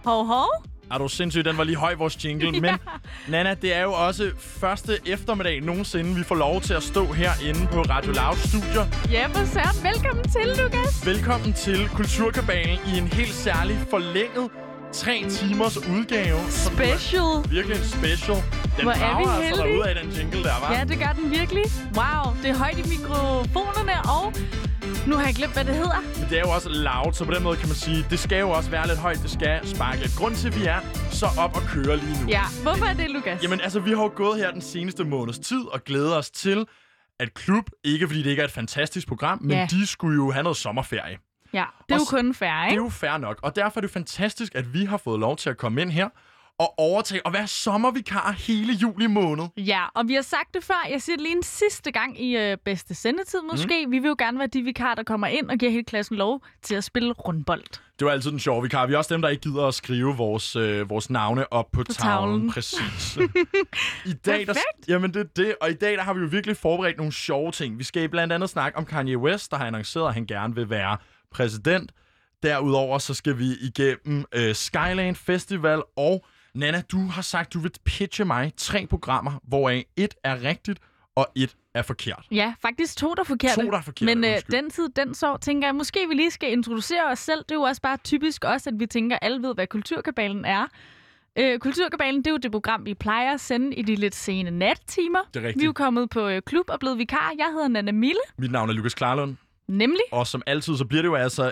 Hov, hov. Er du sindssygt, den var lige høj, vores jingle. Men Nanna, det er jo også første eftermiddag nogensinde, vi får lov til at stå herinde på Radio Loud Studio. Ja, hvor søren. Velkommen til, Lukas. Velkommen til Kulturkabalen i en helt særlig forlænget 3 timers udgave. Special. Virkelig en special. Den Hvor er vi drager heldige. altså derud af den jingle der, var. Ja, det gør den virkelig. Wow, det er højt i mikrofonerne, og nu har jeg glemt, hvad det hedder. Men det er jo også loud, så på den måde kan man sige, det skal jo også være lidt højt, det skal sparke lidt. Grunden til, at vi er så op og køre lige nu. Ja, hvorfor er det, Lukas? Jamen altså, vi har jo gået her den seneste måneds tid og glæder os til, at Klub, ikke fordi det ikke er et fantastisk program, men de skulle jo have noget sommerferie. Ja, det er jo kun fair, ikke? Det er jo fair nok, og derfor er det fantastisk, at vi har fået lov til at komme ind her og overtage og være sommervikar hele juli måned. Ja, og vi har sagt det før. Jeg siger det lige en sidste gang i bedste sendetid måske. Vi vil jo gerne være de vikarer, der kommer ind og giver hele klassen lov til at spille rundbold. Det var altid den sjove vikar. Vi er også dem, der ikke gider at skrive vores navne op på tavlen. Præcis. I dag, jamen det er det. Og i dag der har vi jo virkelig forberedt nogle sjove ting. Vi skal blandt andet snakke om Kanye West, der har annonceret, at han gerne vil være præsident. Derudover så skal vi igennem Skyland Festival, og Nanna, du har sagt, du vil pitche mig 3 programmer, hvoraf 1 er rigtigt, og 1 er forkert. Ja, faktisk 2, der er forkerte. 2, der er forkerte. Men den tid, den så, tænker jeg, måske vi lige skal introducere os selv. Det er jo også bare typisk også, at vi tænker, at alle ved, hvad Kulturkabalen er. Kulturkabalen, det er jo det program, vi plejer at sende i de lidt sene nattimer. Det er rigtigt. Vi er jo kommet på klub og blevet vikar. Jeg hedder Nanna Mille. Mit navn er Lukas Klarlund. Nemlig. Og som altid, så bliver det jo altså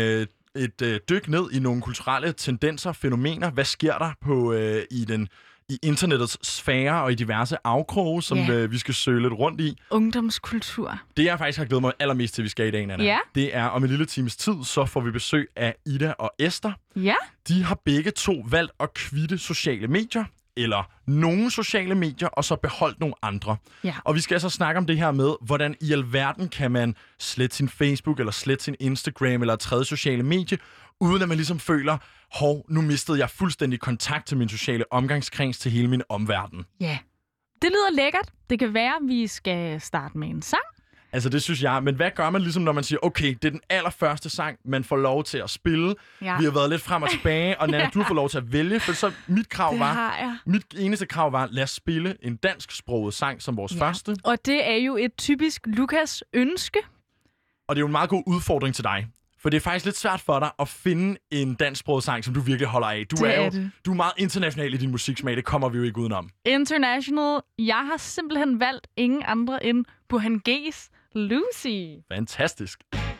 et dyk ned i nogle kulturelle tendenser, fænomener. Hvad sker der på i internettets sfære og i diverse afkroge, som vi skal søge lidt rundt i. Ungdomskultur. Det, jeg faktisk har glædet mig allermest til, vi skal i dag, Nanna, det er om en lille times tid, så får vi besøg af Ida og Esther. Ja. De har begge to valgt at kvitte sociale medier, eller nogle sociale medier, og så beholdt nogle andre. Ja. Og vi skal altså snakke om det her med, hvordan i alverden kan man slette sin Facebook, eller slette sin Instagram, eller et tredje sociale medie, uden at man ligesom føler, nu mistede jeg fuldstændig kontakt til min sociale omgangskreds, til hele min omverden. Ja. Det lyder lækkert. Det kan være, at vi skal starte med en sang. Altså, det synes jeg. Men hvad gør man ligesom, når man siger, okay, det er den allerførste sang, man får lov til at spille. Ja. Vi har været lidt frem og tilbage, og Nanna, du får lov til at vælge. For så mit eneste krav var, lad os spille en dansksproget sang som vores første. Og det er jo et typisk Lukas ønske. Og det er jo en meget god udfordring til dig. For det er faktisk lidt svært for dig at finde en dansksproget sang, som du virkelig holder af. Du er meget international i din musiksmag, det kommer vi jo ikke udenom. International. Jeg har simpelthen valgt ingen andre end Burhan G's Lucy. Fantastisk.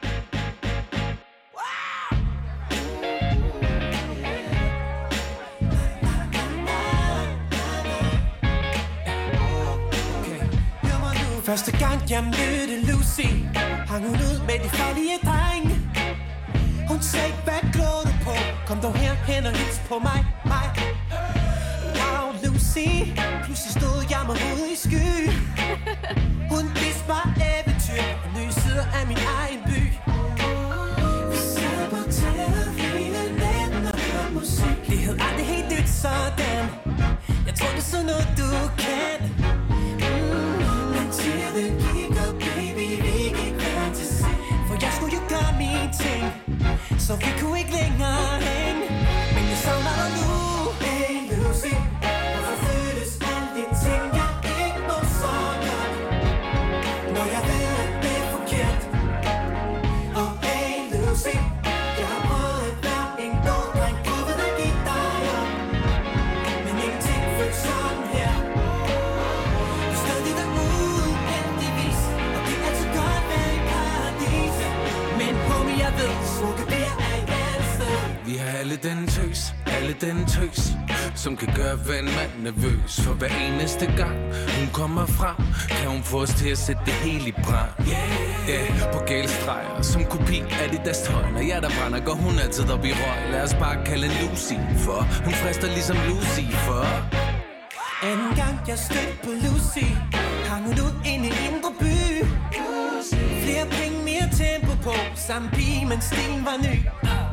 Første gang jeg mødte Lucy, hang hun ud med de farlige drenge. Hun sagde, hvad glor du på? Kom dog herhen og hils på mig. Wow, Lucy, pludselig stod jeg med hovedet i sky. Hun viste mig eventyr og nye sider af min egen by. Vi sad på taget hele natten og hørte musik. Det hed aldrig helt nyt sådan. Jeg tror det er sådan noget du kan. Men tiden gik og baby, vi gik hver til sig. For jeg skulle jo gøre mine ting, så vi kunne ikke længere hænge. Men jeg savner dig nu. Hey Lucy, hvorfor føles alle de ting, jeg ikke må så godt, når jeg ved, at det er forkert. Og hey Lucy, jeg har prøvet at være en god dreng, prøvet at give dig op, men ingenting føles sådan her. Du er stadig derude, heldigvis, og det er altid godt at være i paradis. Men homie, jeg ved, smukke det er et andet sted. Vi har alle den tøs, som kan gøre hver en mand nervøs. For hver eneste gang hun kommer frem, kan hun få os til at sætte det hele i brand. På gælstreger, som kopi af de deres tøj. Når jeg der brænder, går hun altid op i røg. Lad os bare kalde en Lucy, for hun frister ligesom Lucy, for anden gang jeg stødte på Lucy, hang hun ud inde i Indre By. Flere penge, mere tempo på, samme pige, men stilen var ny.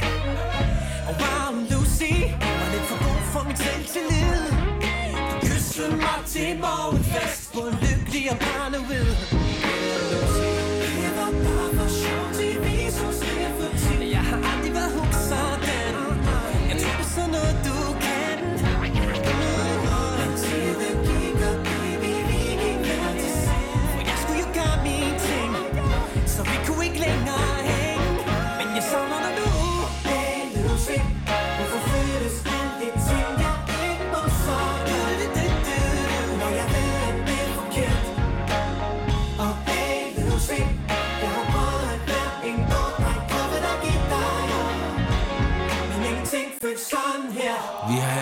Og wow, Lucy var lidt for god for mit selvtillid. Du kyssede mig til morgenfest på en lykkelig og paranoid. Det var bare for sjov til vi så slet for tid. Jeg har aldrig været hugt sådan. Jeg tror det er sådan noget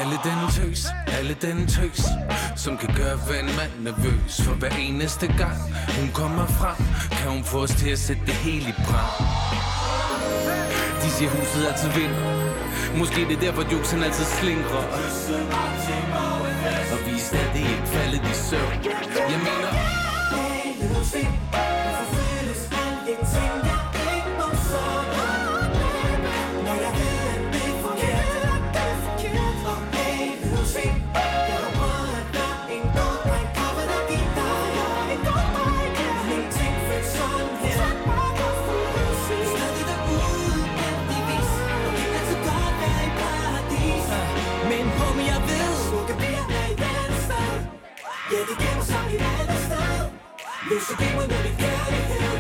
Alle den tøs, som kan gøre hver en mand nervøs. For hver eneste gang hun kommer frem, kan hun få os til at sætte det hele i brand. De siger huset altid vinder. Måske det er derfor jokesen altid slingrer. Og vi er stadig ikke faldet i søvn. Jeg mener hey Lucy, hvorfor føles alt det ting jeg ikke må sove? Når jeg ved at det er forkert. Og hey Lucy, jeg har prøvet at være en god dreng. Kommer der give dig en god dreng. Men ingenting føles sådan her. Stadig derude heldigvis. Og det kan altid godt være i paradis. Men homie jeg ved, smukke bliver af et andet sted. Ja, det gemmer sig i et andet sted. Lucy gemmer med det kærlighed.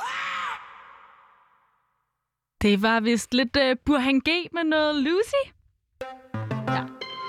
Det var vist lidt Burhan G med noget Lucy. Ja.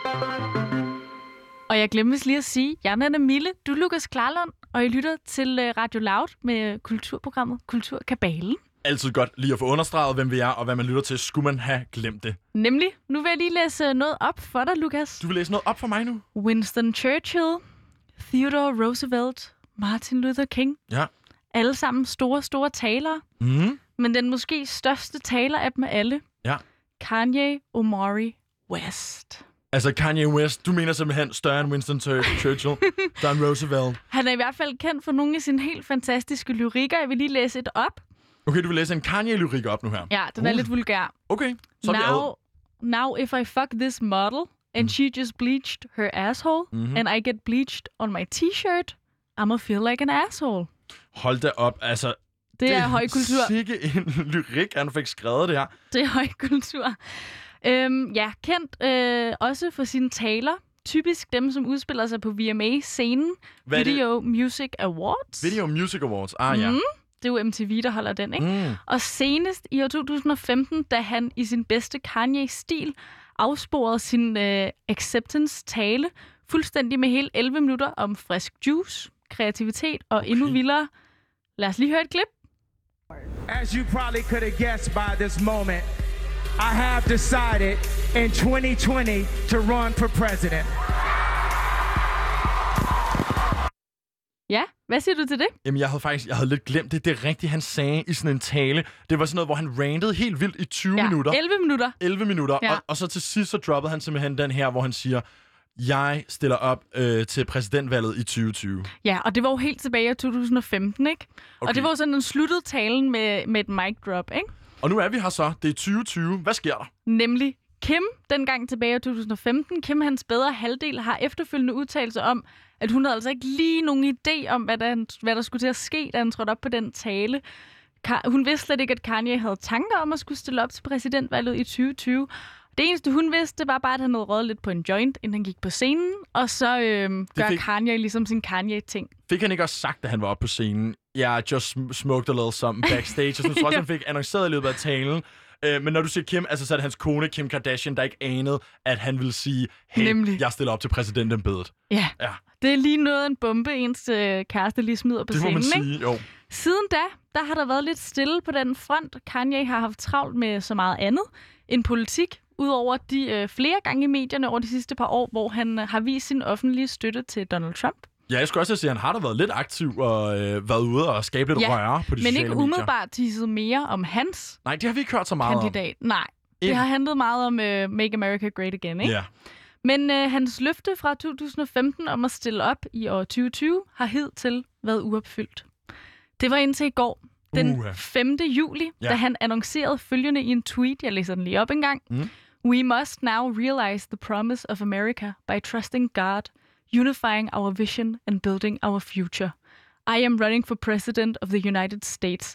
Og jeg glemte lige at sige, jeg er Nanna Mille, du er Lukas Klarlund, og I lytter til Radio Loud med kulturprogrammet Kulturkabalen. Altid godt lige at få understreget, hvem vi er, og hvad man lytter til. Skulle man have glemt det? Nemlig. Nu vil jeg lige læse noget op for dig, Lukas. Du vil læse noget op for mig nu? Winston Churchill, Theodore Roosevelt, Martin Luther King. Ja. Alle sammen store talere. Mm. Men den måske største taler af dem alle. Ja. Kanye Omari West. Altså Kanye West, du mener simpelthen større end Winston Churchill, større end Roosevelt. Han er i hvert fald kendt for nogle af sine helt fantastiske lyrikker. Jeg vil lige læse et op. Okay, du vil læse en Kanye-lyrik op nu her. Ja, den er lidt vulgær. Okay, så er Now if I fuck this model, and she just bleached her asshole, and I get bleached on my t-shirt, I'ma feel like an asshole. Hold da op, altså... Det er højkultur. Det er sikke en lyrik, han fik skrevet det her. Det er højkultur. Ja, kendt også for sine taler. Typisk dem, som udspiller sig på VMA-scenen. Video Music Awards. Video Music Awards, ja. Det er jo MTV, der holder den, ikke? Og senest i år 2015, da han i sin bedste Kanye-stil afsporede sin acceptance-tale fuldstændig med hele 11 minutter om frisk juice, kreativitet og endnu vildere. Lad os lige høre et klip. As you probably could have guessed by this moment, I have decided in 2020 to run for president. Ja, hvad siger du til det? Jamen, jeg havde lidt glemt det. Det er rigtigt, han sagde i sådan en tale. Det var sådan noget, hvor han rantede helt vildt i 20 minutter. 11 minutter. 11 minutter. Ja. Og så til sidst så droppede han simpelthen den her, hvor han siger, jeg stiller op til præsidentvalget i 2020. Ja, og det var jo helt tilbage i 2015, ikke? Okay. Og det var jo sådan en sluttet talen med et mic drop, ikke? Og nu er vi her så. Det er 2020. Hvad sker der? Nemlig Kim, dengang tilbage i 2015. Kim, hans bedre halvdel, har efterfølgende udtalelser om, at hun havde altså ikke lige nogen idé om, hvad der skulle til at ske, da han trådte op på den tale. Hun vidste slet ikke, at Kanye havde tanker om at skulle stille op til præsidentvalget i 2020. Det eneste, hun vidste, var bare, at han havde røget lidt på en joint, inden han gik på scenen. Og så gør Kanye ligesom sin Kanye-ting. Fik han ikke også sagt, at han var oppe på scenen? I just smoked a little something backstage. Og så tror jeg, han fik annonceret i løbet af talen. Men når du siger Kim, altså så er det hans kone, Kim Kardashian, der ikke anede, at han ville sige, hey, jeg stiller op til præsidentembedet. Ja, det er lige noget en bombe, ens kæreste lige smider på scenen. Det må man sige, jo. Siden da har der været lidt stille på den front. Kanye har haft travlt med så meget andet end politik, udover de flere gange i medierne over de sidste par år, hvor han har vist sin offentlige støtte til Donald Trump. Ja, jeg skulle også sige, at han har da været lidt aktiv og været ude og skabe lidt røre på de sociale medier. Men ikke umiddelbart tisset mere om hans Nej, det har vi ikke hørt så meget kandidat. Nej, det har handlet meget om Make America Great Again, ikke? Ja. Men hans løfte fra 2015 om at stille op i år 2020 har hidtil været uopfyldt. Det var indtil i går, den 5. juli, da han annoncerede følgende i en tweet. Jeg læser den lige op en gang. We must now realize the promise of America by trusting God, unifying our vision and building our future. I am running for president of the United States.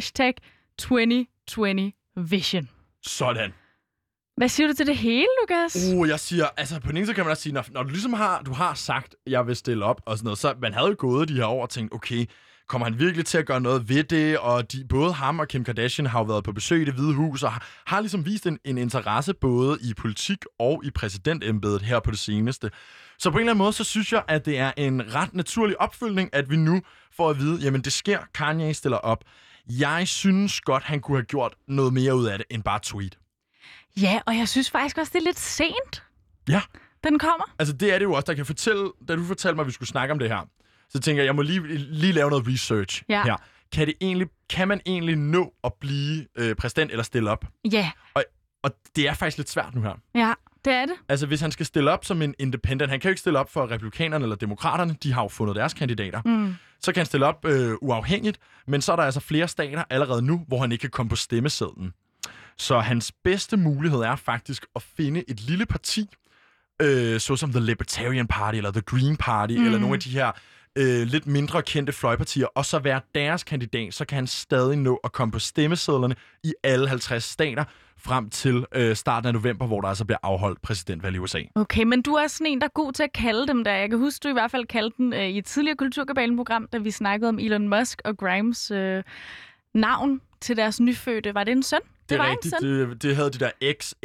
#2020 vision. Sådan. Hvad siger du til det hele, Lukas? Jeg siger, altså på den ene side kan man også sige, når du ligesom har sagt, at jeg vil stille op og sådan noget, så man havde jo gået de her år og tænkt, okay, kommer han virkelig til at gøre noget ved det? Og både ham og Kim Kardashian har jo været på besøg i Det Hvide Hus og har ligesom vist en interesse både i politik og i præsidentembedet her på det seneste. Så på en eller anden måde, så synes jeg, at det er en ret naturlig opfølgning, at vi nu får at vide, jamen det sker, Kanye stiller op. Jeg synes godt, han kunne have gjort noget mere ud af det, end bare tweet. Ja, og jeg synes faktisk også, det er lidt sent. Ja. Den kommer? Altså, det er det jo også, der kan fortælle... Da du fortalte mig, at vi skulle snakke om det her, så tænker jeg må lige lave noget research her. Kan man egentlig nå at blive præsident eller stille op? Ja. Og det er faktisk lidt svært nu her. Ja, det er det. Altså, hvis han skal stille op som en independent... Han kan jo ikke stille op for republikanerne eller demokraterne. De har jo fundet deres kandidater. Så kan han stille op uafhængigt, men så er der altså flere stater allerede nu, hvor han ikke kan komme på stemmesedlen. Så hans bedste mulighed er faktisk at finde et lille parti, såsom The Libertarian Party eller The Green Party, eller nogle af de her lidt mindre kendte fløjpartier, og så være deres kandidat, så kan han stadig nå at komme på stemmesedlerne i alle 50 stater, frem til starten af november, hvor der altså bliver afholdt præsidentvalg i USA. Okay, men du er sådan en, der er god til at kalde dem der. Jeg kan huske, du i hvert fald kaldte den i et tidligere Kulturkabalen-program, da vi snakkede om Elon Musk og Grimes navn til deres nyfødte. Var det en søn? Det er rigtigt. Det havde de der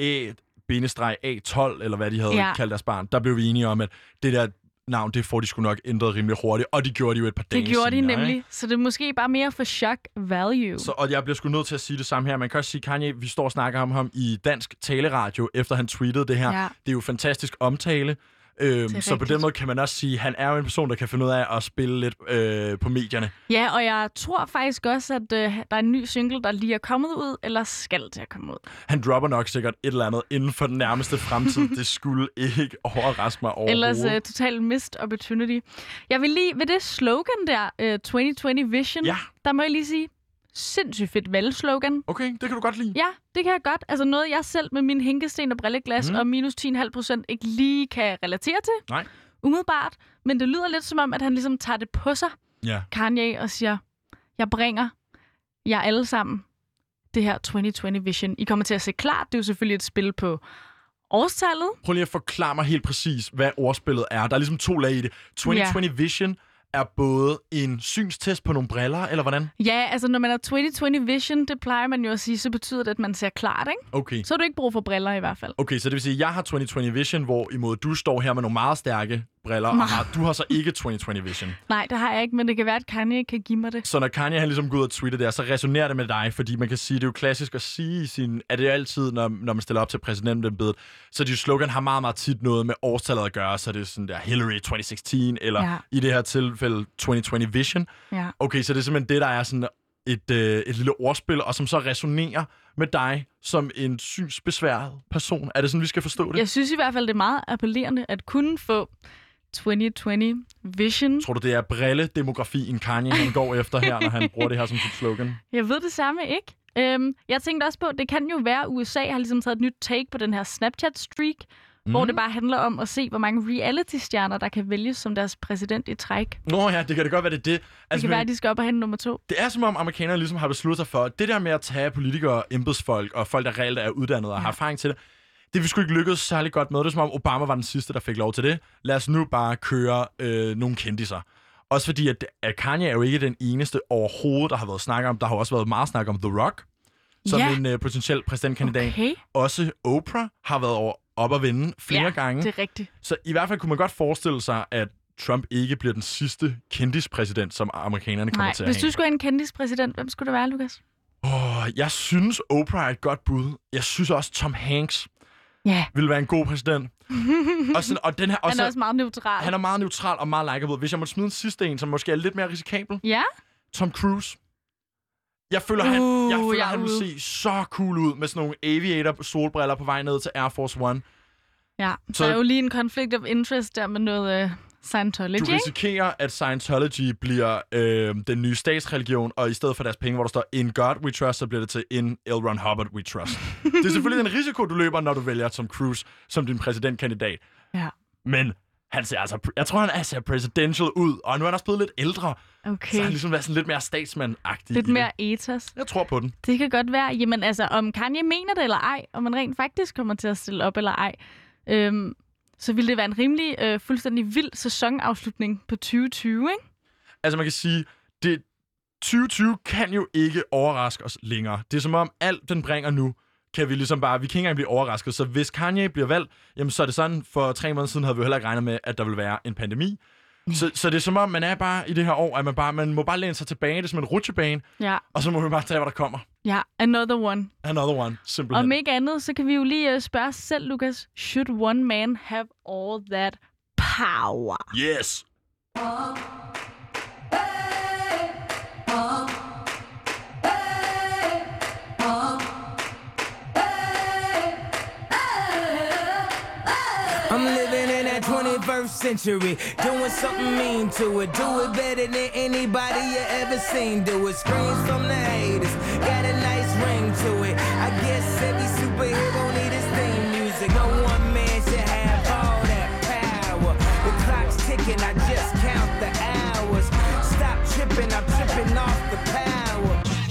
XA-A12, eller hvad de havde kaldt deres barn. Der blev vi enige om, at det der navn, det får de sgu nok ændret rimelig hurtigt, og de gjorde de jo et par dage Det gjorde senere, de nemlig, ikke? Så det er måske bare mere for shock value. Og jeg bliver sgu nødt til at sige det samme her. Man kan også sige, Kanye, vi står og snakker om ham i dansk taleradio, efter han tweetede det her. Ja. Det er jo fantastisk omtale. Så på den måde kan man også sige, at han er jo en person, der kan finde ud af at spille lidt på medierne. Ja, og jeg tror faktisk også, at der er en ny single, der lige er kommet ud, eller skal til at komme ud. Han dropper nok sikkert et eller andet inden for den nærmeste fremtid. Det skulle ikke overraske mig overhovedet. Ellers total missed opportunity. Jeg vil lige ved det slogan der, 2020 Vision, der må jeg lige sige, sindssygt fedt valgslogan. Okay, det kan du godt lide. Ja, det kan jeg godt. Altså noget, jeg selv med min hænkesten og brilleglas og minus 10,5% ikke lige kan relatere til. Nej. Umiddelbart. Men det lyder lidt som om, at han ligesom tager det på sig, Kanye, og siger, jeg bringer jer alle sammen det her 2020 Vision. I kommer til at se klart. Det er jo selvfølgelig et spil på årstallet. Prøv lige at forklare mig helt præcis, hvad ordspillet er. Der er ligesom 2 lag i det. 2020 Vision er både en synstest på nogle briller, eller hvordan? Ja, altså når man er 2020 Vision, det plejer man jo at sige, så betyder det, at man ser klart, ikke? Okay. Så har du ikke brug for briller i hvert fald. Okay, så det vil sige, at jeg har 2020 Vision, hvorimod du står her med nogle meget stærke briller, og du har så ikke 2020 Vision. Nej, det har jeg ikke, men det kan være, at Kanye kan give mig det. Så når Kanye han ligesom går ud og tweeter der, så resonerer det med dig, fordi man kan sige, det er jo klassisk at sige i sin... Er det altid, når man stiller op til præsidentembedet, så de slogan har meget, meget tit noget med årstallet at gøre, så det er sådan der Hillary 2016, eller i det her tilfælde 2020 Vision. Ja. Okay, så det er simpelthen det, der er sådan et lille ordspil, og som så resonerer med dig som en synsbesværet person. Er det sådan, vi skal forstå det? Jeg synes i hvert fald, det er meget appellerende at kunne få 2020 Vision. Tror du, det er brilledemografien, Kanye han går efter her, når han bruger det her som sit slogan? Jeg ved det samme ikke. Jeg tænkte også på, det kan jo være, at USA har ligesom taget et nyt take på den her Snapchat-streak, hvor det bare handler om at se, hvor mange reality-stjerner, der kan vælges som deres præsident i træk. Nå ja, det kan det godt være, det er det. Altså, det kan være, at de skal op og hente nummer 2. Det er som om amerikanerne ligesom har besluttet sig for, det der med at tage politikere, embedsfolk og folk, der reelt er uddannet og har erfaring til det, det vi sgu ikke lykkedes særlig godt med. Det er som om Obama var den sidste, der fik lov til det. Lad os nu bare køre nogle kendiser. Også fordi, at Kanye er jo ikke den eneste overhovedet, der har været snak om. Der har også været meget snak om The Rock, som en potentiel præsidentkandidat. Okay. Også Oprah har været op at vinde flere gange. Det er rigtigt. Så i hvert fald kunne man godt forestille sig, at Trump ikke bliver den sidste kendispræsident, som amerikanerne kommer til at Hvis du skulle have en kendispræsident, hvem skulle det være, Lukas? Jeg synes, Oprah er et godt bud. Jeg synes også, Tom Hanks ville være en god præsident. og den her, han er også meget neutral. Han er meget neutral og meget likeable. Hvis jeg må smide en sidste en, som måske er lidt mere risikabel. Ja? Tom Cruise. Jeg føler, han vil se så cool ud med sådan nogle aviator-solbriller på vej ned til Air Force One. Ja, så der er jo lige en conflict of interest der med noget Scientology. Du risikerer, at Scientology bliver den nye statsreligion, og i stedet for deres penge, hvor der står In God We Trust, så bliver det til In L. Ron Hubbard We Trust. Det er selvfølgelig den risiko, du løber, når du vælger Tom Cruise som din præsidentkandidat. Ja. Men jeg tror, han ser presidential ud, og nu er han også blevet lidt ældre. Okay. Så han ligesom været sådan lidt mere statsmand-agtig. Lidt mere ethos. Jeg tror på den. Det kan godt være. Jamen altså, om Kanye mener det eller ej, om man rent faktisk kommer til at stille op eller ej, så ville det være en rimelig fuldstændig vild sæsonafslutning på 2020, ikke? Altså man kan sige, 2020 kan jo ikke overraske os længere. Det er som om alt den bringer nu, kan vi ligesom bare, vi kan ikke engang blive overrasket. Så hvis Kanye bliver valgt, jamen så er det sådan, for 3 måneder siden havde vi jo heller ikke regnet med, at der ville være en pandemi. Så det er som om, man er bare i det her år, at man må bare læne sig tilbage, det er som en rutsjebane, og så må vi bare tage, hvad der kommer. Ja, another one. Another one, simpelthen. Om ikke andet, så kan vi jo lige spørge os selv, Lukas. Should one man have all that power? Yes! I'm living in that 21st century, doing something mean to it. Do it better than anybody you ever seen. Do it. Screams from the haters, got a nice ring to it. I guess every superhero need his theme music. No one man should have all that power. The clock's ticking, I just count the hours. Stop tripping, I'm tripping off the power.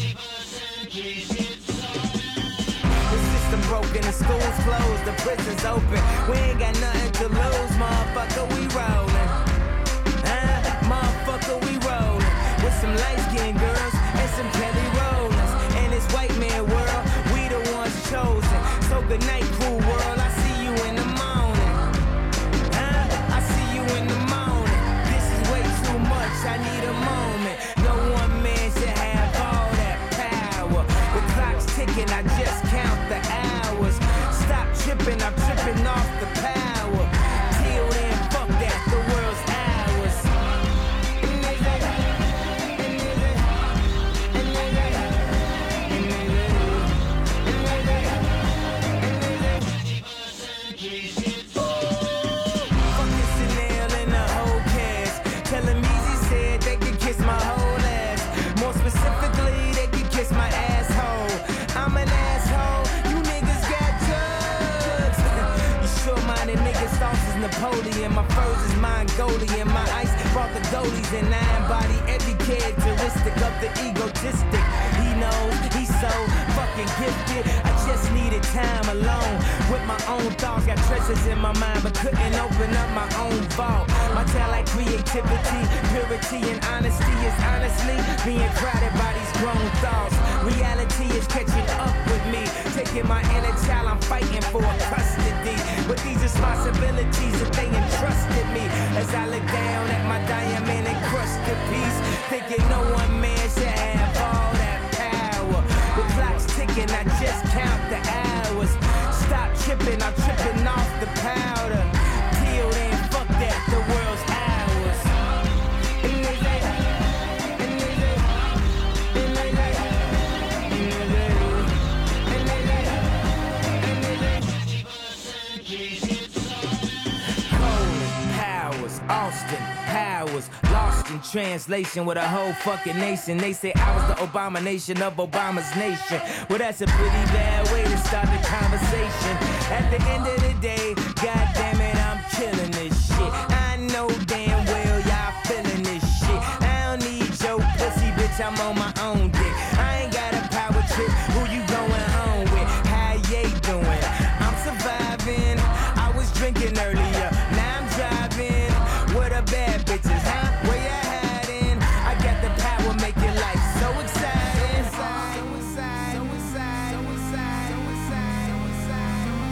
Broken, the school's closed, the prison's open. We ain't got nothing to lose, motherfucker, we rollin'. Motherfucker, we rollin'. With some light-skinned girls and some Kelly Rollins. In this white man world, we the ones chosen. So good night, cool world, I see you in the morning. I see you in the morning. This is way too much, I need a moment. No one man should have all that power. The clock's ticking, I just count the hours. Stop tripping, I'm tripping off the power. Till then, fuck that, the world's ours. Fuck this Chanel and the whole cast. Tell them Easy said they could kiss my whole ass. More specifically, they could kiss my asshole. I'm an asshole, you niggas got drugs. You sure-minded niggas, sauce is Napoleon. My furs is Mongolian. My ice brought the goalies and I embody every characteristic of the egotistic. He knows he's so fucking gifted. I just needed time alone with my own thoughts. Got treasures in my mind but couldn't open up my own vault. My talent, creativity, purity and honesty is honestly being crowded by these grown thoughts. Reality is catching up with me, taking my inner child, I'm fighting for custody. But these responsibilities that they entrusted me, as I look down at my diamond encrusted piece, thinking no one man should have all that power. The clock's ticking, I just count the hours. Stop tripping, I'm tripping off the powder. Till then, fuck that, the world's ours. Austin Powers, lost in translation with a whole fucking nation. They say I was the abomination of Obama's nation. Well, that's a pretty bad way to start the conversation. At the end of the day, god damn it, I'm killing this shit. I know damn well y'all feeling this shit. I don't need your pussy, bitch, I'm on my own dick. I ain't got a power trip, who you going home with? How you doing? I'm surviving, I was drinking earlier, now I'm driving. What a bad bitches, huh? Where you hiding? I got the power, make your life so exciting. So excited, so excited, so excited, so excited, so excited, so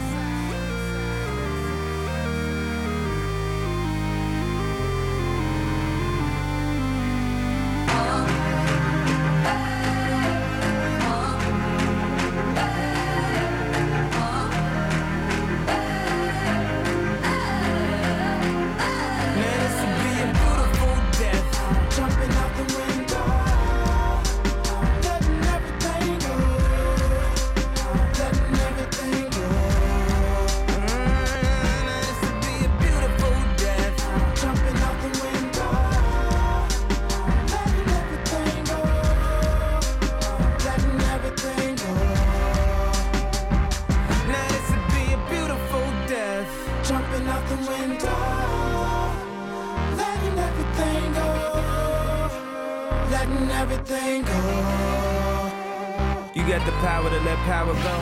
everything go. You got the power to let power go.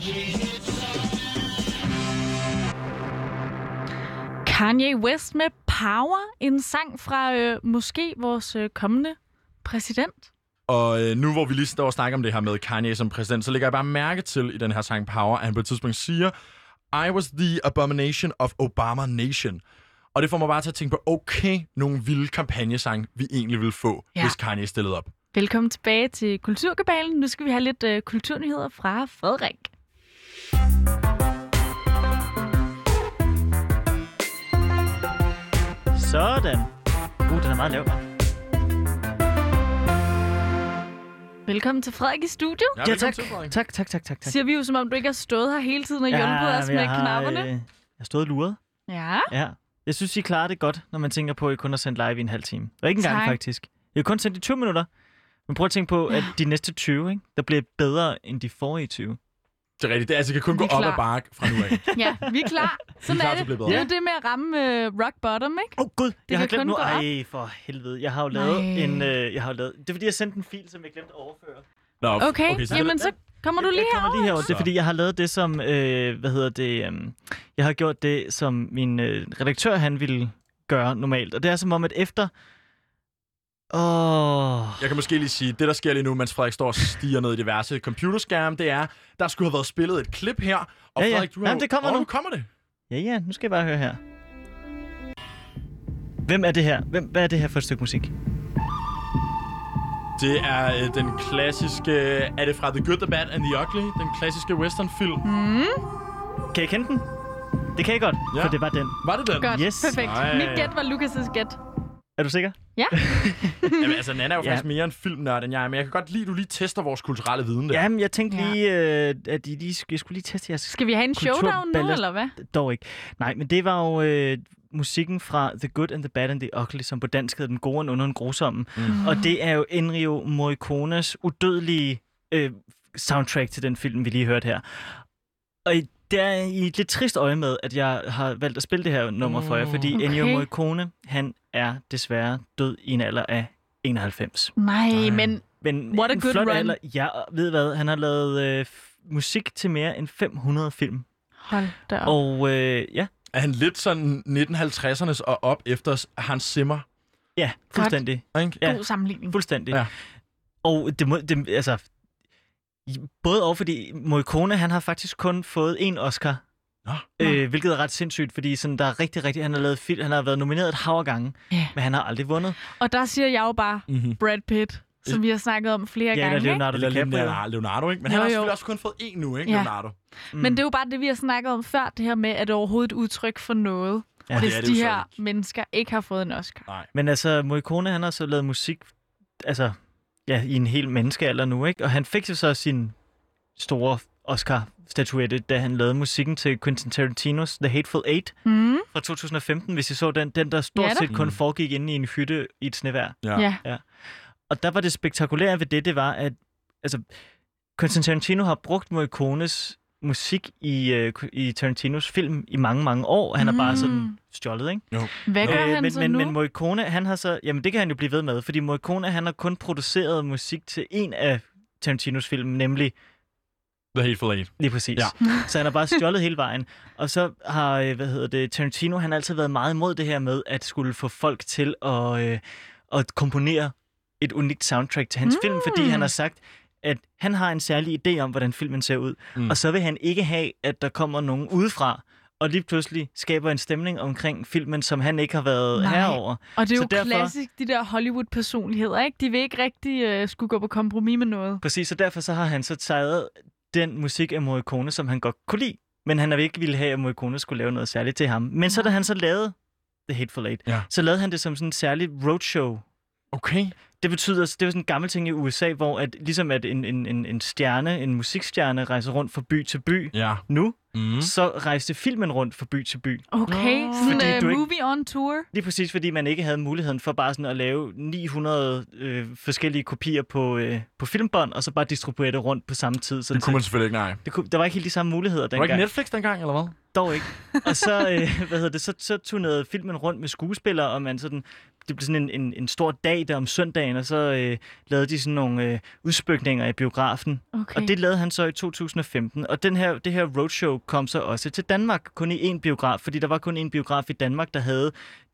Kanye West med Power, en sang fra måske vores kommende præsident. Og nu hvor vi lige står og snakker om det her med Kanye som præsident, så lægger jeg bare mærke til i den her sang Power, at han på et tidspunkt siger, I was the abomination of Obama Nation. Og det får mig bare til at tænke på, okay, nogle vilde kampagnesang, vi egentlig ville få, hvis Kanye stillede op. Velkommen tilbage til Kulturkabalen. Nu skal vi have lidt kulturnyheder fra Frederik. Sådan. Den er meget lav, hva'? Velkommen til Frederik i studiet. Ja, tak. Tak. Siger vi jo, som om du ikke har stået her hele tiden og hjulpet os med knapperne. Jeg har stået luret. Ja. Jeg synes, I klarer det godt, når man tænker på, at I kun har sendt live i en halv time. Og ikke engang, faktisk. Jeg har kun sendt i 20 minutter. Men prøv at tænke på, at de næste 20, ikke, der bliver bedre end de forrige 20. Det er rigtigt. Det kan kun gå op ad bakke fra nu af. Ja, vi er klar. Sådan er det. Det er det med at ramme rock bottom, ikke? Gud, jeg har glemt nu. Ej, for helvede. Jeg har jo lavet en... Det er fordi, jeg sendte en fil, som jeg glemte at overføre. Okay, jamen så kommer du lige herover. Det er fordi, jeg har lavet det som... jeg har gjort det, som min redaktør, han ville gøre normalt. Og det er som om, at efter... Jeg kan måske lige sige, det der sker lige nu, mens Frederik står og stiger ned i diverse computerskærme, det er, der skulle have været spillet et klip her, og Frederik, du har... Jamen, det kommer nu. Nu kommer det. Ja, nu skal jeg bare høre her. Hvem er det her? Hvad er det her for et stykke musik? Det er den klassiske... Er det fra The Good, The Bad and The Ugly? Den klassiske westernfilm. Kan I kende den? Det kan I godt, for det var den. Var det den? Godt, yes. Perfekt. Mit gæt var Lukas' gæt. Er du sikker? Ja. Jamen, altså, Nana er jo faktisk mere en filmnørd end jeg, men jeg kan godt lide, at du lige tester vores kulturelle viden der. Jamen, jeg tænkte lige, at jeg skulle lige teste jeres... Skal vi have en showdown nu, eller hvad? Dog ikke. Nej, men det var jo musikken fra The Good and the Bad and the Ugly, som på dansk hedder Den Gode og Under den Grusomme. Og det er jo Ennio Morricones udødelige soundtrack til den film, vi lige hørte her. Og det er i et lidt trist øje med, at jeg har valgt at spille det her nummer for jer, fordi Ennio Morricone, han er desværre død i en alder af 91. Nej, men what a good run. Alder. Ja, ved hvad? Han har lavet musik til mere end 500 film. Hold da op. Og ja. Er han lidt sådan 1950'ernes og op efter Hans Zimmer? Ja, fuldstændig. God sammenligning. Fuldstændig. Ja. Og det altså... Både og, fordi Morricone, han har faktisk kun fået 1 Oscar. Hvilket er ret sindssygt, fordi sådan, der er rigtig... Han har lavet film, han har været nomineret et hav af gange, men han har aldrig vundet. Og der siger jeg jo bare Brad Pitt, som vi har snakket om flere gange. Leonardo, ikke? Men han har selvfølgelig også kun fået 1 nu, ikke? Ja. Leonardo. Men det er jo bare det, vi har snakket om før, det her med, at det er overhovedet et udtryk for noget, hvis de her mennesker ikke har fået en Oscar. Nej. Men altså, Morricone, han har så lavet musik, altså... Ja, i en hel menneskealder nu, ikke? Og han fik jo så sin store Oscar-statuette, da han lavede musikken til Quentin Tarantinos The Hateful Eight fra 2015, hvis I så den der stort set kun foregik inde i en hytte i et snevejr. Ja. Og der var det spektakulære ved det var, at altså, Quentin Tarantino har brugt Morricones musik i Tarantinos film i mange år. Han har bare sådan stjålet, ikke? Jo. Hvad gør han så nu? Men Morricone, han har så... Jamen, det kan han jo blive ved med, fordi Morricone, han har kun produceret musik til en af Tarantinos film, nemlig... The Hateful Eight. Lige præcis. Ja. Så han har bare stjålet hele vejen. Og så har, Tarantino, han har altid været meget imod det her med, at skulle få folk til at komponere et unikt soundtrack til hans film, fordi han har sagt, at han har en særlig idé om, hvordan filmen ser ud. Og så vil han ikke have, at der kommer nogen udefra, og lige pludselig skaber en stemning omkring filmen, som han ikke har været herover. Og det er jo klassisk, de der Hollywood-personligheder, ikke? De vil ikke rigtig skulle gå på kompromis med noget. Præcis, og derfor så har han så taget den musik af Morricone, som han godt kunne lide. Men han har ikke ville have, at Morricone skulle lave noget særligt til ham. Men så da han så lavede The Hateful Eight, så lavede han det som sådan en særlig roadshow. Okay. Det betyder, det er sådan en gammel ting i USA, hvor at, ligesom at en stjerne, en musikstjerne rejser rundt fra by til by nu, så rejste filmen rundt fra by til by. Okay, sådan en movie on tour. Lige præcis, fordi man ikke havde muligheden for bare sådan at lave 900 forskellige kopier på filmbånd, og så bare distribuere det rundt på samme tid. Så det kunne man selvfølgelig ikke, nej. Der var ikke helt de samme muligheder dengang. Var ikke Netflix dengang, eller hvad? Dog ikke. Og så, så turnerede filmen rundt med skuespillere, og man sådan... Det blev sådan en stor dag der om søndagen, og så lavede de sådan nogle udspykninger i biografen. Okay. Og det lavede han så i 2015. Og det her roadshow kom så også til Danmark, kun i én biograf, fordi der var kun én biograf i Danmark, der havde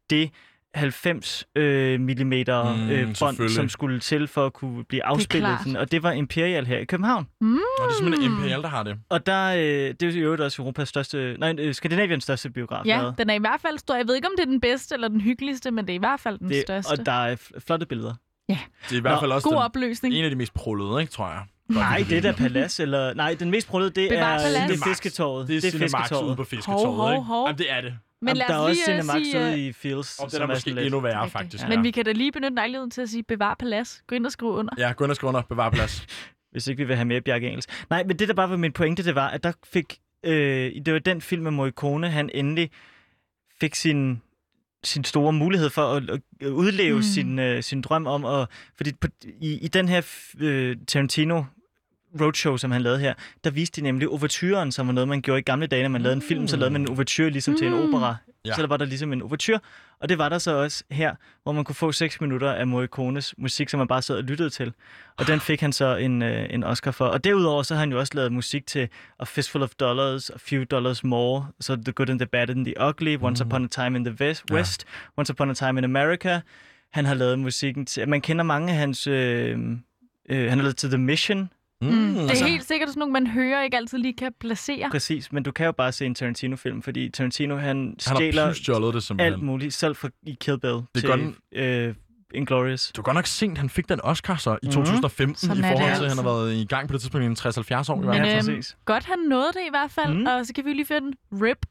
det 90 bånd, som skulle til for at kunne blive afspillet. Og det var Imperial her i København. Og det er simpelthen Imperial, der har det. Og der, det er jo også Europas største, Skandinaviens største biograf. Ja, den er i hvert fald stor. Jeg ved ikke, om det er den bedste eller den hyggeligste, men det er i hvert fald den største. Og der er flotte billeder. Ja. Det er i hvert fald også god opløsning. En af de mest prullede, ikke, tror jeg. Nej, det er da Palads, eller... Nej, den mest prullede, det er Fisketorvet. Det er Cinemax ude på Fisketorvet, ikke? Jamen, det er det. Men der er også Cinemax ude i Fields. Og det er måske endnu værre, faktisk. Men vi kan da lige benytte lejligheden til at sige, bevar Palads. Gå ind og skrive under. Ja, gå ind og skrive under. Bevar Plads. Hvis ikke vi vil have mere Bjarke Engels. Nej, men det der bare var min pointe, det var, at der fik... det var den film med Morricone, han endelig fik sin store mulighed for at udleve sin drøm om at... Fordi i den her Tarantino roadshow, som han lavede her, der viste de nemlig ouverturen, som var noget, man gjorde i gamle dage, når man lavede en film, så lavede man en ouverture ligesom til en opera. Ja. Så der var der ligesom en ouverture, og det var der så også her, hvor man kunne få 6 minutter af Morricones musik, som man bare sad og lyttede til. Og den fik han så en Oscar for. Og derudover så har han jo også lavet musik til A Fistful of Dollars, A Few Dollars More, så The Good and the Bad and the Ugly, Once Upon a Time in the West, Once Upon a Time in America. Han har lavet musikken til... Man kender mange af hans... han har lavet til The Mission. Det er helt sikkert sådan nogle, man hører ikke altid lige kan placere. Præcis, men du kan jo bare se en Tarantino-film, fordi Tarantino, han stjæler det alt muligt, selv fra i Kill Bill til Inglourious. Du har godt nok sent, han fik den Oscar så i 2015, sådan i forhold til, at han har været i gang på det tidspunkt i 60-70 år. Men godt, han nåede det i hvert fald, og så kan vi jo lige finde en RIP.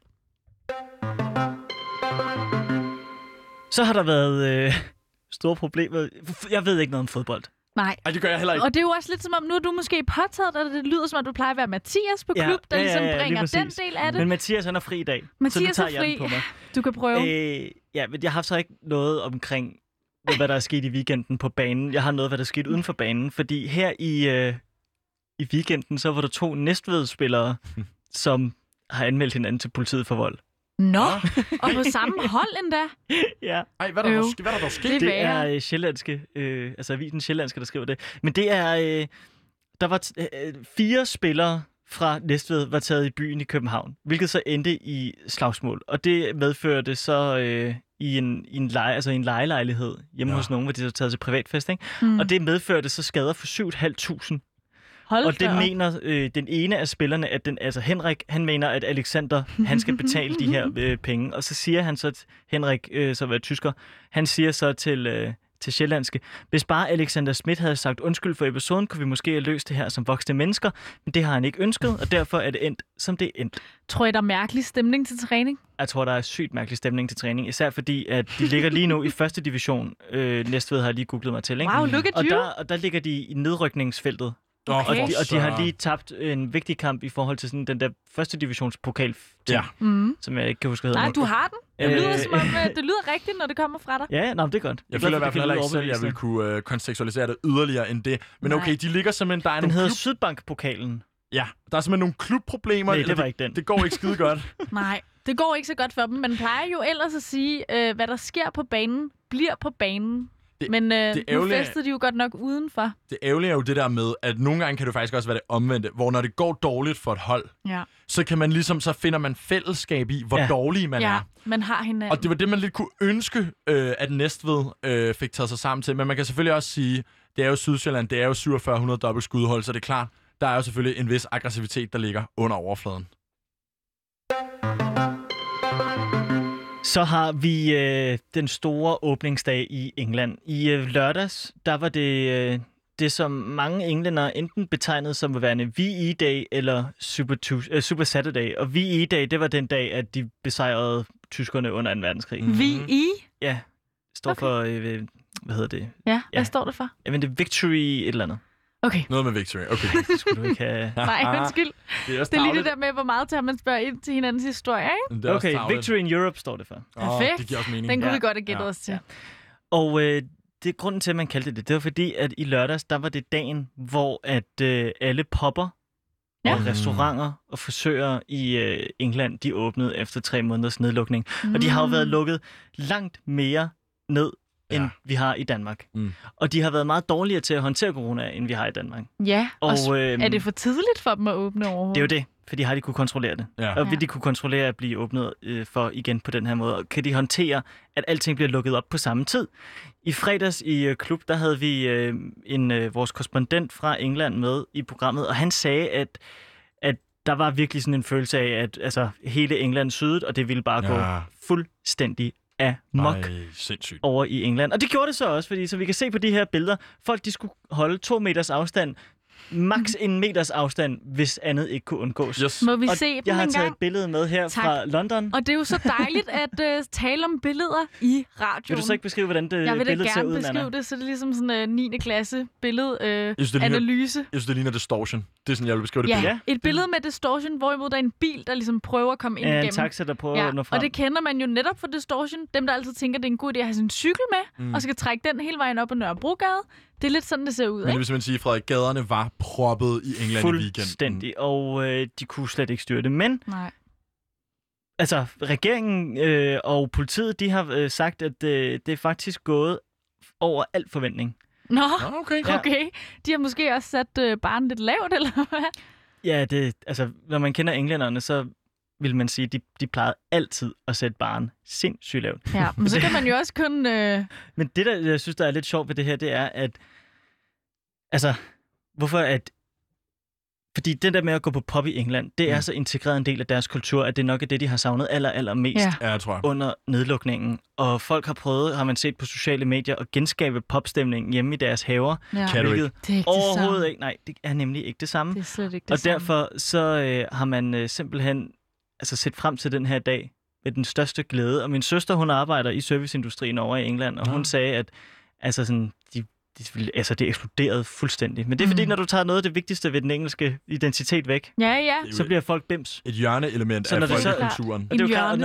Så har der været store problemer. Jeg ved ikke noget om fodbold. Nej. Ej, det gør jeg heller ikke. Og det er jo også lidt som om, nu er du måske påtaget, og det lyder som om, du plejer at være Mathias på klub, der ligesom bringer den del af det. Men Mathias, han er fri i dag. Mathias så det tager er fri. Jeg den på mig. Du kan prøve. Men jeg har så ikke noget omkring, hvad der er sket i weekenden på banen. Jeg har noget, hvad der er sket uden for banen, fordi her i weekenden, så var der 2 Næstved-spillere, som har anmeldt hinanden til politiet for vold. Nå, og på samme hold endda? Ja. Ej, hvad er der sket? Det er sjællandske, altså avisen sjællandske, der skriver det. Men det er, der var 4 spillere fra Næstved var taget i byen i København, hvilket så endte i slagsmål. Og det medførte så i en lejelejlighed hjemme hos nogen, hvor de så taget til privatfest, ikke? Og det medførte så skader for 7.500. Og det mener den ene af spillerne, at Henrik, han mener, at Alexander, han skal betale de her penge. Og så siger han så, at Henrik, så var tysker, han siger så til sjællandske, hvis bare Alexander Schmidt havde sagt undskyld for episoden, kunne vi måske have løst det her som voksne mennesker, men det har han ikke ønsket, og derfor er det endt, som det er endt. Tror I, der er mærkelig stemning til træning? Jeg tror, der er sygt mærkelig stemning til træning, især fordi, at de ligger lige nu i første division. Næstved har jeg lige googlet mig til, ikke? Wow, look at you! Og der ligger de i nedrykningsfeltet. Okay. Og de har lige tabt en vigtig kamp i forhold til sådan den der første divisionspokal som jeg ikke kan huske, hvad hedder. Nej, du har den. Det lyder som om, det lyder rigtigt, når det kommer fra dig. Ja, det er godt. Jeg føler i hvert fald heller ikke selv, jeg vil kunne kontekstualisere det yderligere end det. Men okay, de ligger simpelthen... Der er den hedder Sydbank-pokalen. Ja, der er simpelthen nogle klubproblemer. Nej, det var ikke den. Det går ikke skide godt. Nej, det går ikke så godt for dem. Man plejer jo ellers at sige, hvad der sker på banen, bliver på banen. Men nu festede de jo godt nok udenfor. Det ærgerlige er jo det der med, at nogle gange kan det faktisk også være det omvendte, hvor når det går dårligt for et hold, så kan man ligesom, så finder man fællesskab i, hvor dårlig man er. Man har hinanden. Og det var det, man lidt kunne ønske, at Næstved fik taget sig sammen til. Men man kan selvfølgelig også sige, det er jo Sydsjælland, det er jo 4700 dobbelt skudhold, så det er klart, der er jo selvfølgelig en vis aggressivitet, der ligger under overfladen. Så har vi den store åbningsdag i England. I lørdags, der var det som mange englændere enten betegnede som værende VE-dag eller Super Saturday. Og VE-dag, det var den dag, at de besejrede tyskerne under 2. verdenskrig. VE? Ja, står for, hvad hedder det? Ja, hvad står det for? Jamen, det er Victory et eller andet. Okay. Noget med Victory, okay. Det skulle du ikke have... Nej, undskyld. Det er lige det der med, hvor meget tager man spørger ind til hinandens historie, ikke? Okay, Victory in Europe står det for. Perfekt. Det giver også mening. Den kunne vi godt have gættet os til. Og det grunden til, at man kaldte det var fordi, at i lørdags, der var det dagen, hvor at alle popper og restauranter og frisører i England, de åbnede efter 3 måneders nedlukning. Og de har jo været lukket langt mere ned, end vi har i Danmark. Og de har været meget dårligere til at håndtere corona, end vi har i Danmark. Ja, og er det for tidligt for dem at åbne overhovedet? Det er jo det. Fordi har de kunne kontrollere det. Ja. Og vil de kunne kontrollere at blive åbnet for igen på den her måde? Og kan de håndtere, at alting bliver lukket op på samme tid? I fredags i klub, der havde vi vores korrespondent fra England med i programmet, og han sagde, at der var virkelig sådan en følelse af, at altså, hele England syede, og det ville bare gå fuldstændig amok over i England. Og det gjorde det så også, fordi så vi kan se på de her billeder, folk de skulle holde 2 meters afstand, maks 1 meters afstand, hvis andet ikke kunne undgås. Yes. Må vi og se dem jeg har en taget gang? et billede med her fra London. Og det er jo så dejligt at tale om billeder i radioen. Vil du så ikke beskrive, hvordan det jeg vil billede da ser gerne ud, beskrive Nana? det, så det er ligesom sådan en 9. klasse billedanalyse. Jeg synes, det ligner distortion. Det er sådan, jeg vil beskrive det. Ja, et billede med distortion, hvorimod der er en bil, der ligesom prøver at komme ind igennem. En taxa, der prøver at nå frem. Og det kender man jo netop for distortion. Dem, der altid tænker, det er en god idé at have sin cykel med, og skal trække den hele vejen op ad Nørrebrogade. Det er lidt sådan, det ser ud, Men det vil simpelthen sige, at Frederik, gaderne var proppet i England i weekenden. Fuldstændig, og de kunne slet ikke styre det. Men nej. Altså, regeringen og politiet, de har sagt, at det er faktisk gået over al forventning. Nå, okay. De har måske også sat barnet lidt lavt, eller hvad? Ja, når man kender englænderne, så vil man sige, at de plejede altid at sætte barnet sindssygt lavt. Ja, men så kan man jo også kun... Men det, der jeg synes, der er lidt sjovt ved det her, det er, at... Altså, hvorfor at... Fordi den der med at gå på pop i England, det er så integreret en del af deres kultur, at det nok er det, de har savnet allermest under nedlukningen. Og folk har prøvet, har man set på sociale medier, at genskabe popstemningen hjemme i deres haver. Ja. Hvilket det er ikke overhovedet ikke. Nej, det er nemlig ikke det samme. Det er slet ikke det og samme. derfor så har man simpelthen set frem til den her dag med den største glæde. Og min søster, hun arbejder i serviceindustrien over i England, og hun sagde, at altså sådan, det eksploderede fuldstændig. Men det er fordi, når du tager noget af det vigtigste ved den engelske identitet væk, så bliver folk bims. Et hjørneelement af folkekulturen. Og det er jo klart,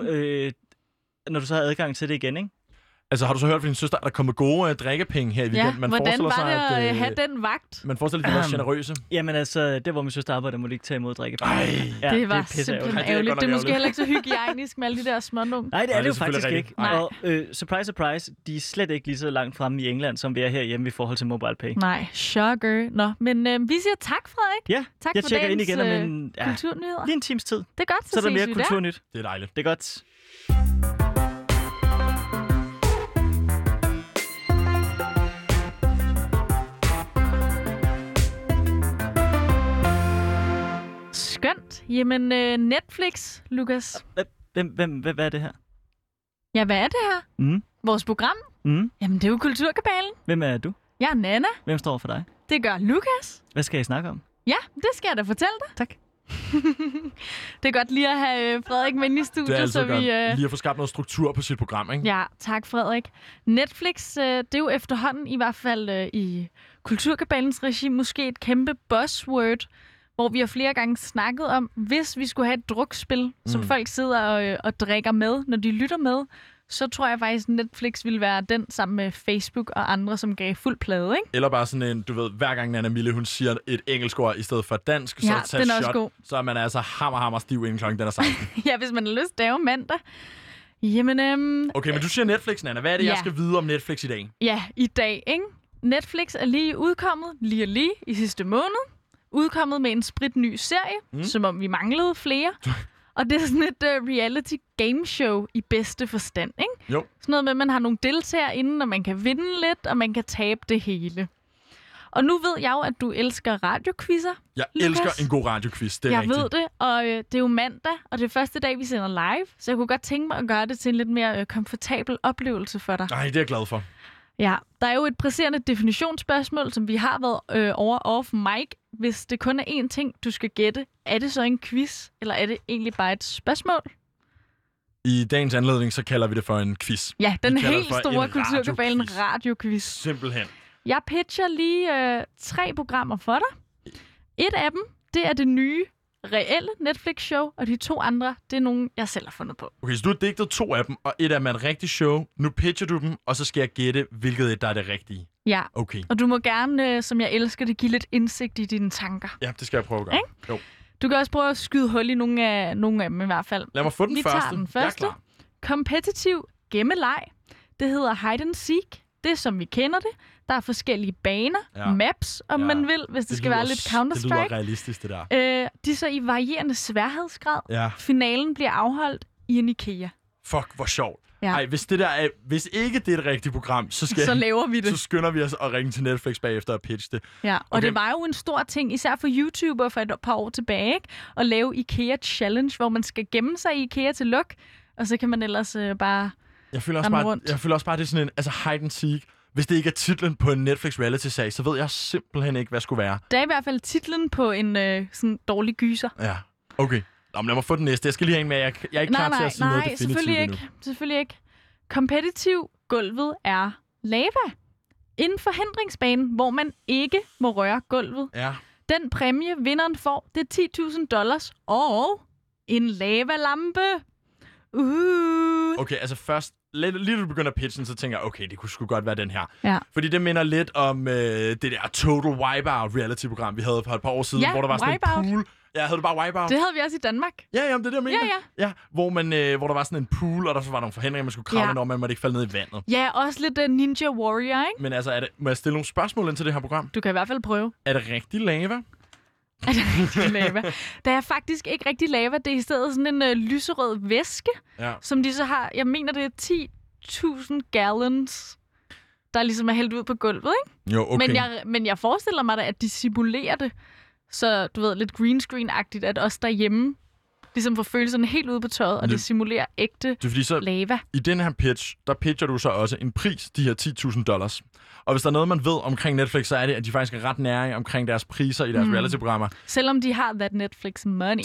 når du så har adgang til det igen, ikke? Altså, har du så hørt fra din søster, at der kommer gode drikkepenge her i weekenden? Ja, hvordan var det at have den vagt? Man forestiller sig, at de var generøse. Jamen altså, det hvor min søster arbejder, må de ikke tage imod drikkepenge. Det var simpelthen ærgerligt. Det er måske heller ikke så hygiejnisk med alle de der smånunge. Nej, det er det jo faktisk ikke. Og surprise, surprise, de er slet ikke lige så langt fremme i England, som vi er herhjemme i forhold til MobilePay. Nej, shocker. Nå, men vi siger tak, Frederik. Ja, tak jeg for tjekker ind igen om en kulturnyheder. Lige en times tid. Det er godt, så er der mere kulturnyt. Det er dejligt. Det er godt. Skønt. Jamen, Netflix, Lukas. Hvad er det her? Ja, hvad er det her? Vores program? Jamen, det er jo Kulturkabalen. Hvem er du? Jeg er Nana. Hvem står for dig? Det gør Lukas. Hvad skal I snakke om? Ja, det skal jeg da fortælle dig. Tak. Det er godt lige at have Frederik med i studiet. Det er altid så godt. Vi, lige at få skabt noget struktur på sit program, ikke? Ja, tak Frederik. Netflix, det er jo efterhånden i hvert fald i Kulturkabalens regi måske et kæmpe buzzword, hvor vi har flere gange snakket om, hvis vi skulle have et drukspil, som folk sidder og drikker med, når de lytter med, så tror jeg faktisk, at Netflix ville være den sammen med Facebook og andre, som gav fuld plade, ikke? Eller bare sådan en, du ved, hver gang Nana Mille, hun siger et engelsk ord i stedet for dansk, ja, så tager shot, god. Så er man altså hammer stiv inden klokken den er 16. Ja, hvis man har lyst, det er jo mandag. Jamen, Okay, men du siger Netflix, Nana. Hvad er det, jeg skal vide om Netflix i dag? Ja, i dag, ikke? Netflix er lige udkommet, lige i sidste måned. Udkommet med en spritny serie, som om vi manglede flere. Og det er sådan et reality gameshow i bedste forstand, ikke? Jo. Sådan noget med, at man har nogle deltagere inden, og man kan vinde lidt, og man kan tabe det hele. Og nu ved jeg jo, at du elsker radioquizzer, Jeg Lukas. elsker en god radioquiz, det er jeg rigtigt. Jeg ved det, og det er jo mandag, og det er første dag, vi sender live, så jeg kunne godt tænke mig at gøre det til en lidt mere komfortabel oplevelse for dig. Nej, det er jeg glad for. Ja, der er jo et presserende definitionsspørgsmål, som vi har været over off mic. Hvis det kun er én ting, du skal gætte, er det så en quiz, eller er det egentlig bare et spørgsmål? I dagens anledning, så kalder vi det for en quiz. Ja, den helt store Kulturkabalen radioquiz. Simpelthen. Jeg pitcher lige 3 programmer for dig. Et af dem, det er det nye, reelle Netflix-show, og de 2 andre, det er nogen, jeg selv har fundet på. Okay, så du har digtet 2 af dem, og et af dem er et rigtigt show. Nu pitcher du dem, og så skal jeg gætte, hvilket et, der er det rigtige. Ja, okay. Og du må gerne, som jeg elsker det, give lidt indsigt i dine tanker. Ja, det skal jeg prøve at gøre. Jo. Du kan også prøve at skyde hul i nogle af dem i hvert fald. Lad mig få den første. Vi tager den første. Jeg er klar. Kompetitiv gemmeleg. Det hedder hide and seek. Det er, som vi kender det. Der er forskellige baner, maps, om man vil, hvis det skal være lidt Counter-Strike. Det lyder realistisk, det der. de er så i varierende sværhedsgrad. Ja. Finalen bliver afholdt i en IKEA. Fuck, hvor sjovt. Ja. Ej, hvis ikke det er et rigtigt program, så laver vi det. Så skynder vi os at ringe til Netflix bagefter og pitche det. Ja, og Okay. det var jo en stor ting, især for YouTuber for et par år tilbage, ikke? At lave IKEA Challenge, hvor man skal gemme sig i IKEA til luk, og så kan man ellers bare Jeg føler også bare, det er sådan en hide and seek. Hvis det ikke er titlen på en Netflix reality-sag, så ved jeg simpelthen ikke, hvad skulle være. Det er i hvert fald titlen på en sådan dårlig gyser. Ja, okay. Nå, men lad mig få den næste. Jeg skal lige have en med. Jeg er ikke klar til at sige noget definitivt endnu. Selvfølgelig ikke. Kompetitiv gulvet er lava. En forhindringsbane, hvor man ikke må røre gulvet. Ja. Den præmie, vinderen får, det er $10.000 og en lavalampe. Okay, altså først, lige du begynder at pitchen, så tænker jeg, okay, det kunne sgu godt være den her. Ja. Fordi det minder lidt om det der Total Wipeout reality-program, vi havde for et par år siden, Ja, hvor der var sådan Wipeout. en pool. Ja, havde du bare Wipeout? Det havde vi også i Danmark. Ja, det er det, jeg mener. Ja. Hvor der var sådan en pool, og der var nogle forhindringer, man skulle kravle ind over, man måtte ikke falde ned i vandet. Ja, også lidt Ninja Warrior, ikke? Men altså, må jeg stille nogle spørgsmål ind til det her program? Du kan i hvert fald prøve. Er det rigtig lava? Er det rigtig lava? Der er faktisk ikke rigtig lava. Det er i stedet sådan en lyserød væske, som de så har. Jeg mener, det er 10.000 gallons, der ligesom er hældt ud på gulvet, ikke? Jo, okay. Men jeg forestiller mig da, at de simulerer det. Så du ved, lidt green screen-agtigt, at også derhjemme ligesom får følelserne helt ude på tøjet, og det simulerer ægte lava. I den her pitch, der pitcher du så også en pris, de her $10.000. Og hvis der er noget, man ved omkring Netflix, så er det, at de faktisk er ret nære omkring deres priser i deres reality-programmer. Selvom de har that Netflix money.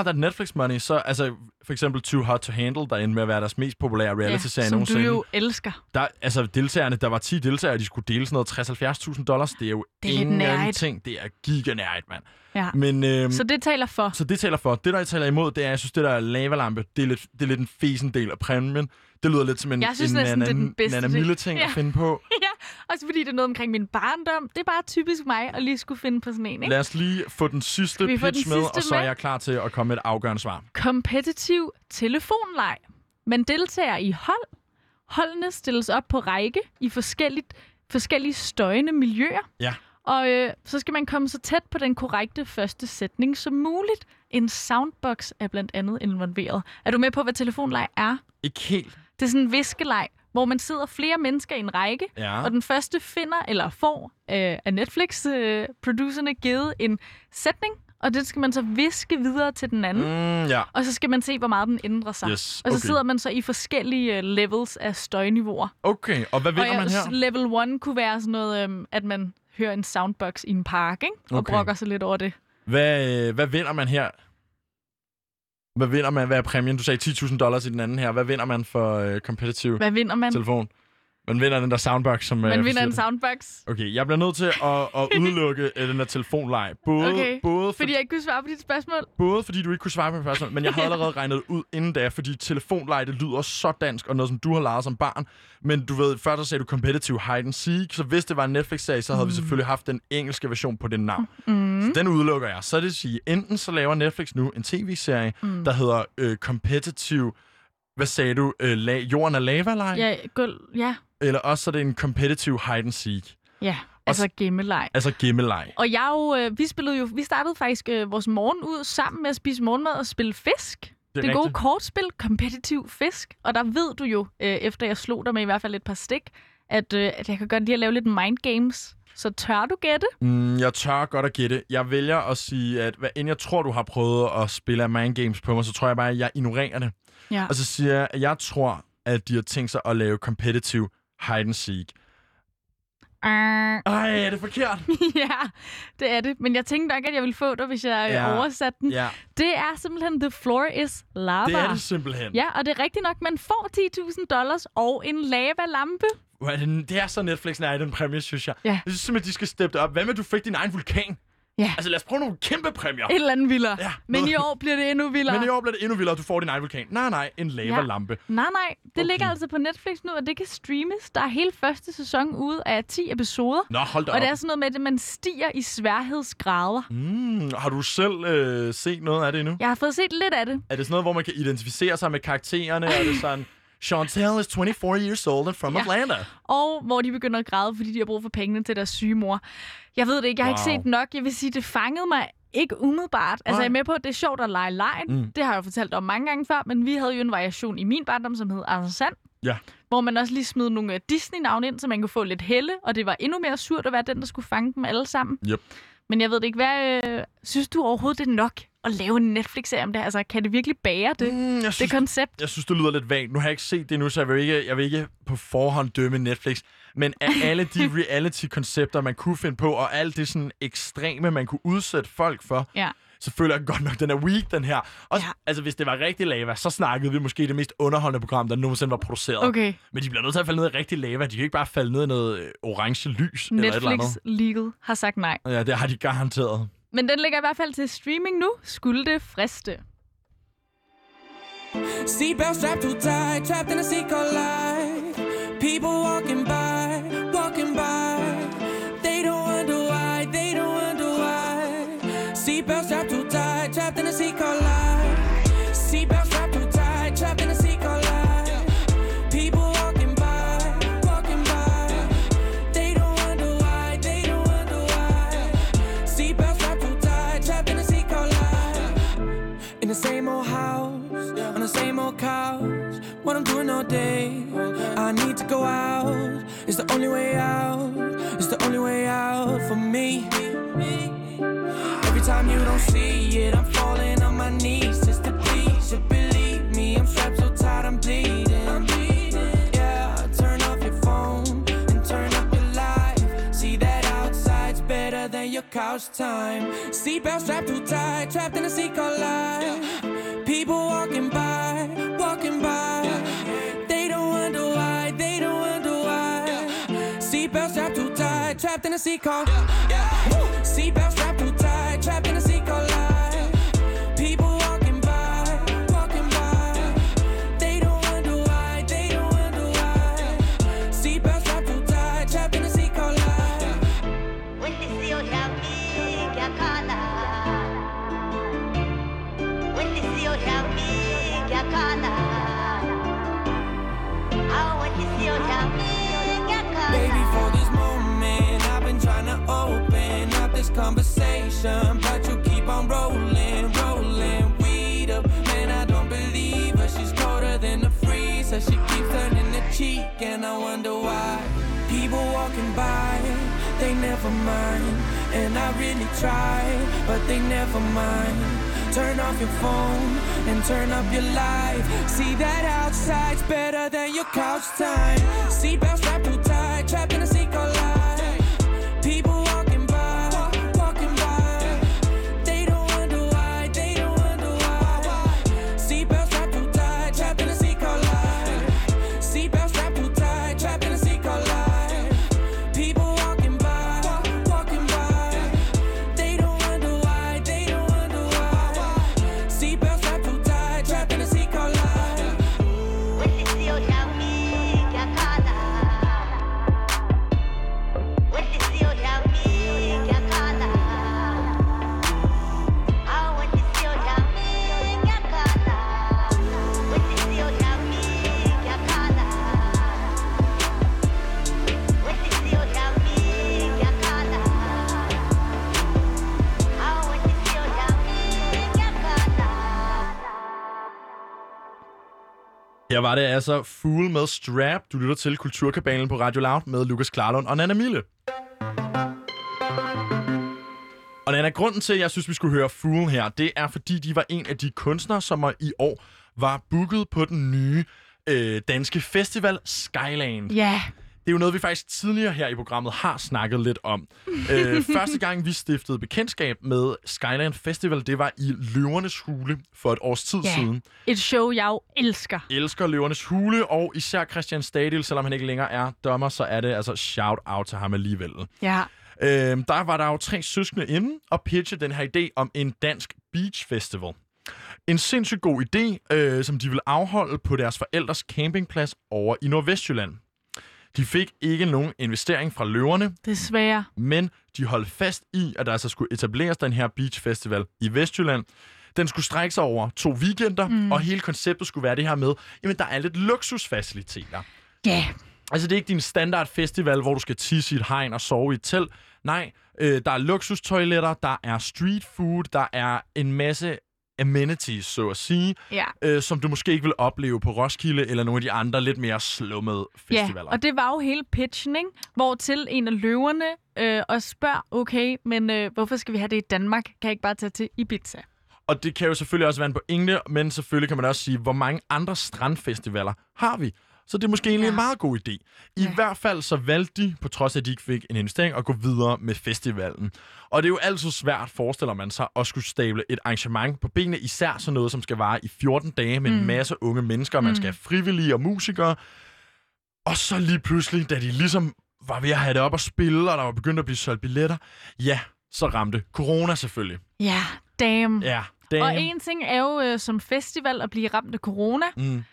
Så altså for eksempel Too Hot to Handle, der endte med at være deres mest populære reality-serie nogensinde. Som du jo elsker. Der var 10 deltagere, de skulle dele sådan noget $60.000. Det er jo ingenting. Det er giganærigt, mand. Ja. Men, så det taler for. Det, der taler imod, det er, jeg synes, det der lavalampe, det er lidt en fesen del af præmien. Det lyder lidt som en Nana-Mille-ting at finde på. Ja, også fordi det er noget omkring min barndom. Det er bare typisk mig at lige skulle finde på sådan en, ikke? Lad os lige få den sidste pitch med, og så er jeg klar til at komme med et afgørende svar. Kompetitiv telefonleg. Man deltager i hold. Holdene stilles op på række i forskellige støjende miljøer. Ja. Og så skal man komme så tæt på den korrekte første sætning som muligt. En soundbox er blandt andet involveret. Er du med på, hvad telefonleg er? Ikke helt. Det er sådan en viskeleg, hvor man sidder flere mennesker i en række, og den første finder eller får af Netflix-producerne givet en sætning, og det skal man så viske videre til den anden. Og så skal man se, hvor meget den ændrer sig. Yes, og så sidder man så i forskellige levels af støjniveauer. Okay, og hvad vinder man her? Level 1 kunne være sådan noget, at man hører en soundbox i en park, ikke? Og brokker sig lidt over det. Hvad vinder man her? Hvad vinder man? Hvad er præmien? Du sagde $10.000 i den anden her. Hvad vinder man for competitive telefon? Man vinder den der soundbox, som... Man vinder en soundbox. Okay, jeg bliver nødt til at udelukke den der telefonleg. Fordi jeg ikke kunne svare på dit spørgsmål? Både fordi du ikke kunne svare på mit spørgsmål, men jeg havde allerede regnet ud inden da, fordi telefonleg, det lyder så dansk, og noget, som du har leget som barn. Men du ved, før der sagde du competitive hide and seek, så hvis det var en Netflix-sag, så havde vi selvfølgelig haft den engelske version på den navn. Så den udelukker jeg. Så det vil sige, enten så laver Netflix nu en tv-serie, der hedder competitive... Hvad sagde du? Jorden er lava-leg? Ja. Eller også så er det en competitive hide and seek. Ja, altså gemmeleg. Og vi startede faktisk vores morgen ud sammen med at spise morgenmad og spille fisk. Det gode kortspil, competitive fisk. Og der ved du jo, efter jeg slog dig med i hvert fald et par stik, at jeg kan godt lide at lave lidt mind games. Så tør du gætte? Jeg tør godt at gætte. Jeg vælger at sige, at hvad end jeg tror, du har prøvet at spille mind games på mig, så tror jeg bare, at jeg ignorerer det. Ja. Og så siger jeg, at jeg tror, at de har tænkt sig at lave competitive hide and seek. Ej, er det forkert? Ja, det er det. Men jeg tænkte nok, at jeg ville få det, hvis jeg oversatte den. Ja. Det er simpelthen The Floor is Lava. Det er det simpelthen. Ja, og det er rigtigt nok, man får $10.000 og en lavalampe. Det er så Netflix nær i den præmie, synes jeg. Ja. Jeg synes simpelthen, de skal steppe det op. Hvad med, du fik din egen vulkan? Ja. Altså, lad os prøve nogle kæmpe præmier. Et eller andet vildere. Ja, men i år bliver det endnu vildere. Du får din egen vulkan. Nej, en lavalampe. Ja. Nej, det ligger altså på Netflix nu, og det kan streames. Der er hele første sæson ude af 10 episoder. Nå, hold da op. Og det er sådan noget med, at man stiger i sværhedsgrader. Har du selv set noget af det endnu? Jeg har fået set lidt af det. Er det sådan noget, hvor man kan identificere sig med karaktererne? Er det sådan... Chantel is 24 years old and from Atlanta. Og hvor de begynder at græde, fordi de har brug for pengene til deres syge mor. Jeg ved det ikke. Jeg har ikke set nok. Jeg vil sige, det fangede mig Ikke umiddelbart. Altså, jeg er med på, at det er sjovt at lege lejen. Det har jeg jo fortalt om mange gange før, men vi havde jo en variation i min barndom, som hed Arthur Sand. Ja. Hvor man også lige smed nogle Disney-navne ind, så man kunne få lidt helle, og det var endnu mere surt at være den, der skulle fange dem alle sammen. Yep. Men jeg ved det ikke, hvad synes du overhovedet, det er nok at lave en Netflix-serie om det? Altså, kan det virkelig bære det koncept? Jeg synes, det lyder lidt vagt. Nu har jeg ikke set det nu, så jeg vil ikke på forhånd dømme Netflix. Men af alle de reality-koncepter, man kunne finde på, og alt det sådan ekstreme, man kunne udsætte folk for, så føler jeg godt nok, den er weak, den her. Også, altså, hvis det var rigtig lava, så snakkede vi måske det mest underholdende program, der nogensinde var produceret. Okay. Men de bliver nødt til at falde ned i rigtig lava. De kan ikke bare falde ned i noget orange lys. Netflix Legal har sagt nej. Ja, det har de garanteret. Men den ligger i hvert fald til streaming nu. Skulle det friste. Seatbelt strapped too tight, trapped in a seat called life. People walking by. They don't wonder why, Seatbelt strapped too tight, trapped in a seat called life. Seatbelt strapped too tight, trapped in a seat called life. People walking by. They don't wonder why, Seatbelt strapped too tight, trapped in a seat called life. In the same old house, on the same old couch. What I'm doing all day, I need to go out. It's the only way out, it's the only way out for me. Every time you don't see it, I'm falling on my knees just to please you. Believe me, I'm strapped so tight, I'm bleeding. Yeah, turn off your phone and turn up your life. See that outside's better than your couch time. Seatbelt strapped too tight, trapped in a seat called life. People walking by. They don't wonder why, Seatbelt strapped too tight, trapped in a seat called. Seatbelt strapped too tight, trapped in a seat called life. People walking by. They don't wonder why, Seatbelt strapped too tight, trapped in a seat called life. When they see you happy, kya khana? When they see you happy, kya khana? When they see you happy, kya khana? Baby, for this moment, I've been trying to open up this conversation, but you keep on rolling weed up. Man, I don't believe her. She's colder than the freezer. She keeps turning the cheek, and I wonder why. People walking by, they never mind, and I really try, but they never mind. Turn off your phone and turn up your life. See that outside's better than your couch time. Seatbelt strapped too tight, trapped in a seat called life. People walking by. They don't wonder why, Seatbelt strapped too tight, trapped in a seat called life. Seatbelt strapped too tight, trapped in a seat called life. People walking by. They don't wonder why, Seatbelt strapped too tight, trapped in a seat called life. When they see you happy, kya khana? When they see you happy, kya khana? When they see you happy, kya khana? When they see you happy, kya khana? When they see you happy, kya khana? When they see you happy, kya khana? Her var det altså Fool med Strap. Du lytter til Kulturkabalen på Radio Loud med Lukas Klarlund og Nana Mille. Og Nana, grunden til, at jeg synes, vi skulle høre Fool her, det er, fordi de var en af de kunstnere, som i år var booket på den nye danske festival Skyland. Ja. Det er jo noget, vi faktisk tidligere her i programmet har snakket lidt om. Første gang, vi stiftede bekendtskab med Skyland Festival, det var i Løvernes Hule for et års tid siden. Et show, jeg jo elsker. Elsker Løvernes Hule, og især Christian Stadil, selvom han ikke længere er dommer, så er det altså shout-out til ham alligevel. Ja. Der var der jo 3 søskende inde og pitche den her idé om en dansk beach festival. En sindssygt god idé, som de ville afholde på deres forældres campingplads over i Nordvestjylland. De fik ikke nogen investering fra løverne. Desværre. Men de holdt fast i, at der altså skulle etableres den her beach festival i Vestjylland. Den skulle strække sig over 2 weekender, og hele konceptet skulle være det her med, jamen der er lidt luksusfaciliteter. Ja. Altså, det er ikke din standard festival, hvor du skal tisse i et hegn og sove i et telt. Nej, der er luksustoiletter, der er street food, der er en masse amenities, så at sige, som du måske ikke vil opleve på Roskilde eller nogle af de andre lidt mere slummede festivaler. Ja, og det var jo hele pitchen, ikke? Hvor til en af løverne og spørger, okay, men hvorfor skal vi have det i Danmark? Kan jeg ikke bare tage til Ibiza? Og det kan jo selvfølgelig også være en pointe, men selvfølgelig kan man også sige, hvor mange andre strandfestivaler har vi? Så det er måske egentlig en meget god idé. I hvert fald så valgte de, på trods af at de ikke fik en investering, at gå videre med festivalen. Og det er jo altid svært, forestiller man sig, at skulle stable et arrangement på benene, især sådan noget, som skal vare i 14 dage med en masse unge mennesker. Man skal have frivillige og musikere. Og så lige pludselig, da de ligesom var ved at have det op at spille, og der var begyndt at blive solgt billetter, så ramte corona selvfølgelig. Ja, damn. Ja, Og en ting er jo som festival at blive ramt af corona.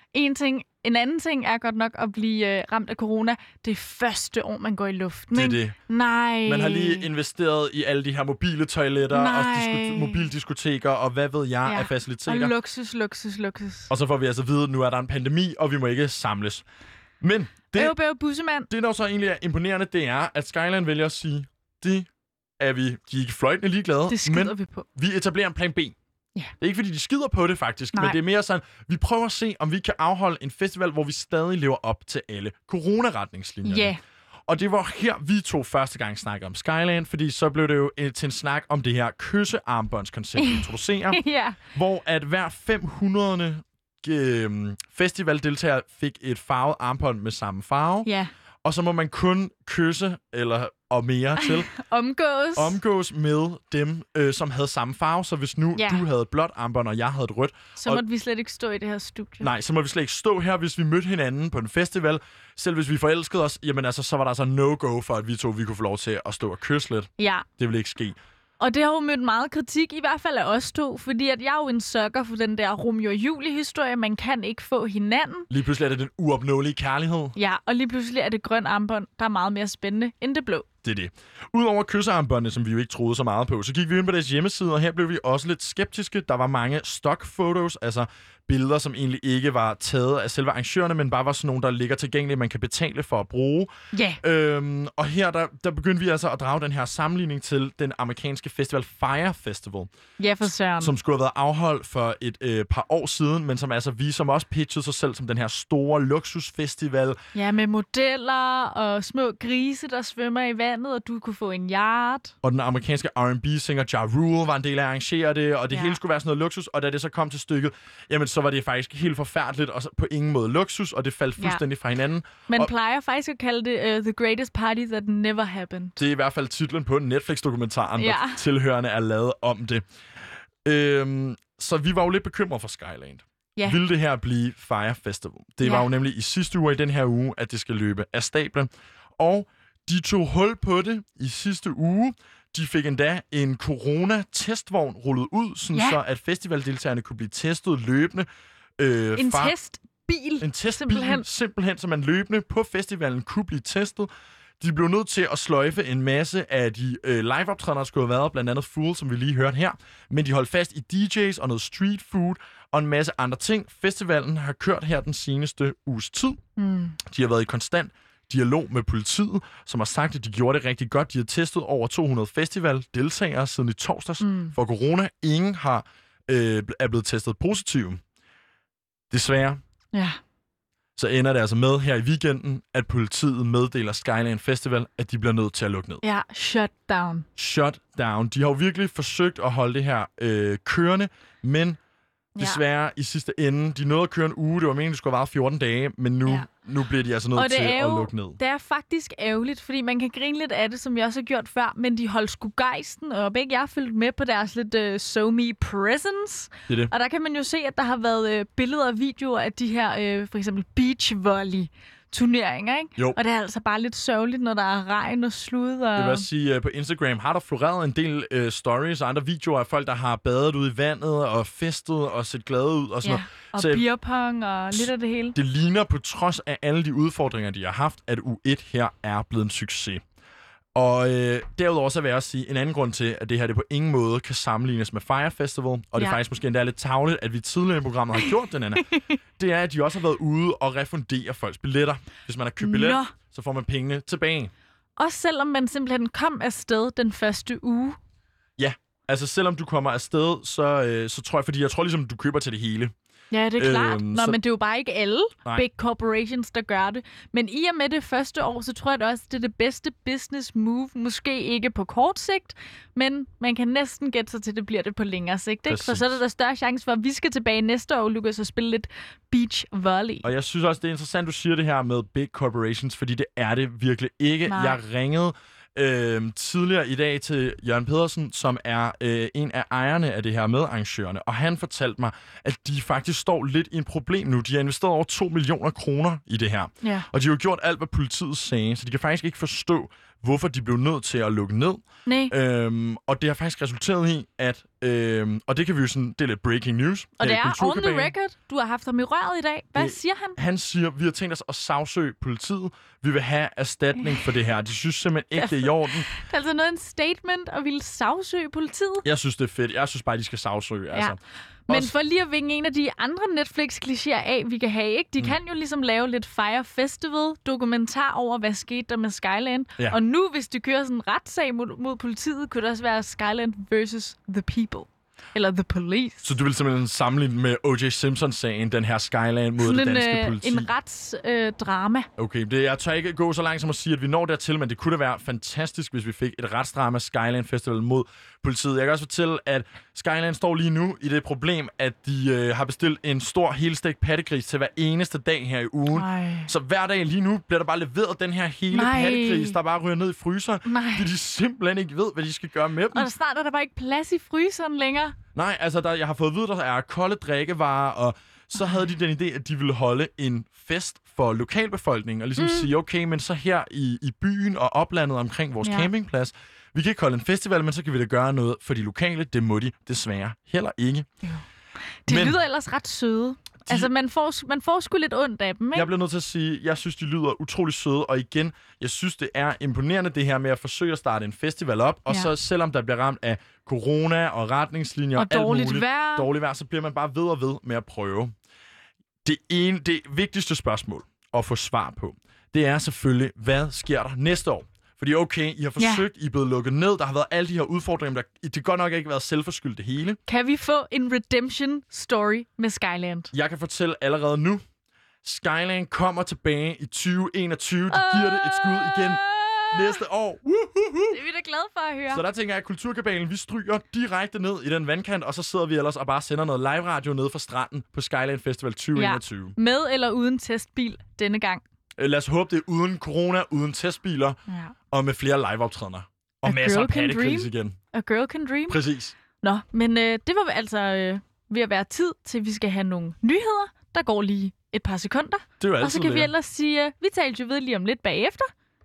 En anden ting er godt nok at blive ramt af corona det første år, man går i luften. Det er ikke? det. Nej. Man har lige investeret i alle de her mobile toiletter og mobildiskoteker og hvad ved jeg af faciliteter. Og luksus. Og så får vi altså at vide, at nu er der en pandemi, og vi må ikke samles. Men det, det der så egentlig er imponerende, det er, at Skyline vælger at sige, de er ikke fløjtende ligeglade, det skider men vi på. Vi etablerer en plan B. Ja. Det er ikke, fordi de skider på det, faktisk. Nej. Men det er mere sådan, vi prøver at se, om vi kan afholde en festival, hvor vi stadig lever op til alle coronaretningslinjerne. Ja. Og det var her, vi to første gang snakkede om Skyland, fordi så blev det jo til en snak om det her kyssearmbåndskoncept, vi introducerer, hvor at hver 500. Festivaldeltager fik et farvet armbånd med samme farve. Ja. Og så må man kun kysse, og mere til, omgås med dem, som havde samme farve. Så hvis nu du havde et blåt armbånd, og jeg havde et rødt... Så måtte vi slet ikke stå i det her studie. Nej, så må vi slet ikke stå her, hvis vi mødte hinanden på en festival. Selv hvis vi forelskede os, jamen altså, så var der altså no-go for, at vi kunne få lov til at stå og kysse lidt. Ja. Det ville ikke ske. Og det har jo mødt meget kritik, i hvert fald af os to, fordi at jeg er jo en sucker for den der Romeo og Julie-historie, man kan ikke få hinanden. Lige pludselig er det den uopnåelige kærlighed. Ja, og lige pludselig er det grøn armbånd, der er meget mere spændende end det blå. Det er det. Udover kyssearmbåndene, som vi jo ikke troede så meget på, så gik vi ind på deres hjemmeside, og her blev vi også lidt skeptiske. Der var mange stock-photos, altså billeder, som egentlig ikke var taget af selve arrangørerne, men bare var sådan nogle, der ligger tilgængelige, man kan betale for at bruge. Og her, der begyndte vi altså at drage den her sammenligning til den amerikanske festival Fire Festival. Ja, for søren. Som skulle have været afholdt for et par år siden, men som altså vi som også pitchede sig selv som den her store luksusfestival. Ja, med modeller og små grise, der svømmer i vandet, og du kunne få en yacht. Og den amerikanske R&B-singer Ja Rule var en del af at arrangere det, og det hele skulle være sådan noget luksus, og da det så kom til stykket, jamen så var det faktisk helt forfærdeligt, og på ingen måde luksus, og det faldt fuldstændig fra hinanden. Man plejer faktisk at kalde det The Greatest Party That Never Happened. Det er i hvert fald titlen på Netflix-dokumentaren, der tilhørende er lavet om det. Så vi var jo lidt bekymrede for Skyland. Ja. Ville det her blive Fire Festival? Det var jo nemlig i sidste uge, i den her uge, at det skal løbe af stablen. Og de tog hul på det i sidste uge. De fik endda en corona-testvogn rullet ud, sådan så at festivaldeltagerne kunne blive testet løbende. En testbil? En testbil, simpelthen, så man løbende på festivalen kunne blive testet. De blev nødt til at sløjfe en masse af de live-optrædener, der skulle have været, blandt andet Fool, som vi lige hørte her. Men de holdt fast i DJ's og noget street food og en masse andre ting. Festivalen har kørt her den seneste uges tid. De har været i konstant dialog med politiet, som har sagt, at de gjorde det rigtig godt. De har testet over 200 festivaldeltagere siden i torsdags for corona. Ingen er blevet testet positive. Desværre. Ja. Så ender det altså med her i weekenden, at politiet meddeler Skyline Festival, at de bliver nødt til at lukke ned. Ja, shut down. Shut down. De har jo virkelig forsøgt at holde det her kørende, men desværre i sidste ende, de nåede at køre en uge. Det var meningen, det skulle have været 14 dage, men nu bliver de altså nødt til at lukke ned. Det er faktisk ærgerligt, fordi man kan grine lidt af det, som jeg også har gjort før, men de holdt sgu gejsten, og begge jeg har følt med på deres lidt so-me presence. Det er det. Og der kan man jo se, at der har været billeder og videoer af de her, for eksempel beach volley turneringer, ikke? Jo. Og det er altså bare lidt sørgeligt, når der er regn og slud. Og... Det vil også sige, på Instagram har der floreret en del stories og andre videoer af folk, der har badet ude i vandet og festet og set glade ud og sådan noget. Og beerpong og lidt af det hele. Det ligner på trods af alle de udfordringer, de har haft, at U1 her er blevet en succes. Og derudover så vil jeg også sige, en anden grund til, at det her det på ingen måde kan sammenlignes med Fire Festival, og det er faktisk måske endda lidt tarveligt, at vi tidligere i programmet har gjort den, Anna, det er, at de også har været ude og refundere folks billetter. Hvis man har købt billet, så får man pengene tilbage. Også selvom man simpelthen kom afsted den første uge. Ja, altså selvom du kommer afsted, så tror jeg, fordi jeg tror ligesom, du køber til det hele. Ja, det er klart. Men det er jo bare ikke alle big corporations, der gør det. Men i og med det første år, så tror jeg også, det er det bedste business move. Måske ikke på kort sigt, men man kan næsten gætte sig til, det bliver det på længere sigt. Ikke? For så er der større chance for, at vi skal tilbage næste år, Lukas, og spille lidt beach volley. Og jeg synes også, det er interessant, du siger det her med big corporations, fordi det er det virkelig ikke. Nej. Jeg ringede tidligere i dag til Jørgen Pedersen, som er en af ejerne af det her med arrangørerne, og han fortalte mig, at de faktisk står lidt i en problem nu. De har investeret over 2 millioner kroner i det her, og de har jo gjort alt, hvad politiet sagde, så de kan faktisk ikke forstå, hvorfor de blev nødt til at lukke ned. Og det har faktisk resulteret i, at og det kan vi jo sådan, det er lidt breaking news. Og det er on the record. Du har haft ham i røret i dag. Hvad siger han? Han siger, vi har tænkt os at sagsøge politiet. Vi vil have erstatning for det her. De synes simpelthen ikke, det er i orden. Det er altså noget en statement at ville sagsøge politiet. Jeg synes, det er fedt. Jeg synes bare, de skal sagsøge. Altså. Men for lige at vinge en af de andre Netflix-klichéer af, vi kan have, ikke? De kan jo ligesom lave lidt Fire Festival, dokumentar over, hvad skete der med Skyland. Ja. Og nu, hvis de kører sådan en retssag mod politiet, kunne det også være Skyland versus the people. Eller the police. Så du vil simpelthen sammenligne med O.J. Simpson-sagen, den her Skyland mod sådan det danske politi? En retsdrama. Okay, jeg tør ikke gå så langt som at sige, at vi når dertil, men det kunne da være fantastisk, hvis vi fik et retsdrama Skyland Festival mod politiet. Jeg kan også fortælle, at Skyland står lige nu i det problem, at de har bestilt en stor helstegt pattegris til hver eneste dag her i ugen. Så hver dag lige nu bliver der bare leveret den her hele pattegris, der bare ryger ned i fryseren, fordi de simpelthen ikke ved, hvad de skal gøre med dem. Og snart er der bare ikke plads i fryseren længere. Nej, altså jeg har fået at vide, der er kolde drikkevarer, og så havde de den idé, at de ville holde en fest for lokalbefolkningen, og ligesom sige, okay, men så her i byen og oplandet omkring vores campingplads, vi kan ikke holde en festival, men så kan vi da gøre noget for de lokale. Det må de desværre heller ikke. De lyder ellers ret søde. Altså, man får sgu lidt ondt af dem, ikke? Jeg bliver nødt til at sige, jeg synes, de lyder utrolig søde, og igen, jeg synes, det er imponerende det her med at forsøge at starte en festival op, og så selvom der bliver ramt af corona og retningslinjer og dårligt vejr, så bliver man bare ved og ved med at prøve. Det vigtigste spørgsmål at få svar på, det er selvfølgelig, hvad sker der næste år? Fordi okay, I har forsøgt, I er blevet lukket ned, der har været alle de her udfordringer, det godt nok ikke været selvforskyldt det hele. Kan vi få en redemption story med Skyland? Jeg kan fortælle allerede nu, Skyland kommer tilbage i 2021. De giver det et skud igen næste år. Det er vi da glade for at høre. Så der tænker jeg, at Kulturkabalen, vi stryger direkte ned i den vandkant, og så sidder vi ellers og bare sender noget live radio ned fra stranden på Skyland Festival 2021. Ja. Med eller uden testbil denne gang. Lad os håbe, det er uden corona, uden testbiler, og med flere liveoptrædener. Og masser af pattegris igen. A girl can dream. Præcis. Nå, men det var altså ved at være tid til, vi skal have nogle nyheder. Der går lige et par sekunder. Det er jo altid og så kan vi ellers sige, vi taler jo ved lige om lidt bagefter.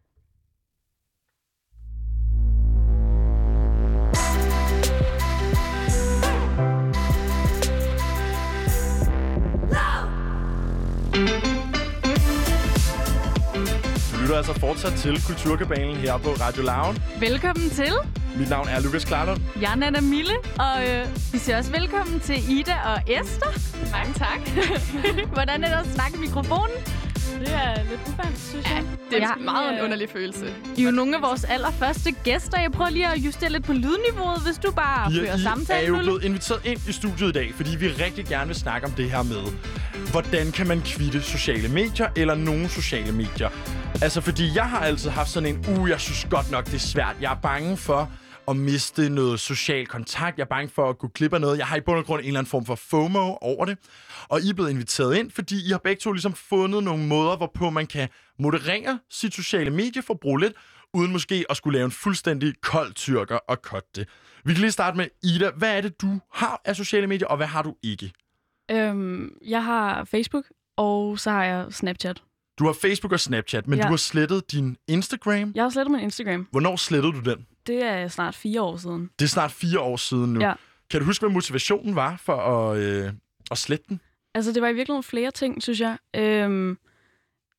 Du lytter altså fortsat til Kulturkabalen her på Radio Loud. Velkommen til. Mit navn er Lukas Klarlund. Jeg er Nana Mille, og vi siger også velkommen til Ida og Esther. Mange tak. Hvordan er det at snakke i mikrofonen? Det er lidt uvant, synes jeg. Det er meget en underlig følelse. I er jo nogle af vores allerførste gæster. Jeg prøver lige at justere lidt på lydniveauet, hvis du bare fører samtalen. I er jo blevet inviteret ind i studiet i dag, fordi vi rigtig gerne vil snakke om det her med, hvordan kan man kvitte sociale medier eller nogle sociale medier. Altså, fordi jeg har altid haft sådan en, jeg synes godt nok, det er svært. Jeg er bange for at miste noget social kontakt. Jeg er bange for at gå glip af noget. Jeg har i bund og grund en eller anden form for FOMO over det. Og I er blevet inviteret ind, fordi I har begge to ligesom fundet nogle måder, hvorpå man kan moderere sit sociale medieforbrug lidt, uden måske at skulle lave en fuldstændig kold tyrker og cutte det. Vi kan lige starte med Ida. Hvad er det, du har af sociale medier, og hvad har du ikke? Jeg har Facebook, og så har jeg Snapchat. Du har Facebook og Snapchat, men du har slettet din Instagram. Jeg har slettet min Instagram. Hvornår slettede du den? Det er snart 4 år siden. Det er snart 4 år siden nu. Ja. Kan du huske, hvad motivationen var for at slette den? Altså, det var i virkeligheden flere ting, synes jeg.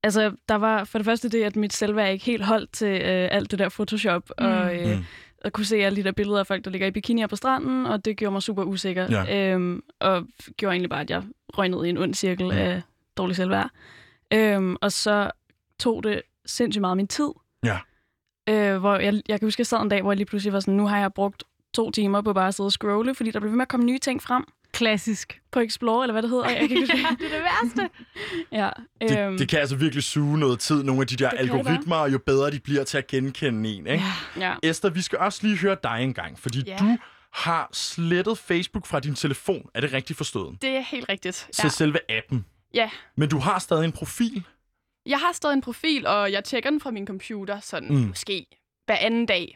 Altså, der var for det første det, at mit selvværd ikke helt holdt til alt det der Photoshop, og at kunne se alle de der billeder af folk, der ligger i bikinier på stranden, og det gjorde mig super usikker. Ja. Og gjorde egentlig bare, at jeg røg ned i en ond cirkel af dårlig selvværd. Og så tog det sindssygt meget af min tid. Ja. Hvor jeg kan huske, at jeg sad en dag, hvor jeg lige pludselig var sådan, nu har jeg brugt 2 timer på bare at sidde og scrolle, fordi der blev ved med at komme nye ting frem. Klassisk. På Explore, eller hvad det hedder. Jeg kan ikke huske. Det er det værste. Ja. Det kan altså virkelig suge noget tid, nogle af de der algoritmer, og jo bedre de bliver til at genkende en, ikke? Ja. Esther, vi skal også lige høre dig en gang, fordi du har slettet Facebook fra din telefon. Er det rigtigt forstået? Det er helt rigtigt. Så selve appen? Ja. Men du har stadig en profil? Jeg har stadig en profil, og jeg tjekker den fra min computer, sådan måske hver anden dag.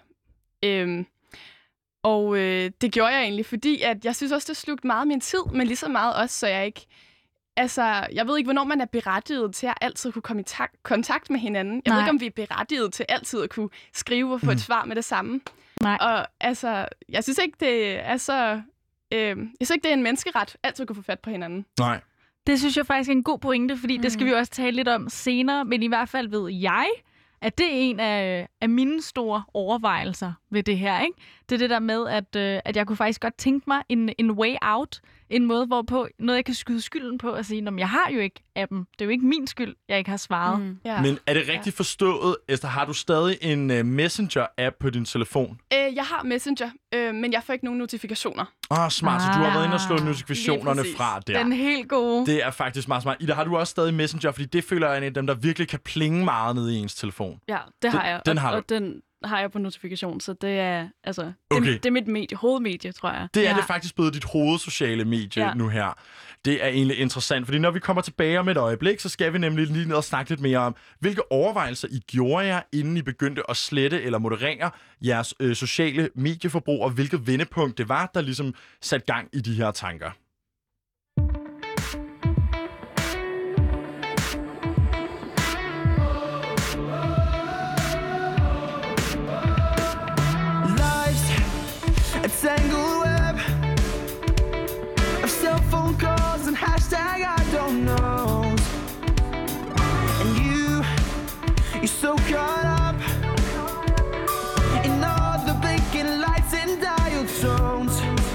Og det gjorde jeg egentlig, fordi at jeg synes også, det slugte meget af min tid, men lige så meget også, så jeg ikke... Altså, jeg ved ikke, hvornår man er berettiget til at altid kunne komme i kontakt med hinanden. Jeg ved ikke, om vi er berettiget til altid at kunne skrive og få et svar med det samme. Nej. Og altså, jeg synes ikke, det er så... jeg synes ikke, det er en menneskeret, altid at kunne få fat på hinanden. Nej. Det synes jeg faktisk er en god pointe, fordi det skal vi også tale lidt om senere, men i hvert fald ved jeg, at det er en af mine store overvejelser ved det her, ikke? Det er det der med, at jeg kunne faktisk godt tænke mig en way out, en måde, hvorpå noget, jeg kan skyde skylden på og sige, jeg har jo ikke appen. Det er jo ikke min skyld, jeg ikke har svaret. Ja. Men er det rigtigt forstået, Esther, har du stadig en Messenger-app på din telefon? Jeg har Messenger, men jeg får ikke nogen notifikationer. Smart, så du har været inde og slået notifikationerne fra der. Den er helt gode. Det er faktisk meget smart. Ida, har du også stadig Messenger? Fordi det føler jeg er en af dem, der virkelig kan plinge meget ned i ens telefon. Ja, det har jeg. Den har du. Og den har jeg på notifikation, så det er det er mit hovedmedie, tror jeg. Det er det faktisk blevet dit hovedsociale medie nu her. Det er egentlig interessant, fordi når vi kommer tilbage om et øjeblik, så skal vi nemlig lige ned og snakke lidt mere om, hvilke overvejelser I gjorde jer, inden I begyndte at slette eller moderere jeres sociale medieforbrug, og hvilket vendepunkt det var, der ligesom satte gang i de her tanker. A tangled web of cell phone calls and hashtag I don't know. And you're so caught up in all the blinking lights and dial tones.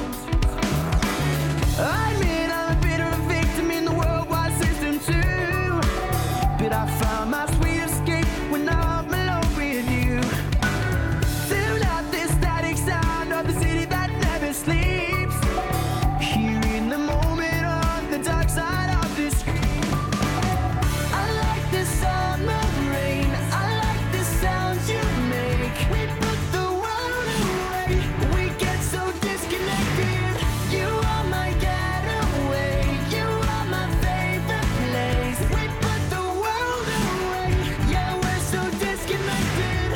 I admit I'm a bit of a victim in the worldwide system too, but I found my sweet escape when I'm alone with you. Tune out this static sound of the city that never sleeps. Here in the moment on the dark side of the screen. I like the summer rain. I like the sounds you make. We put the world away. We get so disconnected. You are my getaway. You are my favorite place. We put the world away. Yeah, we're so disconnected.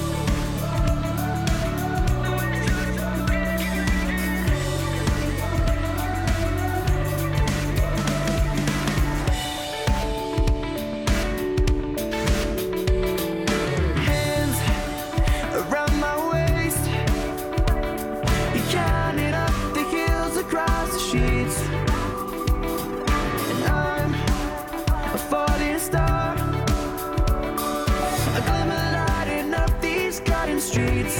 Hands around my waist. You counted up the hills across the sheets. And I'm a falling star, a glimmer lighting up these garden streets.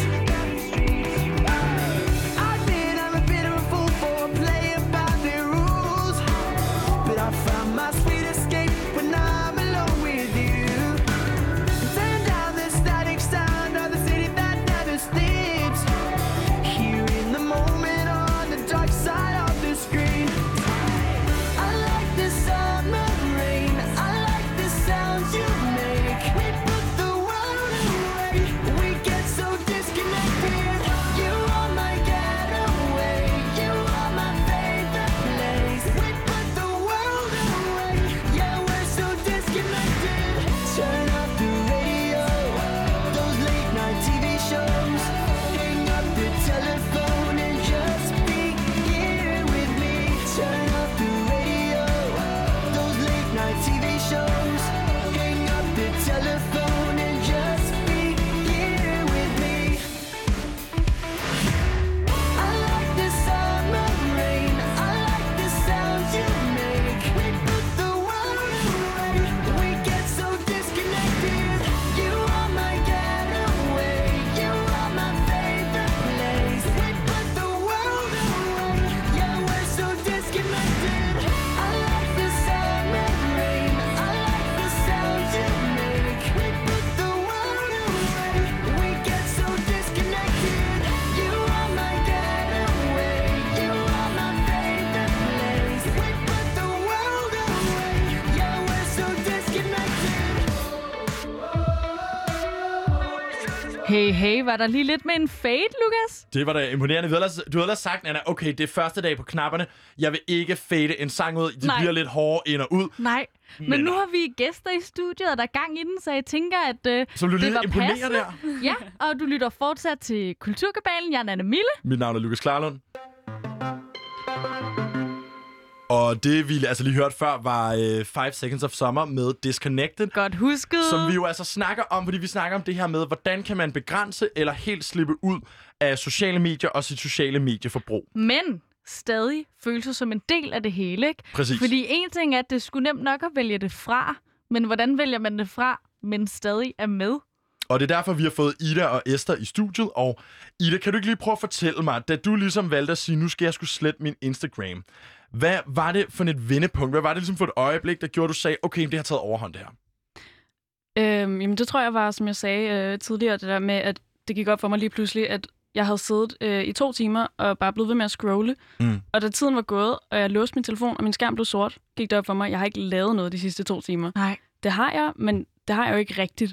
I admit I'm a bit of a fool for playing by the rules, but I found my sweet escape when I'm alone with you. Turn down the static sound of the city that never sleeps. Here in the moment on the dark side of the screen. I like the summer rain. I like the sounds you make. We put the world away. We get so disconnected. Hey, var der lige lidt med en fade, Lukas? Det var da imponerende. Du havde ellers sagt, Anna, okay, det er første dag på knapperne. Jeg vil ikke fade en sang ud. Det bliver lidt hårdere ind og ud. Nej, men nu har vi gæster i studiet, og der er gang i den, så jeg tænker, at så du det var passende. Der. Ja, og du lytter fortsat til Kulturkabalen. Jeg er Anna Mille. Mit navn er Lukas Klarlund. Og det, vi altså lige hørt før, var 5 Seconds of Summer med Disconnected. Godt husket. Som vi jo altså snakker om, fordi vi snakker om det her med, hvordan kan man begrænse eller helt slippe ud af sociale medier og sit sociale medieforbrug. Men stadig føles sig som en del af det hele, ikke? Præcis. Fordi en ting er, at det skulle nemt nok at vælge det fra, men hvordan vælger man det fra, men stadig er med? Og det er derfor, vi har fået Ida og Esther i studiet. Og Ida, kan du ikke lige prøve at fortælle mig, da du ligesom valgte at sige, nu skal jeg sgu slette min Instagram. Hvad var det for et vendepunkt? Hvad var det ligesom for et øjeblik, der gjorde, at du sagde, okay, det har taget overhånd det her? Jamen det tror jeg var, som jeg sagde tidligere, det der med, at det gik op for mig lige pludselig, at jeg havde siddet i 2 timer og bare blevet ved med at scrolle. Og da tiden var gået, og jeg låste min telefon, og min skærm blev sort, gik det op for mig, jeg har ikke lavet noget de sidste 2 timer. Nej. Det har jeg, men det har jeg jo ikke rigtigt.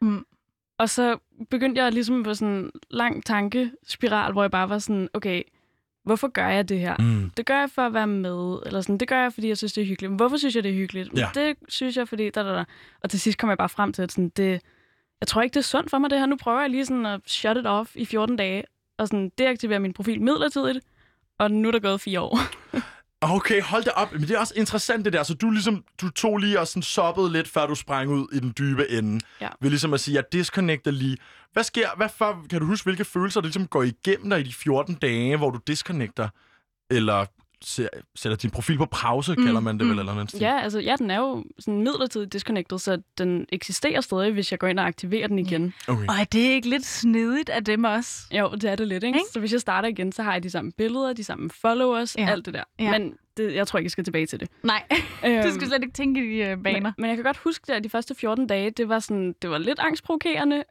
Og så begyndte jeg ligesom på sådan en lang tankespiral, hvor jeg bare var sådan, okay, hvorfor gør jeg det her? Det gør jeg for at være med, eller sådan, det gør jeg, fordi jeg synes, det er hyggeligt. Men hvorfor synes jeg, det er hyggeligt? Ja. Det synes jeg, fordi... Og til sidst kom jeg bare frem til, at sådan, jeg tror ikke, det er sundt for mig, det her. Nu prøver jeg lige sådan at shut it off i 14 dage, og sådan deaktivere min profil midlertidigt, og nu er der gået 4 år. Okay, hold det op. Men det er også interessant det der. Så du tog lige og sådan soppede lidt, før du sprang ud i den dybe ende. Ja. Ved ligesom at sige, jeg disconnecter lige. Hvad sker? Kan du huske, hvilke følelser der ligesom går igennem dig i de 14 dage, hvor du disconnecter? Eller sætter din profil på pause, kalder man det vel? Eller noget. Ja, altså den er jo sådan midlertidigt disconnected, så den eksisterer stadig, hvis jeg går ind og aktiverer den igen. Okay. Og er det ikke lidt snedigt af dem også? Jo, det er det lidt, ikke? Så hvis jeg starter igen, så har jeg de samme billeder, de samme followers, alt det der. Ja. Men jeg tror ikke, jeg skal tilbage til det. Nej, du skal slet ikke tænke i de baner. Men jeg kan godt huske, at de første 14 dage, det var lidt angstprovokerende,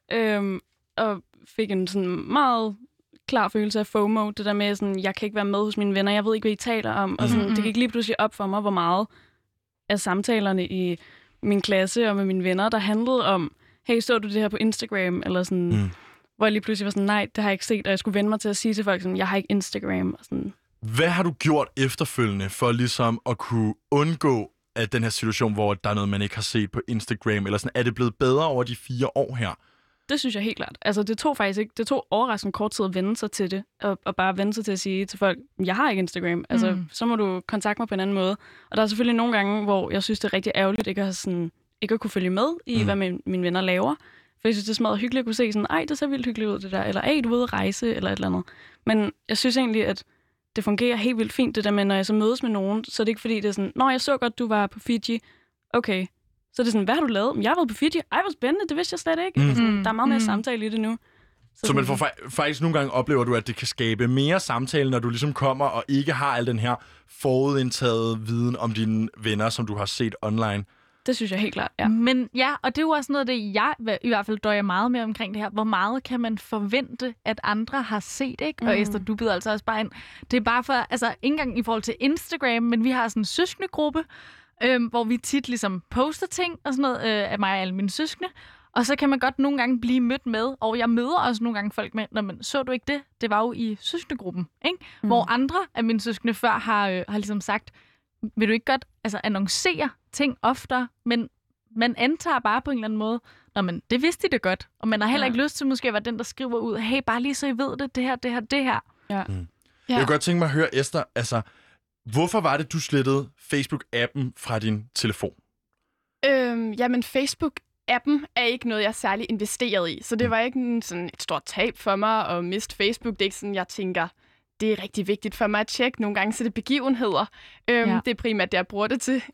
og fik en sådan meget klar følelse af FOMO. Det der med, sådan, jeg kan ikke være med hos mine venner, jeg ved ikke, hvad I taler om. Og sådan, det gik lige pludselig op for mig, hvor meget af samtalerne i min klasse og med mine venner, der handlede om, hey, så du det her på Instagram? Eller sådan, hvor jeg lige pludselig var sådan, nej, det har jeg ikke set, og jeg skulle vende mig til at sige til folk, sådan, jeg har ikke Instagram. Og sådan. Hvad har du gjort efterfølgende for ligesom at kunne undgå at den her situation, hvor der er noget, man ikke har set på Instagram? Eller sådan, er det blevet bedre over de 4 år her? Det synes jeg helt klart. Altså, det tog overraskende kort tid at vende sig til det, og bare vende sig til at sige til folk, jeg har ikke Instagram, altså, så må du kontakte mig på en anden måde. Og der er selvfølgelig nogle gange, hvor jeg synes, det er rigtig ærgerligt ikke at kunne følge med i, hvad mine venner laver. For jeg synes, det er smadret hyggeligt at kunne se sådan, ej, det ser vildt hyggeligt ud, det der, eller ej, du er ude at rejse, eller et eller andet. Men jeg synes egentlig, at det fungerer helt vildt fint, det der med, når jeg så mødes med nogen, så er det ikke fordi, det er sådan, nå, jeg så godt, du var på Fiji, okay. Så det er sådan, hvad har du lavet? Jeg har været på Fiji. Ej, hvor spændende, det vidste jeg slet ikke. Der er meget mere samtale i det nu. Så man får faktisk nogle gange oplever du, at det kan skabe mere samtale, når du ligesom kommer og ikke har al den her forudindtaget viden om dine venner, som du har set online. Det synes jeg helt klart, ja. Men ja, og det er jo også noget af det, jeg i hvert fald døjer meget mere omkring det her. Hvor meget kan man forvente, at andre har set, ikke? Og Esther, du bider altså også bare ind. Det er bare for, altså ikke engang i forhold til Instagram, men vi har sådan en søskendegruppe, hvor vi tit ligesom poster ting og sådan noget af mig og alle mine søskende. Og så kan man godt nogle gange blive mødt med, og jeg møder også nogle gange folk med, men så du ikke det? Det var jo i søskendegruppen, ikke? Hvor andre af mine søskende før har ligesom sagt, vil du ikke godt annoncere ting oftere, men man antager bare på en eller anden måde, men det vidste de det godt, og man har heller ikke lyst til måske at være den, der skriver ud, hey, bare lige så I ved det her. Ja. Jeg kunne godt tænke mig at høre, Esther, hvorfor var det, du slettede Facebook-appen fra din telefon? Jamen, Facebook-appen er ikke noget, jeg er særlig investeret i. Så det var ikke sådan et stort tab for mig at miste Facebook. Det er ikke sådan, jeg tænker, det er rigtig vigtigt for mig at tjekke. Nogle gange så er det begivenheder. Det er primært det, jeg bruger det til.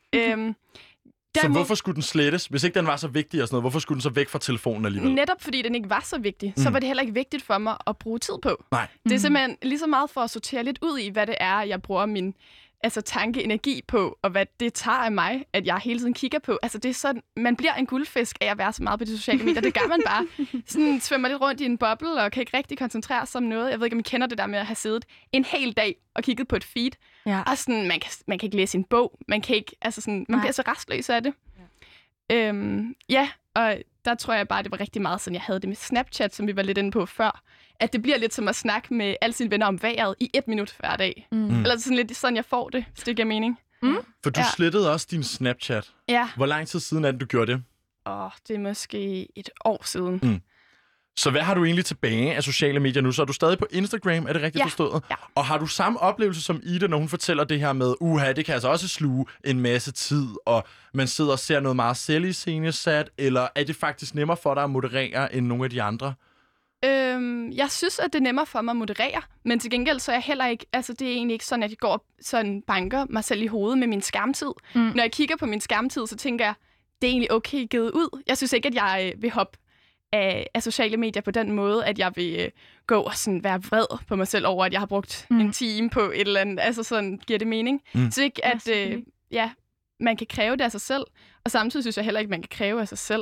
Så hvorfor skulle den slettes? Hvis ikke den var så vigtig og sådan noget, hvorfor skulle den så væk fra telefonen alligevel? Netop fordi den ikke var så vigtig, så var det heller ikke vigtigt for mig at bruge tid på. Nej. Det er simpelthen lige så meget for at sortere lidt ud i, hvad det er, jeg bruger min tankeenergi på, og hvad det tager af mig, at jeg hele tiden kigger på. Altså det er sådan, man bliver en guldfisk af at være så meget på de sociale medier. Det gør man bare. Sådan svømmer lidt rundt i en boble, og kan ikke rigtig koncentrere sig om noget. Jeg ved ikke, om I kender det der med at have siddet en hel dag og kigget på et feed. Ja. Og sådan, man kan ikke læse en bog. Man kan ikke, man bliver så rastløs af det. Ja, og der tror jeg bare, det var rigtig meget sådan, jeg havde det med Snapchat, som vi var lidt inde på før. At det bliver lidt som at snakke med alle sine venner om vejret i 1 minut hver dag. Eller sådan lidt sådan, jeg får det, hvis det giver mening. For du slettede også din Snapchat. Ja. Hvor lang tid siden er det, du gjorde det? Det er måske et år siden. Så hvad har du egentlig tilbage af sociale medier nu? Så er du stadig på Instagram, er det rigtigt forstået? Ja. Og har du samme oplevelse som Ida, når hun fortæller det her med, det kan altså også sluge en masse tid, og man sidder og ser noget meget selviscenesat, eller er det faktisk nemmere for dig at moderere end nogle af de andre? Jeg synes, at det er nemmere for mig at moderere, men til gengæld så er jeg heller ikke, altså det er egentlig ikke sådan, at jeg går sådan banker mig selv i hovedet med min skærmtid. Når jeg kigger på min skærmtid, så tænker jeg, det er egentlig okay givet ud. Jeg synes ikke, at jeg vil hoppe af sociale medier på den måde, at jeg vil gå og sådan være vred på mig selv over, at jeg har brugt en time på et eller andet. Altså sådan giver det mening. Så ikke, at man kan kræve det af sig selv, og samtidig synes jeg heller ikke, man kan kræve af sig selv,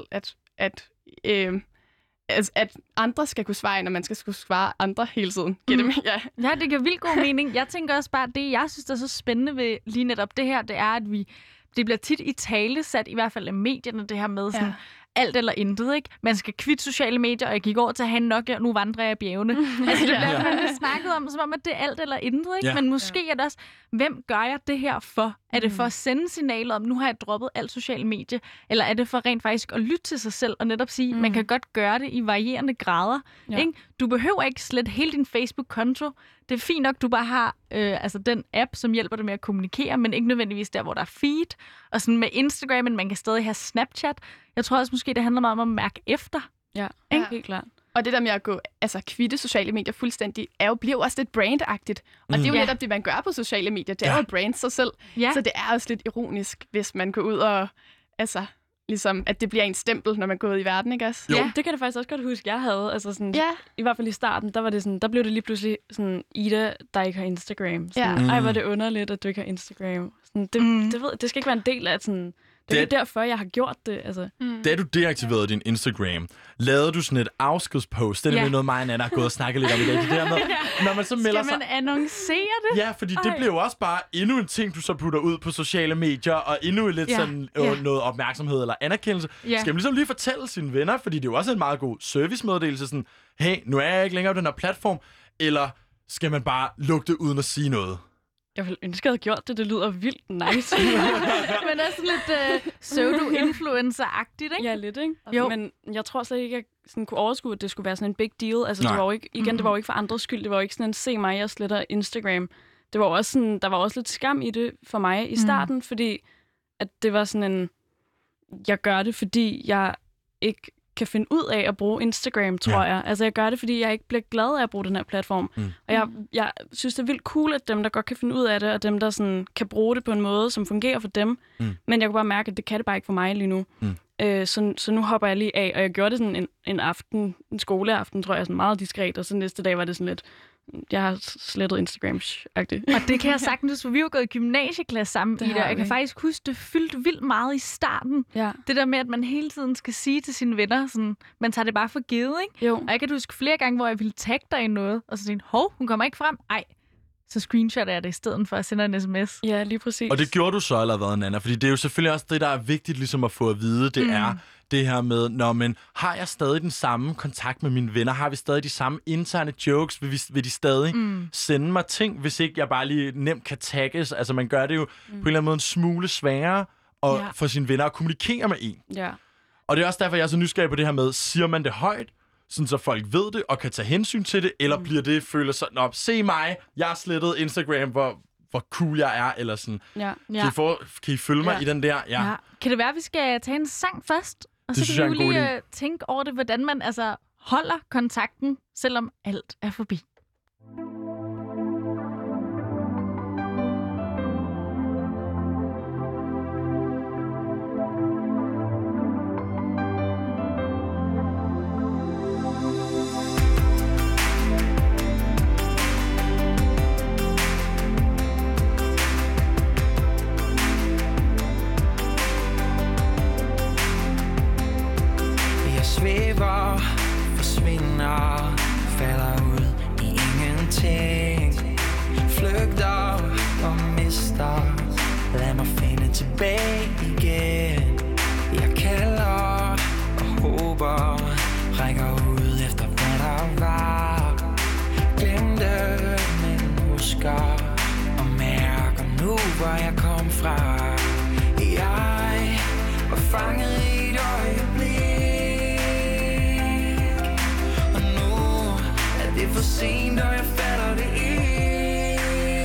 at andre skal kunne svare, når man skal kunne svare andre hele tiden. Giver det Ja, det giver vildt god mening. Jeg tænker også bare, at det, jeg synes, der er så spændende ved lige netop det her, det er, at det bliver tit i tale sat, i hvert fald af medierne, det her med sådan, alt eller intet, ikke? Man skal kvitte sociale medier, og jeg gik over til at have en Nokia, og nu vandrer jeg i bjergene. Altså, det bliver man snakket om, som om, at det er alt eller intet, ikke? Men måske er det også, hvem gør jeg det her for? Er det for at sende signalet om, nu har jeg droppet alt sociale medier? Eller er det for rent faktisk at lytte til sig selv, og netop sige, man kan godt gøre det i varierende grader, ikke? Du behøver ikke slette hele din Facebook-konto. Det er fint nok, du bare har den app, som hjælper dig med at kommunikere, men ikke nødvendigvis der, hvor der er feed. Og sådan med Instagram, men man kan stadig have Snapchat. Jeg tror også måske, det handler meget om at mærke efter. Ja, helt klart. Og det der med at gå, kvitte sociale medier fuldstændig, bliver jo også lidt brandagtigt. Og det er jo netop det, man gør på sociale medier. Det er jo at brande sig selv. Ja. Så det er også lidt ironisk, hvis man går ud og, ligesom, at det bliver en stempel, når man går ud i verden, ikke også? Ja, det kan jeg faktisk også godt huske, jeg havde. Altså sådan, i hvert fald i starten, der var det sådan, der blev det lige pludselig sådan, Ida, der ikke har Instagram. Sådan, ej, hvor er det underligt, at du ikke har Instagram. Sådan, det skal ikke være en del af sådan... Det er derfor, jeg har gjort det. Altså. Da du deaktiverede din Instagram, lavede du sådan et afskedspost. Det er noget, mig og Nana har gået og snakket lidt om i dag. Det der med, når man så melder Skal man annoncere det? Ja, fordi det bliver jo også bare endnu en ting, du så putter ud på sociale medier, og endnu lidt sådan noget opmærksomhed eller anerkendelse. Skal man ligesom lige fortælle sine venner, fordi det er jo også en meget god servicemeddelelse, sådan, hey, nu er jeg ikke længere på den her platform, eller skal man bare lukke det uden at sige noget? Jeg ville ønske, at jeg havde gjort det. Det lyder vildt nice. Men det er sådan lidt pseudo-influencer-agtigt, ikke? Ja, lidt, ikke? Jo. Men jeg tror slet ikke, at jeg sådan kunne overskue, at det skulle være sådan en big deal. Altså, det var jo ikke, det var jo ikke for andres skyld. Det var jo ikke sådan en, se mig, jeg sletter Instagram. Det var også sådan, der var også lidt skam i det for mig i starten, fordi at det var sådan en, jeg gør det, fordi jeg ikke kan finde ud af at bruge Instagram, tror jeg. Altså, jeg gør det, fordi jeg ikke bliver glad af at bruge den her platform. Og jeg synes, det er vildt cool, at dem, der godt kan finde ud af det, og dem, der sådan kan bruge det på en måde, som fungerer for dem. Men jeg kunne bare mærke, at det kan det bare ikke for mig lige nu. Så nu hopper jeg lige af, og jeg gjorde det sådan en skoleaften, tror jeg, sådan meget diskret, og så næste dag var det sådan lidt, jeg har slettet Instagram-agtigt. Og det kan jeg sagtens, for vi har gået i gymnasieklasse sammen, Ida, og jeg kan faktisk huske, det fyldte vildt meget i starten. Ja. Det der med, at man hele tiden skal sige til sine venner, sådan, man tager det bare for givet, ikke? Jo. Og jeg kan huske flere gange, hvor jeg ville tagge dig i noget, og så tænkte, hun kommer ikke frem. Ej, så screenshotter jeg det i stedet for at sende en sms. Ja, lige præcis. Og det gjorde du så allerede, Nana, fordi det er jo selvfølgelig også det, der er vigtigt ligesom at få at vide, det er det her med, men har jeg stadig den samme kontakt med mine venner? Har vi stadig de samme interne jokes? Vil de stadig sende mig ting, hvis ikke jeg bare lige nemt kan tagges? Altså man gør det jo på en eller anden måde en smule sværere for sine venner at kommunikere med en. Ja. Og det er også derfor, jeg er så nysgerrig på det her med, siger man det højt, sådan så folk ved det og kan tage hensyn til det, eller bliver det føler sådan, se mig, jeg har slettet Instagram, hvor cool jeg er, eller sådan. Ja. Kan I følge mig i den der? Ja. Kan det være, at vi skal tage en sang først? Og så kan vi jo lige tænke over det, hvordan man holder kontakten, selvom alt er forbi. Svæver, forsvinder, falder ud i ingenting. Flygter og mister, lad mig finde tilbage igen. Jeg kan hvor jeg kom fra. Jeg var fanget i et øjeblik, og nu er det for sent, og jeg fatter det ikke.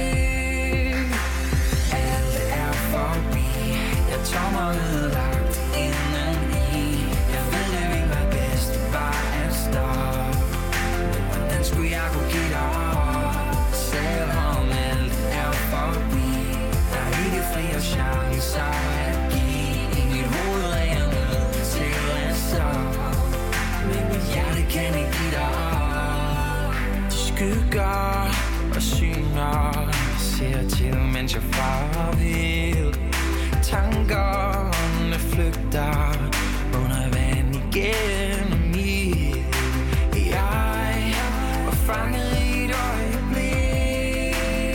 Alt er forbi, jeg er tom og ødelagt indeni. Jeg ved det ville være bedst bare at stoppe, men hvordan skulle jeg kunne give dig op, selvom alt er forbi? Der er ikke flere chancer at give. I mit hoved er jeg nødt til at stoppe, men mit hjerte kan ikke give dig op. De skygger og syner ser til, mens jeg farer vild. Tankerne flygter under vand igennem mit. Jeg var fanget i et øjeblik,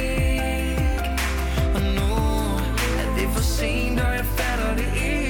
og nu er det for sent, og jeg fatter det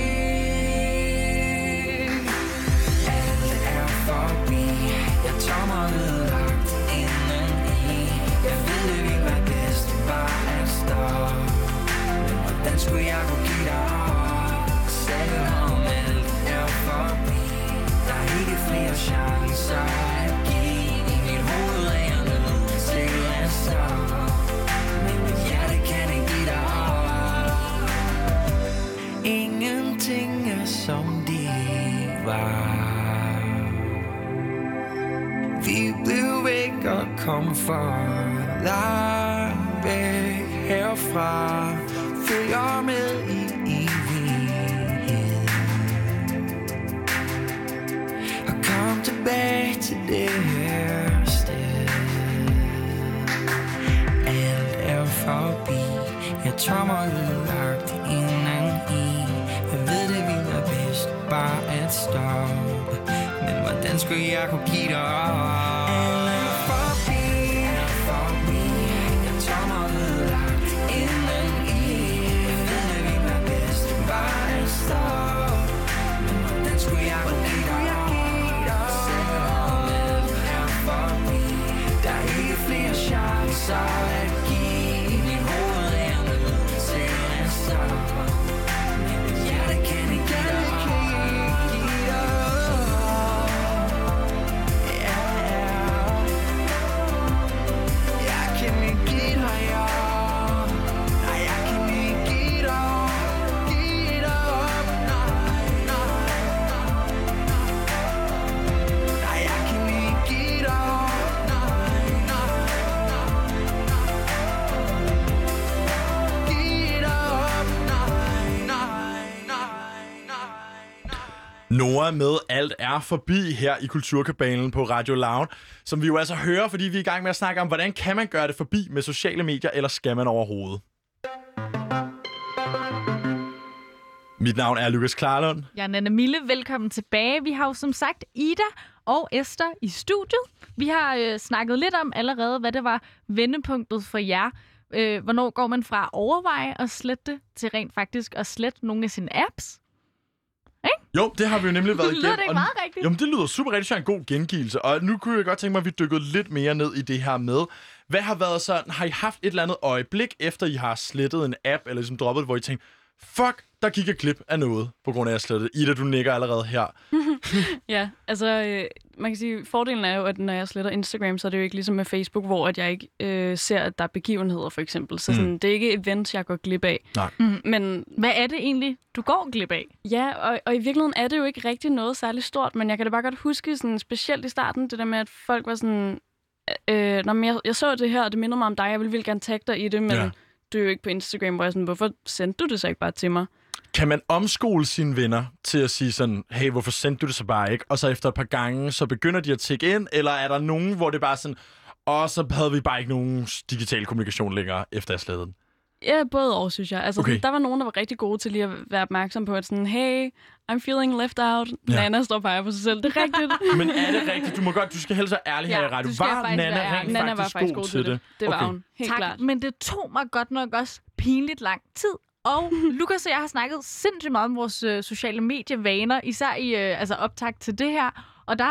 ikke. Alt er forbi, jeg er tom og ødelagt indeni. Jeg ved det ville være bedst bare at stoppe, men hvordan skulle jeg kunne give dig op, selvom alt er forbi? Der er ikke flere chancer at give. I mit hoved er jeg nødt til at stoppe, men mit hjerte kan ikke give dig op. Ingenting er som de var. Vi blev væk og kom for langt væk herfra. Følger med i evighed og kom tilbage til det her sted. Alt er forbi, jeg er tom og ødelagt indeni. Jeg ved det ville være bedst bare at stoppe, men hvordan skulle jeg kunne give dig op? Alt er forbi, jeg er tom og ødelagt indeni. Jeg ved det ville være bedst bare at stoppe, men hvordan skulle jeg kunne give dig op? Selvom alt er forbi, der er ikke flere chancer at give. I mit hoved er jeg nødt til at stoppe, men mit hjerte kan ikke give dig op. Jeg kan ikke give dig op. Nej, jeg kan ikke give dig op. Give dig op. Nej, jeg kan ikke give dig op. Give dig op. Noah med Alt er forbi her i Kulturkabalen på Radio Loud, som vi jo altså hører, fordi vi er i gang med at snakke om, hvordan kan man gøre det forbi med sociale medier, eller skal man overhovedet? Mit navn er Lukas Klarlund. Jeg er Nana Mille. Velkommen tilbage. Vi har jo som sagt Ida og Esther i studiet. Vi har snakket lidt om allerede, hvad det var vendepunktet for jer. Hvornår går man fra at overveje at slette det, til rent faktisk at slette nogle af sine apps? Jo, det har vi jo nemlig været igennem. Lyder det ikke meget rigtigt? Jo, det lyder super rigtigt, så en god gengivelse. Og nu kunne jeg godt tænke mig, at vi dykkede lidt mere ned i det her med. Hvad har været sådan? Har I haft et eller andet øjeblik, efter I har slettet en app, eller ligesom droppet, hvor I tænkte, fuck, der gik jeg glip af noget, på grund af, at jeg slettede? Ida, du nikker allerede her. Ja, altså man kan sige, fordelen er jo, at når jeg sletter Instagram, så er det jo ikke ligesom med Facebook, hvor at jeg ikke ser, at der er begivenheder, for eksempel. Så sådan, det er ikke events, jeg går glip af. Nej. Men hvad er det egentlig, du går glip af? Ja, og i virkeligheden er det jo ikke rigtig noget særligt stort, men jeg kan da bare godt huske, sådan, specielt i starten, det der med, at folk var sådan, jeg så det her, og det minder mig om dig, jeg vil gerne tagge dig i det, men du er jo ikke på Instagram, hvor jeg sådan, hvorfor sendte du det så ikke bare til mig? Kan man omskole sine venner til at sige sådan, hey, hvorfor sendte du det så bare ikke? Og så efter et par gange, så begynder de at tikke ind, eller er der nogen, hvor det bare er sådan, og så havde vi bare ikke nogen digital kommunikation længere, efter jeg slettede den? Ja, både og, synes jeg. Altså, Okay. der var nogen, der var rigtig gode til lige at være opmærksom på, at sådan, hey, I'm feeling left out. Ja. Nana står og peger på sig selv. Det er rigtigt. Men er det rigtigt? Du skal helst være ærlig her i radio. Var Nana rent faktisk god til det? Det var hun, helt Tak, klart. men det tog mig godt nok også pinligt lang tid. Og Lukas og jeg har snakket sindssygt meget om vores sociale medievaner, især i optakt til det her. Og der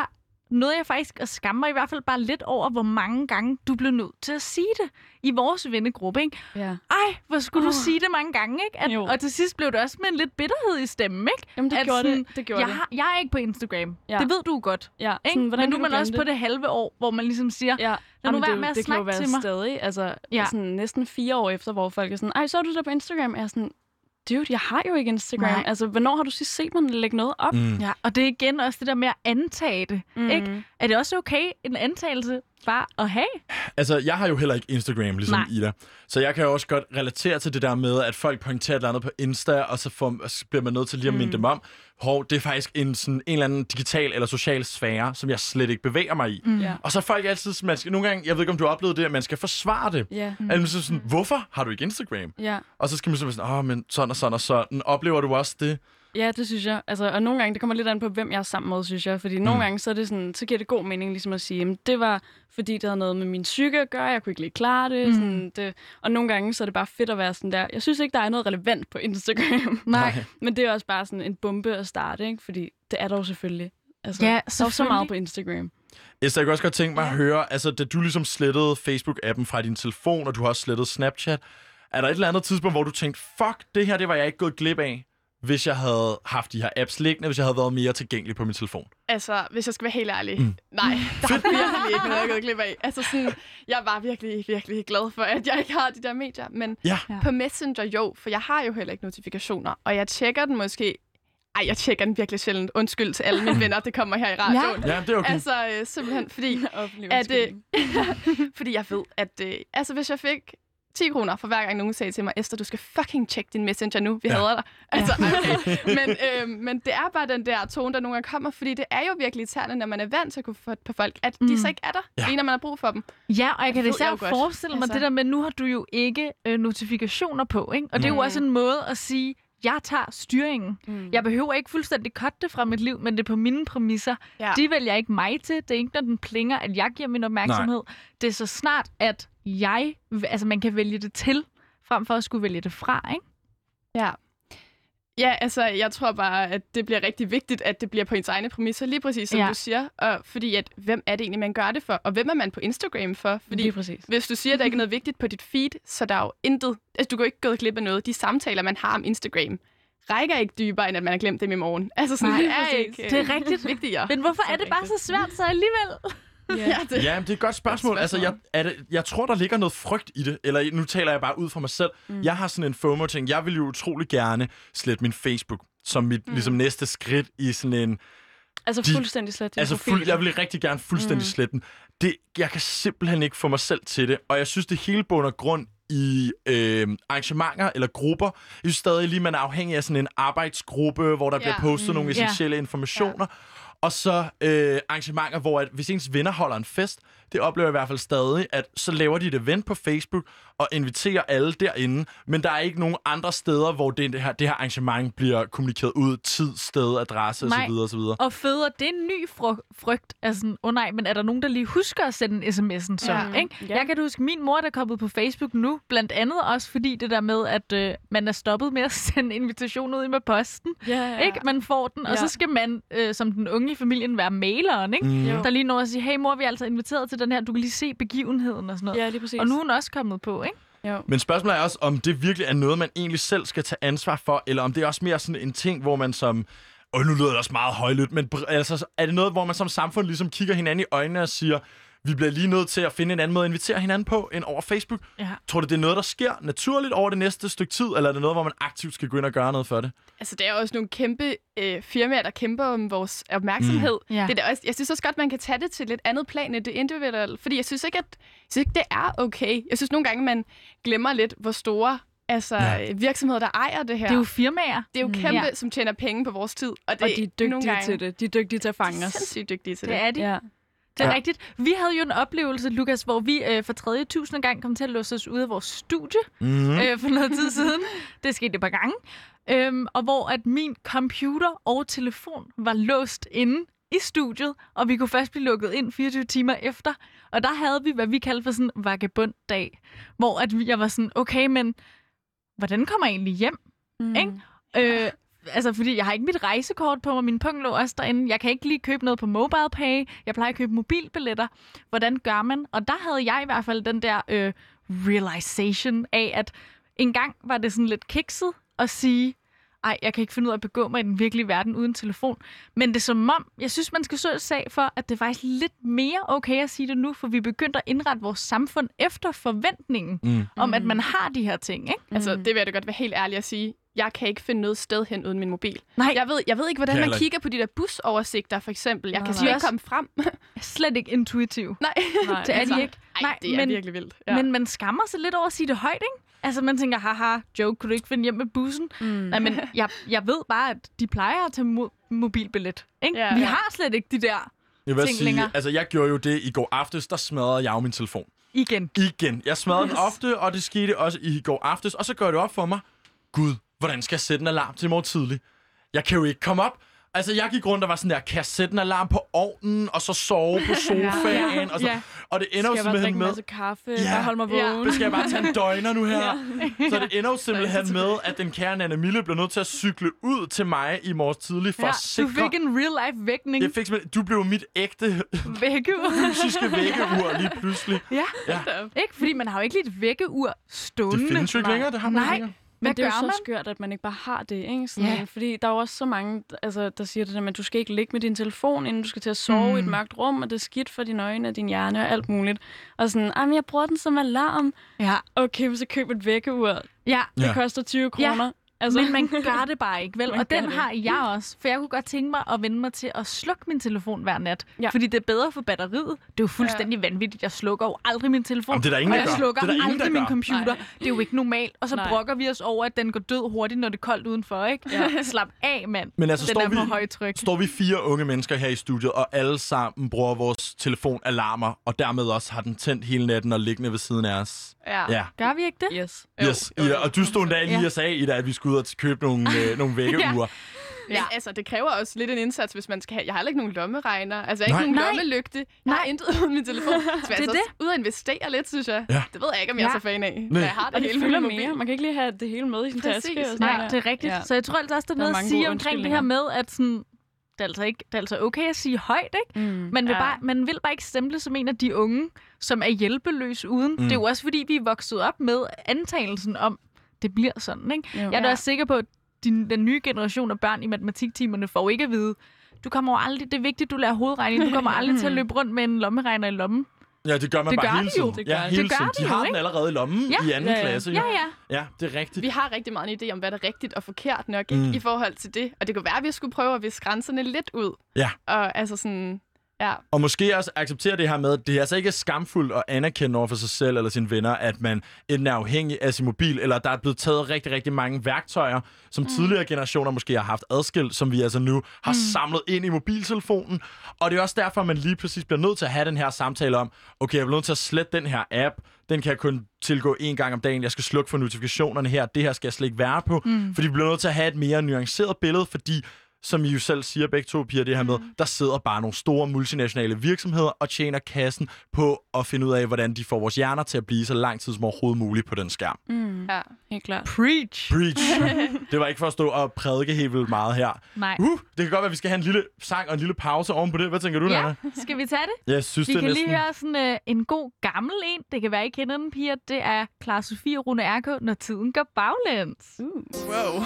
nåede jeg faktisk at skamme mig i hvert fald bare lidt over, hvor mange gange du blev nødt til at sige det i vores vennegruppe, ikke? Ja. Ej, hvor skulle du sige det mange gange, ikke? Og til sidst blev det også med en lidt bitterhed i stemmen, ikke? Jamen, det gjorde sådan, det. Det gjorde jeg er ikke på Instagram. Ja. Det ved du godt. Ja. Ikke? Sådan, Men nu er man også på det halve år, hvor man ligesom siger, lad nu være med at snakke til mig. Stadig, altså sådan næsten 4 år efter, hvor folk er sådan, ej, så er du der på Instagram. Jeg er sådan, dude, jeg har jo ikke Instagram. Nej. Altså, hvornår har du sidst set mig lægge noget op? Ja, og det er igen også det der med at antage det, ikke? Er det også okay, en antagelse bare at have? Altså, jeg har jo heller ikke Instagram, ligesom Ida. Så jeg kan jo også godt relatere til det der med, at folk pointerer et eller andet på Insta, og så bliver man nødt til lige at minde dem om, det er faktisk en eller anden digital eller social sfære, som jeg slet ikke bevæger mig i. Og så er folk altid, nogle gange, jeg ved ikke, om du har oplevet det, at man skal forsvare det. Altså sådan, hvorfor har du ikke Instagram? Og så skal man sådan, men sådan og sådan og sådan. Oplever du også det? Ja, det synes jeg. Altså, og nogle gange, det kommer lidt an på, hvem jeg er sammen med, synes jeg. Fordi nogle gange, så er det sådan, så giver det god mening ligesom at sige, jamen, det var fordi, det havde noget med min psyke at gøre, jeg kunne ikke lige klare det. Sådan, det. Og nogle gange, så er det bare fedt at være sådan der. Jeg synes ikke, der er noget relevant på Instagram. Nej. Men det er også bare sådan en bombe at starte, ikke? Fordi det er der jo selvfølgelig. Altså, der er så meget på Instagram. Esther, jeg kunne også godt tænke mig at høre, altså, da du ligesom slettede Facebook-appen fra din telefon, og du har også slettet Snapchat, er der et eller andet tidspunkt, hvor du tænkte, fuck, det var jeg ikke gået glip af, hvis jeg havde haft de her apps liggende, hvis jeg havde været mere tilgængelig på min telefon? Altså, hvis jeg skal være helt ærlig, nej, der er virkelig ikke noget, jeg er gået glip af. Altså sådan, jeg var virkelig, virkelig glad for, at jeg ikke har de der medier. Men på Messenger, jo, for jeg har jo heller ikke notifikationer, og jeg tjekker den måske. Ej, jeg tjekker den virkelig sjældent. Undskyld til alle mine venner, det kommer her i radioen. Ja, det er okay. Altså, simpelthen fordi, fordi jeg ved, at altså, hvis jeg fik 10 kroner for hver gang nogen sagde til mig, Esther, du skal fucking tjekke din Messenger nu. Vi hader dig. Altså, okay. Men det er bare den der tone, der nogle gange kommer, fordi det er jo virkelig irriterende, når man er vant til at kunne få på folk, at de så ikke er der, lige når man har brug for dem. Ja, og jeg kan især forestille mig det der med, nu har du jo ikke notifikationer på, ikke? Og det er jo også en måde at sige, jeg tager styringen. Jeg behøver ikke fuldstændig cutte det fra mit liv, men det er på mine præmisser. De vælger ikke mig til. Det er ikke, når den plinger, at jeg giver min opmærksomhed. Nej. Det er så snart, at man kan vælge det til, frem for at skulle vælge det fra, ikke? Ja. Ja, altså, jeg tror bare, at det bliver rigtig vigtigt, at det bliver på ens egne præmisser, lige præcis som du siger. Og fordi, at hvem er det egentlig, man gør det for? Og hvem er man på Instagram for? Fordi hvis du siger, at der ikke er noget vigtigt på dit feed, så der er jo intet. Altså, du kan jo ikke gå glip af noget. De samtaler, man har om Instagram, rækker ikke dybere, end at man har glemt dem i morgen. Altså, sådan, det er ikke det er rigtigt vigtigere. Men hvorfor er det bare så svært så alligevel? Det er et godt spørgsmål. Altså, jeg tror, der ligger noget frygt i det. Eller nu taler jeg bare ud fra mig selv. Jeg har sådan en FOMO-ting. Jeg vil jo utrolig gerne slette min Facebook som mit ligesom næste skridt i sådan en... Altså fuldstændig slette din profil. Jeg vil rigtig gerne fuldstændig slette den. Jeg kan simpelthen ikke få mig selv til det. Og jeg synes, det hele bunder grund i arrangementer eller grupper. Jeg synes stadig lige, man er afhængig af sådan en arbejdsgruppe, hvor der bliver postet nogle essentielle informationer. Og så arrangementer, hvor hvis ens venner holder en fest, det oplever jeg i hvert fald stadig, at så laver de et event på Facebook og inviterer alle derinde, men der er ikke nogen andre steder, hvor det her arrangement bliver kommunikeret ud, tid, sted, adresse osv. osv. Og føder, det er en ny frygt. Altså, nej, men er der nogen, der lige husker at sende sms'en så? Ikke? Ja. Jeg kan huske, min mor, der er kommet på Facebook nu, blandt andet også fordi det der med, at man er stoppet med at sende invitationer ud med posten. Ikke? Man får den, og så skal man som den unge i familien være maileren, ikke? Der lige når at sige, hey mor, vi er altså inviteret til den her, du kan lige se begivenheden og sådan noget. Ja, lige præcis. Og nu er hun også kommet på, ikke? Jo. Men spørgsmålet er også, om det virkelig er noget, man egentlig selv skal tage ansvar for, eller om det er også mere sådan en ting, hvor man som... nu lyder det også meget højlydt, men altså, er det noget, hvor man som samfund ligesom kigger hinanden i øjnene og siger, vi bliver lige nødt til at finde en anden måde at invitere hinanden på, end over Facebook? Ja. Tror du, det er noget, der sker naturligt over det næste stykke tid, eller er det noget, hvor man aktivt skal gå ind og gøre noget for det? Altså, det er også nogle kæmpe firmaer, der kæmper om vores opmærksomhed. Det er også, jeg synes også godt, man kan tage det til et lidt andet plan end det individuelle, fordi jeg synes ikke, det er okay. Jeg synes nogle gange, man glemmer lidt, hvor store virksomheder, der ejer det her. Det er jo firmaer. Det er jo kæmpe, som tjener penge på vores tid. Og de er dygtige til det. De er dygtige til at fange os. Sindssygt dygtige til det. Det er de. Ja. Det er rigtigt. Vi havde jo en oplevelse, Lukas, hvor vi for 3.000 gang kom til at låse os ud af vores studie for noget tid siden. Det skete et par gange. Og hvor at min computer og telefon var låst inde i studiet, og vi kunne først blive lukket ind 24 timer efter. Og der havde vi, hvad vi kaldte for sådan en vagabunddag, hvor at jeg var sådan, okay, men hvordan kommer jeg egentlig hjem? Ikke? altså, fordi jeg har ikke mit rejsekort på mig, min punkt lå også derinde. Jeg kan ikke lige købe noget på MobilePay. Jeg plejer at købe mobilbilletter. Hvordan gør man? Og der havde jeg i hvert fald den der realization af, at engang var det sådan lidt kikset at sige, ej, jeg kan ikke finde ud af at begå mig i den virkelige verden uden telefon. Men det er som om, jeg synes, man skal så et sag for, at det er faktisk lidt mere okay at sige det nu, for vi begyndte at indrette vores samfund efter forventningen om, at man har de her ting, ikke? Altså, det vil jeg da godt være helt ærlig at sige. Jeg kan ikke finde noget sted hen uden min mobil. Nej. Jeg ved ikke, hvordan man kigger på de der busoversigter, for eksempel. Jeg kan slet ikke komme frem. Slet ikke intuitiv. Nej. Det er de ikke. Nej, det er virkelig vildt. Ja. Men man skammer sig lidt over at sige det højt, ikke? Altså, man tænker, haha, joke, kunne du ikke finde hjem med bussen? Nej, men jeg ved bare, at de plejer at tage mobilbillet, ikke? Ja, Vi har slet ikke de der ting længere. Altså, jeg gjorde jo det i går aftes, der smadrede jeg jo min telefon. Igen. Jeg smadrede den ofte, og det skete også i går aftes. Og så gør det op for mig, gud, hvordan skal jeg sætte en alarm til i morgen tidlig? Jeg kan jo ikke komme op. Altså, jeg gik rundt og var sådan der, kan jeg sætte en alarm på ovnen, og så sove på sofaen? Og det ender jo simpelthen med... Skal jeg bare drikke en masse kaffe, bare holde mig vågen? Skal jeg bare tage en døgner nu her? Så det ender jo simpelthen med, at den kære Nana Mille bliver nødt til at cykle ud til mig i morges tidlig for at sikre... Du fik en real-life vækning. Du blev mit ægte vækkeur. Fysiske vækkeur lige pludselig. Ja. Ikke? Fordi man har jo ikke lige et vækkeur stående. Det findes jo ikke længere, det har man ikke længere. Men det er jo så skørt, at man ikke bare har det, ikke? Sådan, fordi der er jo også så mange, altså, der siger det der, at du skal ikke ligge med din telefon, inden du skal til at sove i et mørkt rum, og det er skidt for dine øjne og din hjerne og alt muligt. Og sådan, men jeg bruger den som alarm. Ja. Okay, så køb et vækkeur. Ja. Det koster 20 kroner. Ja. Altså. Men man gør det bare ikke, vel? Og den har jeg også. For jeg kunne godt tænke mig at vende mig til at slukke min telefon hver nat. Ja. Fordi det er bedre for batteriet. Det er jo fuldstændig vanvittigt. Jeg slukker jo aldrig min telefon. Jamen, det er der ingen, og jeg slukker aldrig min computer. Nej. Det er jo ikke normalt. Og så brokker vi os over, at den går død hurtigt, når det er koldt udenfor, ikke? Ja. Slap af, mand. Men altså, den er på højtryk. Står vi 4 unge mennesker her i studiet, og alle sammen bruger vores telefonalarmer, og dermed også har den tændt hele natten og liggende ved siden af os. Ja. Gør vi ikke det? Yes. Ida, og du stod en dag lige og sagde, Ida, at vi skulle ud og købe nogle vækkeuger. Ja, altså, det kræver også lidt en indsats, hvis man skal have... Jeg har heller ikke nogen lommeregner. Altså, jeg har ikke nogen lommelygte. Jeg har intet uden min telefon. Så jeg er ud at investere lidt, synes jeg. Ja. Det ved jeg ikke, om jeg er så fan af. Jeg har det hele fylder mere. Man kan ikke lige have det hele med i sin taske. Nej, det er rigtigt. Ja. Så jeg tror altså også, der er noget at sige omkring det her med, at sådan... Det er altså okay at sige højt, ikke? Man vil bare ikke stemple som en af de unge, som er hjælpeløs uden. Det er jo også fordi, vi er vokset op med antagelsen om, det bliver sådan, ikke? Jo. Jeg er da også sikker på, at den nye generation af børn i matematiktimerne får ikke at vide, du kommer aldrig, det er vigtigt, du lærer hovedregning, du kommer aldrig til at løbe rundt med en lommeregner i lommen. Ja, det gør man bare hele tiden. Hele tiden. De har den allerede i lommen i anden klasse. Ja, det er rigtigt. Vi har rigtig meget en idé om, hvad der er rigtigt og forkert nok i forhold til det. Og det kunne være, at vi skulle prøve at viske grænserne lidt ud. Ja. Og altså sådan... Ja. Og måske også acceptere det her med, at det er altså ikke skamfuldt at anerkende over for sig selv eller sine venner, at man enten er afhængig af sin mobil, eller der er blevet taget rigtig, rigtig mange værktøjer, som tidligere generationer måske har haft adskilt, som vi altså nu har samlet ind i mobiltelefonen. Og det er også derfor, at man lige præcis bliver nødt til at have den her samtale om, okay, jeg bliver nødt til at slette den her app, den kan jeg kun tilgå 1 gang om dagen, jeg skal slukke for notifikationerne her, det her skal jeg slet ikke være på, fordi vi bliver nødt til at have et mere nuanceret billede, fordi som I jo selv siger, begge to piger, det her med, der sidder bare nogle store multinationale virksomheder og tjener kassen på at finde ud af, hvordan de får vores hjerner til at blive så lang tid som overhovedet muligt på den skærm. Ja, helt klart. Preach! Det var ikke for at stå og prædike helt vildt meget her. Nej. Det kan godt være, at vi skal have en lille sang og en lille pause oven på det. Hvad tænker du, Nana? Skal vi tage det? Jeg synes, vi det kan næsten... lige høre sådan en god gammel en. Det kan være, I kender den, piger. Det er Clara Sofie og Rune Erkø, Når tiden går baglæns. Wow.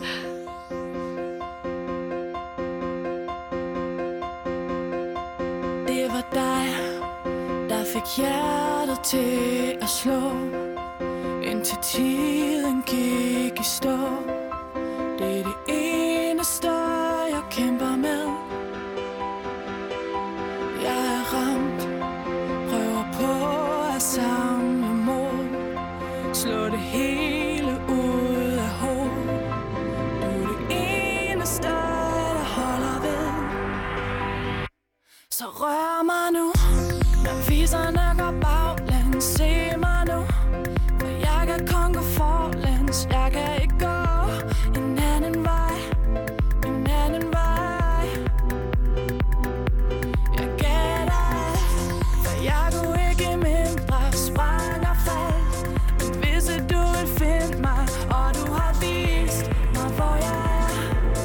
Det var dig, der fik hjertet til at slå, indtil tiden gik i stå. Det er det eneste, jeg kæmper med. Jeg er ramt, prøver på at samle mod, slå det hele ud af hovedet. Du er det eneste, der holder ved. Så rør mig nu, når viserne går baglæns. Se mig nu, for jeg kan kun gå forlæns. Jeg kan ikke gå en anden vej, en anden vej. Jeg gætter, for jeg kunne ikke mindre. Sprang og faldt, men hvis du vil finde mig, og du har vist mig, hvor jeg er,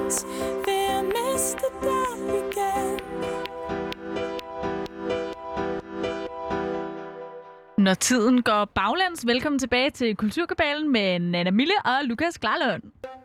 chance ved at miste dig igen. Når tiden går baglæns, velkommen tilbage til Kulturkabalen med Nana Mille og Lukas Klarlund.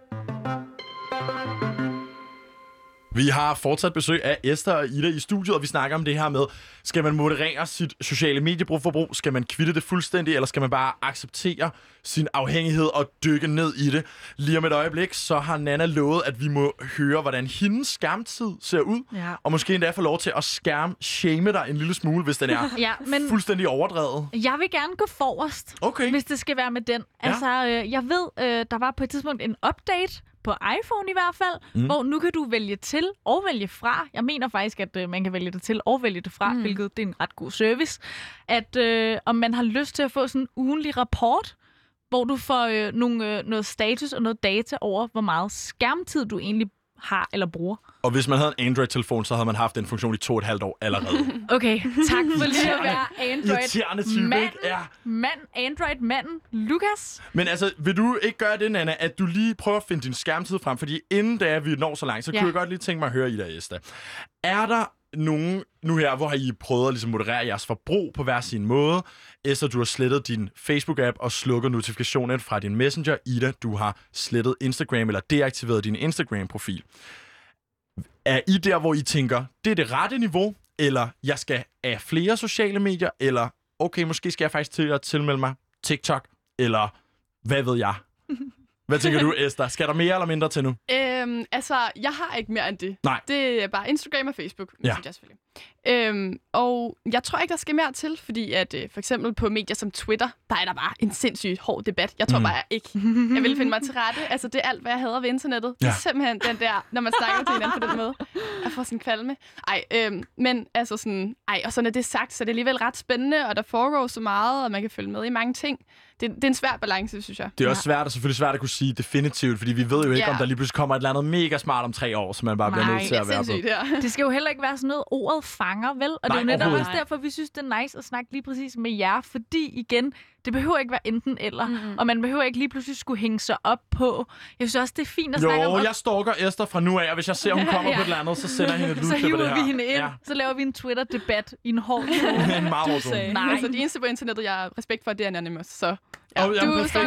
Vi har fortsat besøg af Esther og Ida i studiet, og vi snakker om det her med, skal man moderere sit sociale medieforbrug? Skal man kvitte det fuldstændig, eller skal man bare acceptere sin afhængighed og dykke ned i det? Lige om et øjeblik, så har Nana lovet, at vi må høre, hvordan hendes skærmtid ser ud, og måske endda få lov til at shame dig en lille smule, hvis den er fuldstændig overdrevet. Jeg vil gerne gå forrest, hvis det skal være med den. Ja. Altså, jeg ved, der var på et tidspunkt en update på iPhone i hvert fald, hvor nu kan du vælge til og vælge fra. Jeg mener faktisk, at man kan vælge det til og vælge det fra, hvilket det er en ret god service. At om man har lyst til at få sådan en ugenlig rapport, hvor du får noget status og noget data over, hvor meget skærmtid du egentlig har eller bruger. Og hvis man havde en Android-telefon, så havde man haft den funktion i 2,5 år allerede. Okay, tak for lige at være Android-manden. Lukas? Men altså, vil du ikke gøre det, Nana, at du lige prøver at finde din skærmtid frem? Fordi inden da vi når så langt, så kunne jeg godt lige tænke mig at høre Ida og Esther. Er der nogen nu her, hvor har I prøvet at ligesom moderere jeres forbrug på hver sin måde? Esther, du har slettet din Facebook-app og slukket notifikationen fra din Messenger. Ida, du har slettet Instagram eller deaktiveret din Instagram-profil. Er I der, hvor I tænker, det er det rette niveau, eller jeg skal af flere sociale medier, eller okay, måske skal jeg faktisk til at tilmelde mig TikTok, eller hvad ved jeg? Hvad tænker du, Esther? Skal der mere eller mindre til nu? Altså, jeg har ikke mere end det. Nej. Det er bare Instagram og Facebook, synes jeg selvfølgelig. Og jeg tror ikke, der skal mere til, fordi at for eksempel på medier som Twitter, der er der bare en sindssygt hård debat. Jeg tror bare ikke, jeg vil finde mig til rette. Altså, det er alt, hvad jeg hader ved internettet. Det er simpelthen den der, når man snakker til hinanden på den måde. Jeg får sådan en kvalme. Men altså sådan, og så når det er sagt, så er det alligevel ret spændende, og der foregår så meget, og man kan følge med i mange ting. Det er en svær balance, synes jeg. Det er også svært, og selvfølgelig svært at kunne sige definitivt, fordi vi ved jo ikke, om der lige pludselig kommer et eller andet mega smart om 3 år, som man bare bliver nødt til at være på. Det skal jo heller ikke være sådan noget, ordet fanger, vel? Og det er jo netop også derfor, vi synes, det er nice at snakke lige præcis med jer, fordi igen, det behøver ikke være enten eller, og man behøver ikke lige pludselig skulle hænge sig op på. Jeg synes også, det er fint at snakke om. Jo, jeg stalker Esther fra nu af, og hvis jeg ser, hun kommer på et eller andet, så sender jeg hende et lydklip af det her. Så hiver vi hende ind, så laver vi en Twitter-debat i en hård tone. En meget hård tone. Nej, altså det eneste på internettet, jeg har respekt for, det er Anonymous, så... Ja, du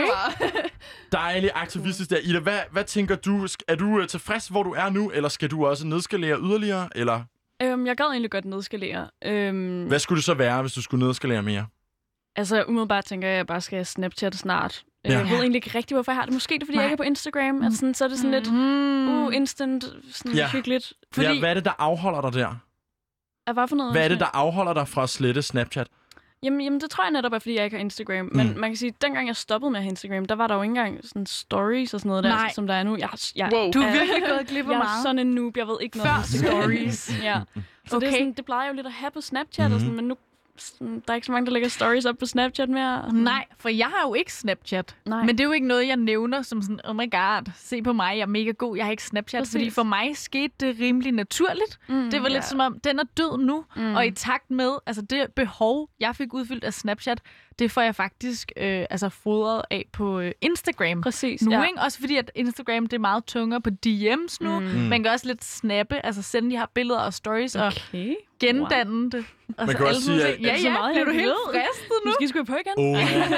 dejlig aktivistisk der. Ida, hvad tænker du? Er du tilfreds, hvor du er nu, eller skal du også nedskalere yderligere? Eller? Jeg gad egentlig godt nedskalere. Hvad skulle det så være, hvis du skulle nedskalere mere? Altså, umiddelbart tænker jeg, at jeg bare skal Snapchat snart. Jeg ved egentlig ikke rigtigt, hvorfor jeg har det. Måske det, fordi jeg ikke er på Instagram. Altså, så er det sådan lidt instant, sådan hyggeligt. Fordi... Ja, hvad er det, der afholder dig der? Hvad for noget? Hvad er det, der afholder dig fra at slette Snapchat? Jamen, det tror jeg netop er, fordi jeg ikke har Instagram. Men man kan sige, at dengang jeg stoppede med at have Instagram, der var der jo ikke engang sådan stories og sådan noget der, som der er nu. Du er virkelig gået glip af meget. Jeg er sådan en noob, jeg ved ikke noget om stories. Ja. Så det, er sådan, det plejer jeg jo lidt at have på Snapchat, og sådan, men nu der er ikke så mange, der lægger stories op på Snapchat mere. Nej, for jeg har jo ikke Snapchat. Nej. Men det er jo ikke noget, jeg nævner som sådan, oh my god, se på mig, jeg er mega god, jeg har ikke Snapchat. Præcis. Fordi for mig skete det rimelig naturligt. Det var lidt som om, den er død nu, og i takt med, altså det behov, jeg fik udfyldt af Snapchat, det får jeg faktisk fodret af på Instagram. Præcis, nu, ikke? Også fordi, at Instagram, det er meget tungere på DM's nu. Man kan også lidt snappe, altså sende de her billeder og stories og gendanne det. Man kan også sige, at... Ja, bliver du helt fristet nu? Nu skal I sgu på igen.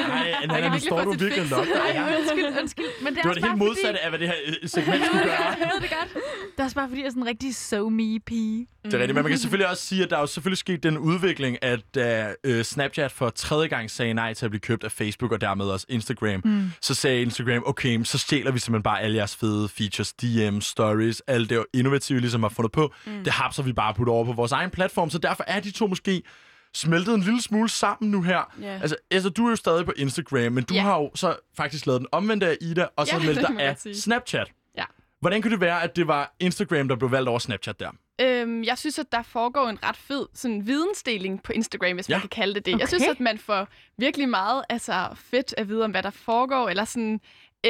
Nej, nu står du virkelig nok. Undskyld. Men det var det helt modsatte af, hvad det her segment skulle gøre. Jeg ved det godt. Det er også bare fordi, jeg er sådan en rigtig so-me-pige. Det er rigtigt, men man kan selvfølgelig også sige, at der er jo selvfølgelig sket den udvikling, at da Snapchat for 3. gang sagde nej til at blive købt af Facebook og dermed også Instagram, så sagde Instagram, okay, så stjæler vi simpelthen bare alle jeres fede features, DM, stories, alt det innovative, ligesom har fundet på. Det hapser vi bare putte over på vores egen platform, så derfor er de to måske smeltet en lille smule sammen nu her. Yeah. Altså, du er jo stadig på Instagram, men du har jo så faktisk lavet den omvendte af Ida, og så meldt dig af Snapchat. Ja. Hvordan kunne det være, at det var Instagram, der blev valgt over Snapchat der? Jeg synes, at der foregår en ret fed sådan, vidensdeling på Instagram, hvis man kan kalde det det. Okay. Jeg synes, at man får virkelig meget fedt at vide om, hvad der foregår. Eller sådan,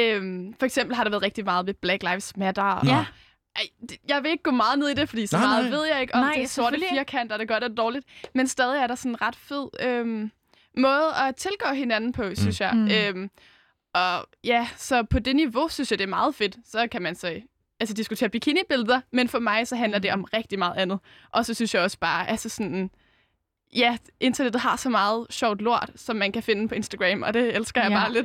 for eksempel har der været rigtig meget ved Black Lives Matter. Ja. Jeg vil ikke gå meget ned i det, fordi så meget ved jeg ikke om det sorte firkant, og det godt og dårligt. Men stadig er der sådan en ret fed måde at tilgå hinanden på, synes jeg. Og ja, så på det niveau, synes jeg, det er meget fedt. Så kan man så diskutere bikinibilleder, men for mig så handler det om rigtig meget andet. Og så synes jeg også bare, altså sådan... Ja, internettet har så meget sjovt lort, som man kan finde på Instagram, og det elsker jeg bare lidt.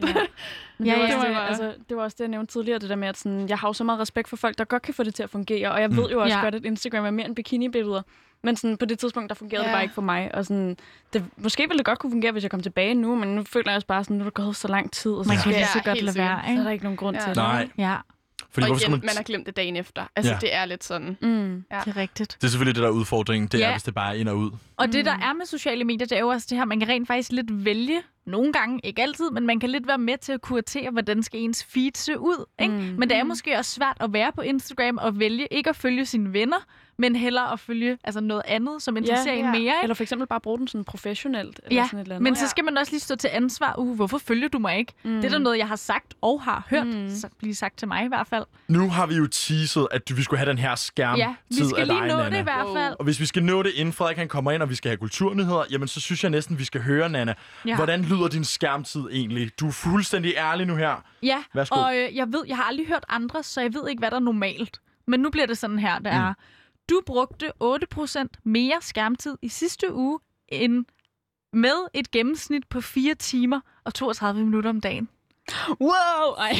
Det var også det, jeg nævnte tidligere, det der med, at sådan, jeg har jo så meget respekt for folk, der godt kan få det til at fungere, og jeg ved jo også godt, at Instagram er mere end bikinibilleder. Men sådan, på det tidspunkt, der fungerede det bare ikke for mig. Og sådan, måske ville det godt kunne fungere, hvis jeg kom tilbage nu, men nu føler jeg også bare sådan, nu er det gået så lang tid, og så kan jeg så godt lade være. Så er der ikke nogen grund til det. Nej. Ja. Fordi og igen, man har glemt det dagen efter. Altså, det er lidt sådan. Det er rigtigt. Det er selvfølgelig det, der er udfordringen. Det er, hvis det bare er ind og ud. Og det, der er med sociale medier, det er jo også det her, man kan rent faktisk lidt vælge. Nogle gange, ikke altid, men man kan lidt være med til at kuratere, hvordan skal ens feed se ud. Ikke? Men det er måske også svært at være på Instagram og vælge ikke at følge sine venner, men hellere at følge noget andet, som interesserer en mere. Ikke? Eller for eksempel bare bruge den sådan professionelt. Eller sådan et eller andet. Men så skal man også lige stå til ansvar. Hvorfor følger du mig ikke? Det er der noget, jeg har sagt og har hørt. Så blive sagt til mig i hvert fald. Nu har vi jo teaset, at vi skulle have den her skærmtid af dig, vi skal lige nå Nanna. det i hvert fald. Og hvis vi skal nå det, inden Frederik han kommer ind, og vi skal have kulturnyheder, jamen så synes jeg næsten, vi skal høre, Nanna. Hvordan lyder din skærmtid egentlig? Du er fuldstændig ærlig nu her. Ja, værsgo. Og jeg har aldrig hørt andre, så jeg ved ikke, hvad der er normalt. Men nu bliver det sådan her, der er... Du brugte 8% mere skærmtid i sidste uge end med et gennemsnit på 4 timer og 32 minutter om dagen. Wow! Ej.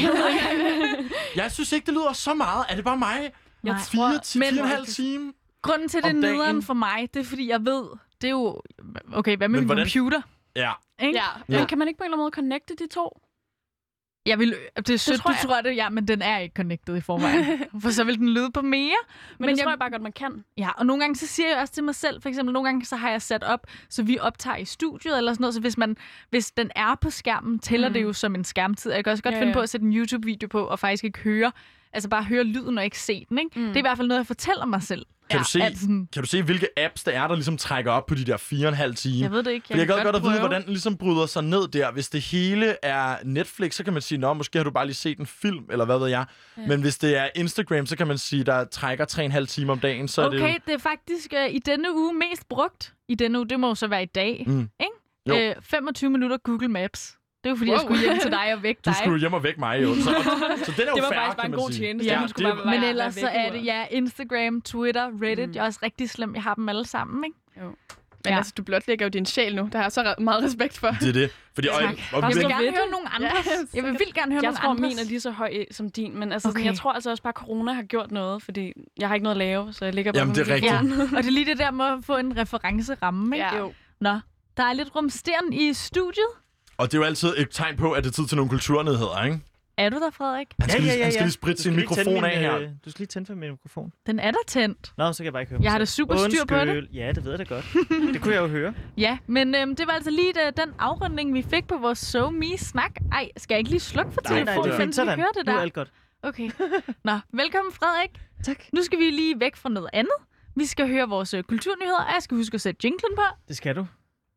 Jeg synes ikke, det lyder så meget. Er det bare mig? Jeg 4,5 timer. Grunden til det nederen for mig, det er fordi, jeg ved, det er jo... Okay, hvad med min computer? Ja. Ikke? Men kan man ikke på en eller anden måde connecte de to? Det er sødt, du tror det, men den er ikke connected i forvejen. For så vil den lyde på mere. Men det tror jeg bare godt, man kan. Ja, og nogle gange så siger jeg også til mig selv, for eksempel nogle gange så har jeg sat op, så vi optager i studiet eller sådan noget, så hvis den er på skærmen, tæller det jo som en skærmtid. Jeg kan også godt finde på at sætte en YouTube-video på, og faktisk ikke høre, altså bare høre lyden og ikke se den. Ikke? Det er i hvert fald noget, jeg fortæller mig selv. Kan du se, hvilke apps der er, der ligesom trækker op på de der 4,5 timer? Jeg ved det ikke. Jeg kan godt at vide, hvordan den ligesom bryder sig ned der. Hvis det hele er Netflix, så kan man sige, måske har du bare lige set en film, eller hvad ved jeg. Ja. Men hvis det er Instagram, så kan man sige, der trækker 3,5 timer om dagen. Så okay, er det, det er faktisk i denne uge mest brugt. I denne uge, det må jo så være i dag. Ikke? 25 minutter Google Maps. Det er jo fordi, jeg skulle hjem til dig og vække dig. Du skulle hjem og vække mig, jo. Så den er jo det var fair, faktisk bare en god tjeneste. Men ellers så er det Instagram, Twitter, Reddit. Jeg er også rigtig slem. Jeg har dem alle sammen, ikke? Jo. Men altså, du blotlægger jo din sjæl nu. Der har jeg så meget respekt for. Det er det. Fordi, jeg vil gerne høre nogle andre. Jeg vil vildt gerne høre nogle andre. Jeg tror, min er lige så høj som din. Men altså, jeg tror altså også bare, at corona har gjort noget. Fordi jeg har ikke noget at lave, så jeg ligger bare... Jamen, det er rigtigt. Og det er lige det der med at få en referenceramme, ikke? Jo. Nå, der er lidt rumsteren i studiet. Og det er jo altid et tegn på, at det er tid til nogle kulturnedheder, ikke? Er du der, Frederik? Han skal lige spritte sin mikrofon af her. Du skal lige tænde for min mikrofon. Den er der tændt. Nå, så kan jeg bare ikke høre mig. Jeg har da super styr på det. Ja, det ved jeg da godt. Det kunne jeg jo høre. Ja, men det var altså lige den afrunding, vi fik på vores SoMe-snak. Ej, skal jeg ikke lige slukke for telefonen, så vi hører det der? Nu er alt godt. Okay. Nå, velkommen Frederik. Tak. Nu skal vi lige væk fra noget andet. Vi skal høre vores kulturnyheder, og jeg skal huske at sætte jinglen på. Det skal du.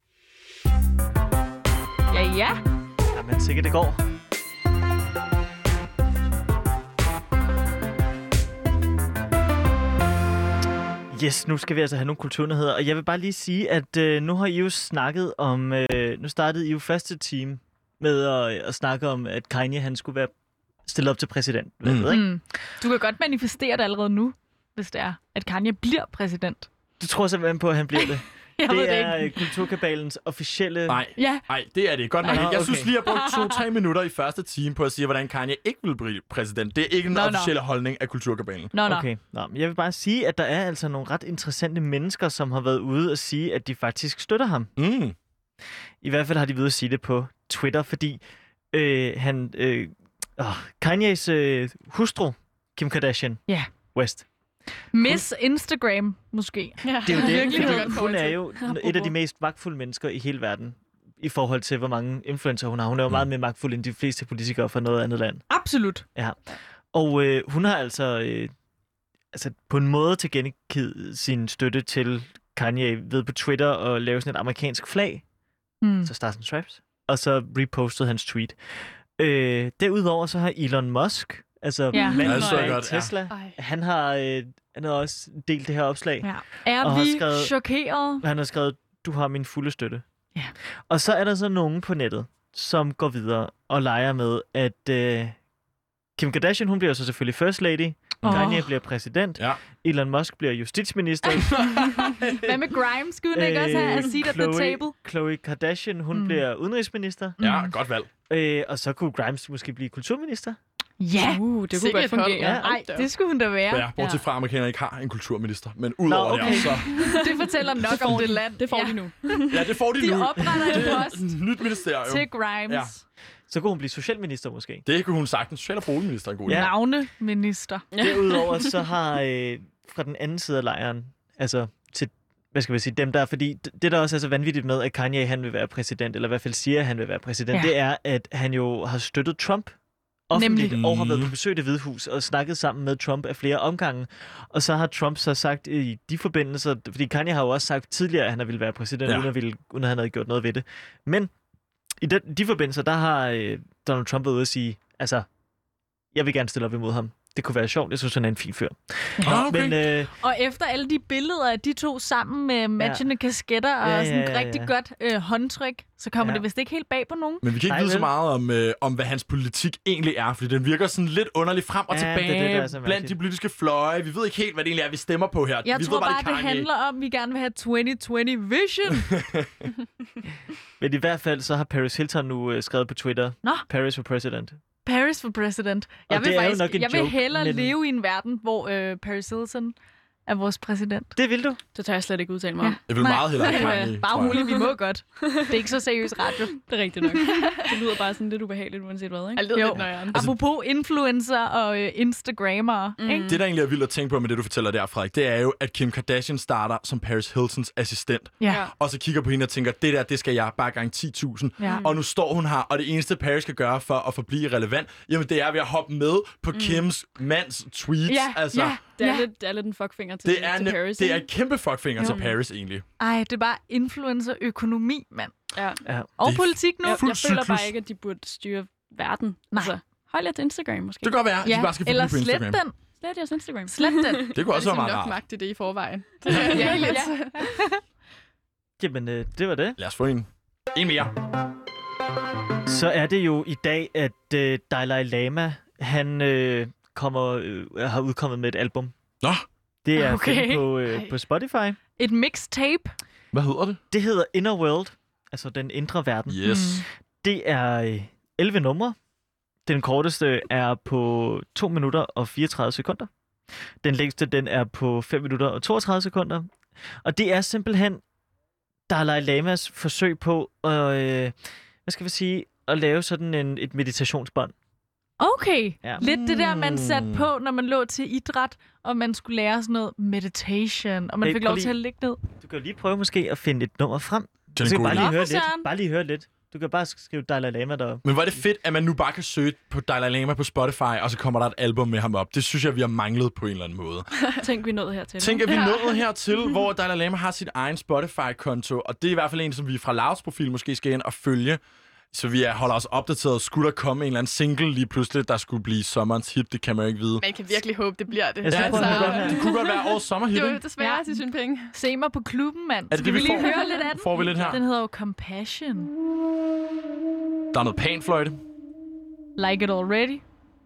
Ja. Jamen, sikkert det går. Yes, nu skal vi altså have nogle kulturnyheder, og jeg vil bare lige sige, at nu har I jo snakket om, nu startede I jo første team med at snakke om, at Kanye han skulle være stillet op til præsident. Ikke? Du kan godt manifestere det allerede nu, hvis det er, at Kanye bliver præsident. Du tror simpelthen på, at han bliver det? Det er Kulturkabalens officielle... Nej, det er det godt nok. Jeg synes lige, at jeg brugte 2-3 minutter i første time på at sige, hvordan Kanye ikke vil blive præsident. Det er ikke en officielle holdning af Kulturkabalen. Okay. Jeg vil bare sige, at der er altså nogle ret interessante mennesker, som har været ude og sige, at de faktisk støtter ham. I hvert fald har de ved at sige det på Twitter, fordi Kanyes hustru, Kim Kardashian West, Miss Instagram, måske. Ja. Det er jo det, fordi hun er jo et af de mest magtfulde mennesker i hele verden, i forhold til, hvor mange influencer hun har. Hun er jo meget mere magtfuld end de fleste politikere fra noget andet land. Absolut. Ja. Og hun har altså på en måde tilkendegivet sin støtte til Kanye ved på Twitter at lave sådan et amerikansk flag, så Stars and Stripes, og så repostede hans tweet. Derudover så har Elon Musk, manden bag Tesla, han har også delt det her opslag. Ja. Er vi chokeret? Han har skrevet, du har min fulde støtte. Ja. Og så er der så nogen på nettet, som går videre og leger med, at Kim Kardashian, hun bliver så selvfølgelig first lady. Kanye bliver præsident. Ja. Elon Musk bliver justitsminister. Hvad med Grimes? Skulle hun ikke også have a seat at the table? Khloe Kardashian, hun bliver udenrigsminister. Ja, godt valg. Og så kunne Grimes måske blive kulturminister. Ja, det kunne godt fungere. Nej, det skulle hun da være. Ja, bortset fra, at amerikanere ikke har en kulturminister. Men udover det, så... Det fortæller nok om det land. Det får de nu. Ja, det får de nu. De opretter en post nyt ministerium. til Grimes. Ja. Så kunne hun blive socialminister måske. Det kunne hun sagtens. Social- og boligminister er en god idé. Ja. Navneminister. Derudover så har fra den anden side af lejren, altså til, hvad skal vi sige, dem der, fordi det der også er så vanvittigt med, at Kanye han vil være præsident, eller i hvert fald siger, at han vil være præsident, det er, at han jo har støttet Trump offentligt og har været på besøg i Det Hvide Hus og snakket sammen med Trump af flere omgange. Og så har Trump så sagt i de forbindelser, fordi Kanye har jo også sagt tidligere, at han ville være præsident, uden at han havde gjort noget ved det. Men i de forbindelser, der har Donald Trump været ude at sige, altså, jeg vil gerne stille op imod ham. Det kunne være sjovt. Jeg synes, han er en fin fyr. Okay. Men, og efter alle de billeder af de to sammen med matchende kasketter og sådan rigtig godt håndtryk, så kommer det vist ikke helt bag på nogen. Men vi kan ikke vide så meget om, hvad hans politik egentlig er, fordi den virker sådan lidt underligt frem og tilbage blandt de politiske fløje. Vi ved ikke helt, hvad det egentlig er, vi stemmer på her. Jeg tror bare, det handler om, at vi gerne vil have 2020 vision. Men i hvert fald, så har Paris Hilton nu skrevet på Twitter, Paris for president. Paris for president. Jeg vil hellere leve i en verden, hvor Paris Hilton er vores præsident. Det vil du? Det tør jeg slet ikke udtale mig om. Jeg vil meget hellere have bare roligt, vi må godt. Det er ikke så seriøs radio. Det er rigtigt nok. Det lyder bare sådan lidt ubehageligt, uanset hvad, ikke? Jeg lyder lidt nøjeren. Apropos influencer og Instagrammere. Ikke? Det, der egentlig er vildt at tænke på med det, du fortæller der, Frederik, det er jo, at Kim Kardashian starter som Paris Hiltons assistent. Ja. Og så kigger på hende og tænker, det skal jeg bare gang 10.000. Ja. Og nu står hun her, og det eneste Paris skal gøre for at forblive relevant, jamen det er ved at hoppe med på Kims mands tweets. Ja, altså, det er lidt en fuckfinger til Paris. Det er et kæmpe fuckfinger til Paris, egentlig. Ej, det er bare influencer-økonomi, mand. Ja. Og politik nu. Jeg føler bare ikke, at de burde styre verden. Nej. Altså, hold jer til Instagram, måske. Det kan godt være, at de bare skal eller på Instagram. slet den. Slet jeres Instagram. Slet den. Det kunne også være meget nok rart. magt i det i forvejen. Jamen, det var det. Lad os få en mere. Så er det jo i dag, at Dalai Lama, han har udkommet med et album. Nå. Det er på Spotify. Et mixtape. Hvad hedder det? Det hedder Inner World, altså den indre verden. Yes. Det er 11 numre. Den korteste er på 2 minutter og 34 sekunder. Den længste, den er på 5 minutter og 32 sekunder. Og det er simpelthen Dalai Lamas forsøg på at, at lave sådan et meditationsbånd. Okay. Ja. Lidt det der, man satte på, når man lå til idræt, og man skulle lære sådan noget meditation, og man fik lov til at ligge ned. Du kan jo lige prøve måske at finde et nummer frem. Du kan bare lige høre lidt. Du kan bare skrive Dalai Lama deroppe. Men hvor er det fedt, at man nu bare kan søge på Dalai Lama på Spotify, og så kommer der et album med ham op. Det synes jeg, vi har manglet på en eller anden måde. Tænk, vi er nået hertil. Tænk, at vi er nået hertil, hvor Dalai Lama har sit egen Spotify-konto, og det er i hvert fald en, som vi fra Louds profil måske skal ind og følge. Så vi holder os opdateret. Skulle der komme en eller anden single lige pludselig, der skulle blive sommerens hit? Det kan man jo ikke vide. Man kan virkelig håbe, det bliver det. Ja, det kunne godt være årets sommerhit. Det er jo desværre til sin penge. Se mig på klubben, mand. Er det det, vi lige høre lidt af den? Får vi lidt her? Den hedder jo Compassion. Der er noget panfløjte. Like it already.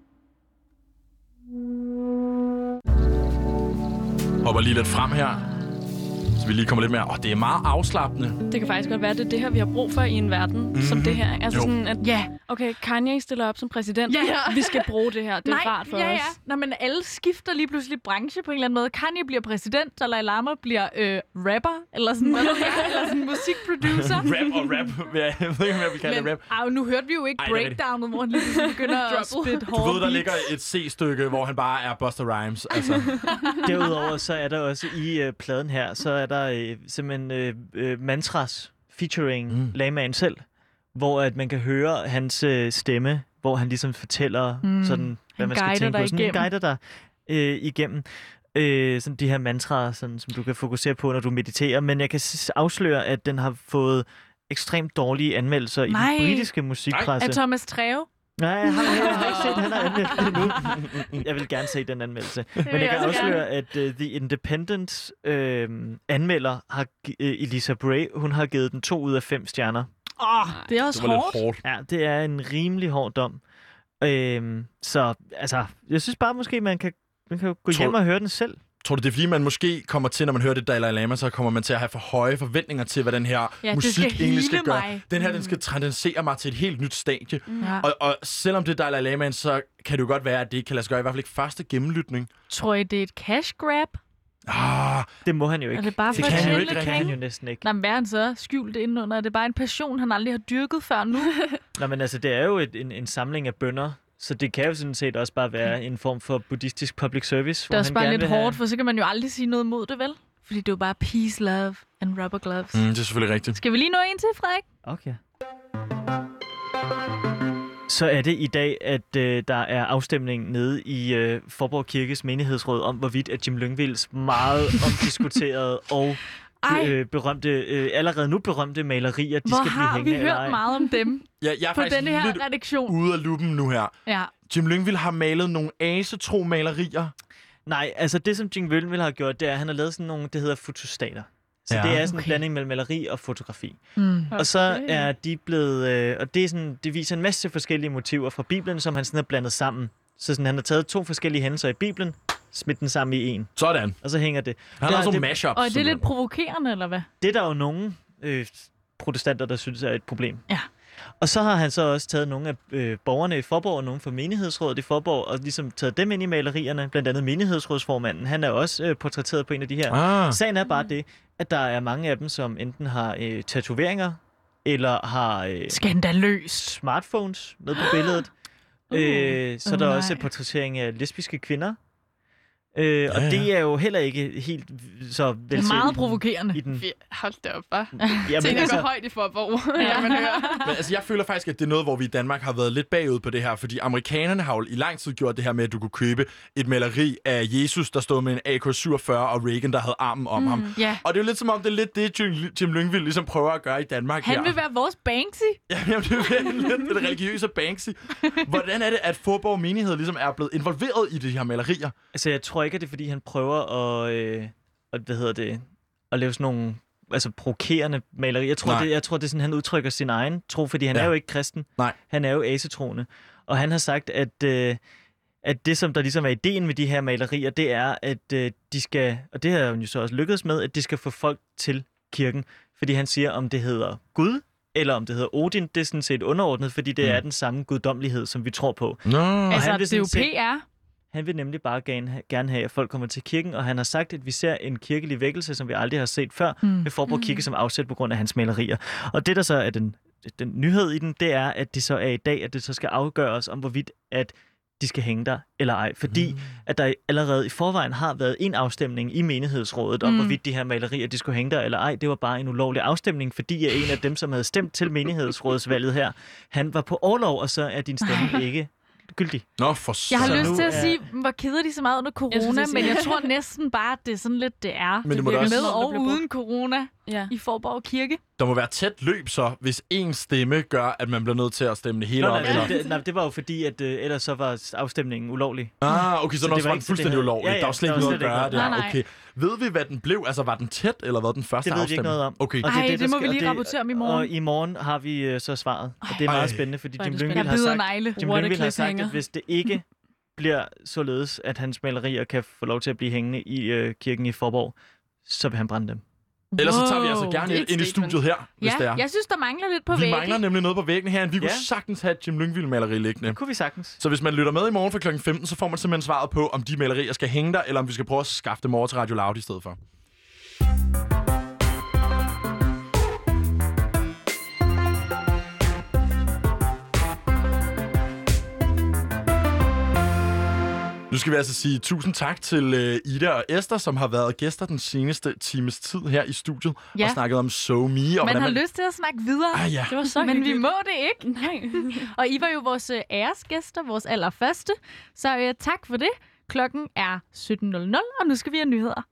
Hopper lige lidt frem her. Så vi lige kommer lidt mere. Det er meget afslappende. Det kan faktisk godt være, det er det her, vi har brug for i en verden som det her. Altså sådan, at okay, Kanye stiller op som præsident. Vi skal bruge det her. Det er rart for os. Nå, men alle skifter lige pludselig branche på en eller anden måde. Kanye bliver præsident, Dalai Lama bliver rapper, eller sådan noget, eller sådan musikproducer. Rap. Jeg ved ikke, om jeg vil kalde det rap. Nu hørte vi jo ikke breakdownet, hvor han lige begynder at spit hårde. Du ved, der ligger et C-stykke, hvor han bare er Busta Rhymes. Altså. Derudover så er der også i pladen her, så er der simpelthen mantras featuring Lamaen selv, hvor at man kan høre hans stemme, hvor han ligesom fortæller sådan, hvad man skal tænke på. Sådan en guider dig igennem sådan de her mantraer, sådan, som du kan fokusere på, når du mediterer. Men jeg kan afsløre, at den har fået ekstremt dårlige anmeldelser i den britiske musikpresse. Er Thomas Treve? Nej, jeg har ikke set, han har anmeldt det nu. Jeg vil gerne se den anmeldelse. Men jeg kan afsløre, at The Independent anmelder har Elisa Bray, hun har givet den 2 ud af 5 stjerner. Det er også hårdt. Ja, det er en rimelig hård dom. Så altså, jeg synes bare måske, man kan Man kan jo gå hjem og høre den selv. Tror du, det er fordi, man måske kommer til, når man hører det Dalai Lama, så kommer man til at have for høje forventninger til, hvad den her musik egentlig skal gøre. Den her, den skal transcendere mig til et helt nyt stadie. Og selvom det er Dalai Lama, så kan det jo godt være, at det ikke kan lade sig gøre. I hvert fald ikke første gennemlytning. Tror I, det er et cash grab? Det må han jo ikke. Er det bare det for kan, det kan han jo næsten ikke. Nå, men hvad er han så skjult indenunder? Er det bare en passion, han aldrig har dyrket før nu? Nå, men altså, det er jo en samling af bønner. Så det kan jo sådan set også bare være en form for buddhistisk public service. Det er også bare lidt hårdt, for så kan man jo aldrig sige noget mod det, vel? Fordi det er jo bare peace, love and rubber gloves. Det er selvfølgelig rigtigt. Skal vi lige nå en til, Frederik? Okay. Så er det i dag, at der er afstemning nede i Faaborg Kirkes menighedsråd om, hvorvidt at Jim Lyngvilds meget omdiskuterede og allerede nu berømte malerier, de skal blive hængende. Hvor har vi hørt meget om dem jeg er på denne her lidt redaktion? Ude af luppen nu her. Ja. Jim Lyngvild har malet nogle asetro malerier. Nej, altså det, som Jim Lyngvild har gjort, det er, at han har lavet sådan nogle, det hedder fotostater. Så det er sådan en blanding mellem maleri og fotografi. Og så er de blevet... og det er sådan, det viser en masse forskellige motiver fra Bibelen, som han sådan har blandet sammen. Så sådan, han har taget 2 forskellige hændelser i Bibelen, smidt den sammen i en. Sådan. Og så hænger det. Han har sådan mashups. Og er det lidt provokerende, eller hvad? Det er der jo nogle protestanter, der synes er et problem. Ja. Og så har han så også taget nogle af borgerne i Faaborg og nogle fra menighedsrådet i Faaborg og ligesom taget dem ind i malerierne. Blandt andet menighedsrådsformanden. Han er også portrætteret på en af de her. Sagen er bare det, at der er mange af dem, som enten har tatoveringer eller har skandaløst smartphones med på billedet. Så der er også portrættering af lesbiske kvinder. Og det er jo heller ikke helt så velset. Det er meget provokerende. I den... Hold da op, bare. Tingene går højt i Faaborg, man hører. Men altså, jeg føler faktisk, at det er noget, hvor vi i Danmark har været lidt bagud på det her, fordi amerikanerne har jo i lang tid gjort det her med, at du kunne købe et maleri af Jesus, der stod med en AK-47, og Reagan, der havde armen om ham. Yeah. Og det er jo lidt som om, det er lidt det, Jim Lyngvild ligesom prøver at gøre i Danmark Han vil være vores Banksy. Jamen, det er lidt det religiøse Banksy. Hvordan er det, at Faaborg menighed ligesom er blevet involveret i de her malerier? Altså, jeg tror ikke, at det er, fordi han prøver at lave sådan nogle provokerende malerier. Jeg tror, det er sådan, han udtrykker sin egen tro, fordi han er jo ikke kristen. Nej. Han er jo asetroende. Og han har sagt, at det, som der ligesom er ideen med de her malerier, det er, at de skal, og det har han jo så også lykkedes med, at de skal få folk til kirken. Fordi han siger, om det hedder Gud, eller om det hedder Odin, det er sådan set underordnet, fordi det er den samme guddommelighed, som vi tror på. Altså, det er jo PR. Han vil nemlig bare gerne have, at folk kommer til kirken, og han har sagt, at vi ser en kirkelig vækkelse, som vi aldrig har set før, med Faaborg Kirke som afsæt på grund af hans malerier. Og det, der så er den nyhed i den, det er, at det så er i dag, at det så skal afgøres om, hvorvidt at de skal hænge der eller ej. Fordi at der allerede i forvejen har været en afstemning i menighedsrådet om, hvorvidt de her malerier, de skulle hænge der eller ej. Det var bare en ulovlig afstemning, fordi en af dem, som havde stemt til menighedsrådsvalget her, han var på orlov, og så er din stemme ikke gyldig. Nå, for jeg har lyst til at sige, hvor keder de så meget under corona, men jeg tror næsten bare, at det er sådan lidt, det er. Men det bliver også... med og uden corona i Faaborg Kirke. Der må være tæt løb så, hvis en stemme gør, at man bliver nødt til at stemme det hele op. Det var jo fordi, at ellers så var afstemningen ulovlig. Okay, så det var den fuldstændig ulovlig. Der var slet ikke noget at gøre der. Okay. Ved vi, hvad den blev? Altså, var den tæt, eller var den første afstemning? Det ved vi ikke noget om. Okay. Ej, det må vi lige rapportere om i morgen. Og i morgen har vi så svaret. Og det er meget spændende, fordi Jim Lyngvild har sagt, at hvis det ikke bliver således, at hans malerier kan få lov til at blive hængende i kirken i Faaborg, så vil han brænde dem. Ellers så tager vi altså gerne ind i studiet her, hvis det er. Jeg synes, der mangler lidt på væggen. Vi mangler nemlig noget på væggen her. Vi kunne sagtens have et Jim Lyngvild-maleri liggende. Det kunne vi sagtens. Så hvis man lytter med i morgen fra kl. 15, så får man simpelthen svaret på, om de malerier skal hænge der, eller om vi skal prøve at skaffe dem over til Radio Loud i stedet for. Nu skal vi altså sige tusind tak til Ida og Esther, som har været gæster den seneste times tid her i studiet og snakket om So Me. Og man har lyst til at snakke videre, det var så men vi må det ikke. Nej. Og I var jo vores æresgæster, vores allerførste. Så tak for det. Klokken er 17.00, og nu skal vi have nyheder.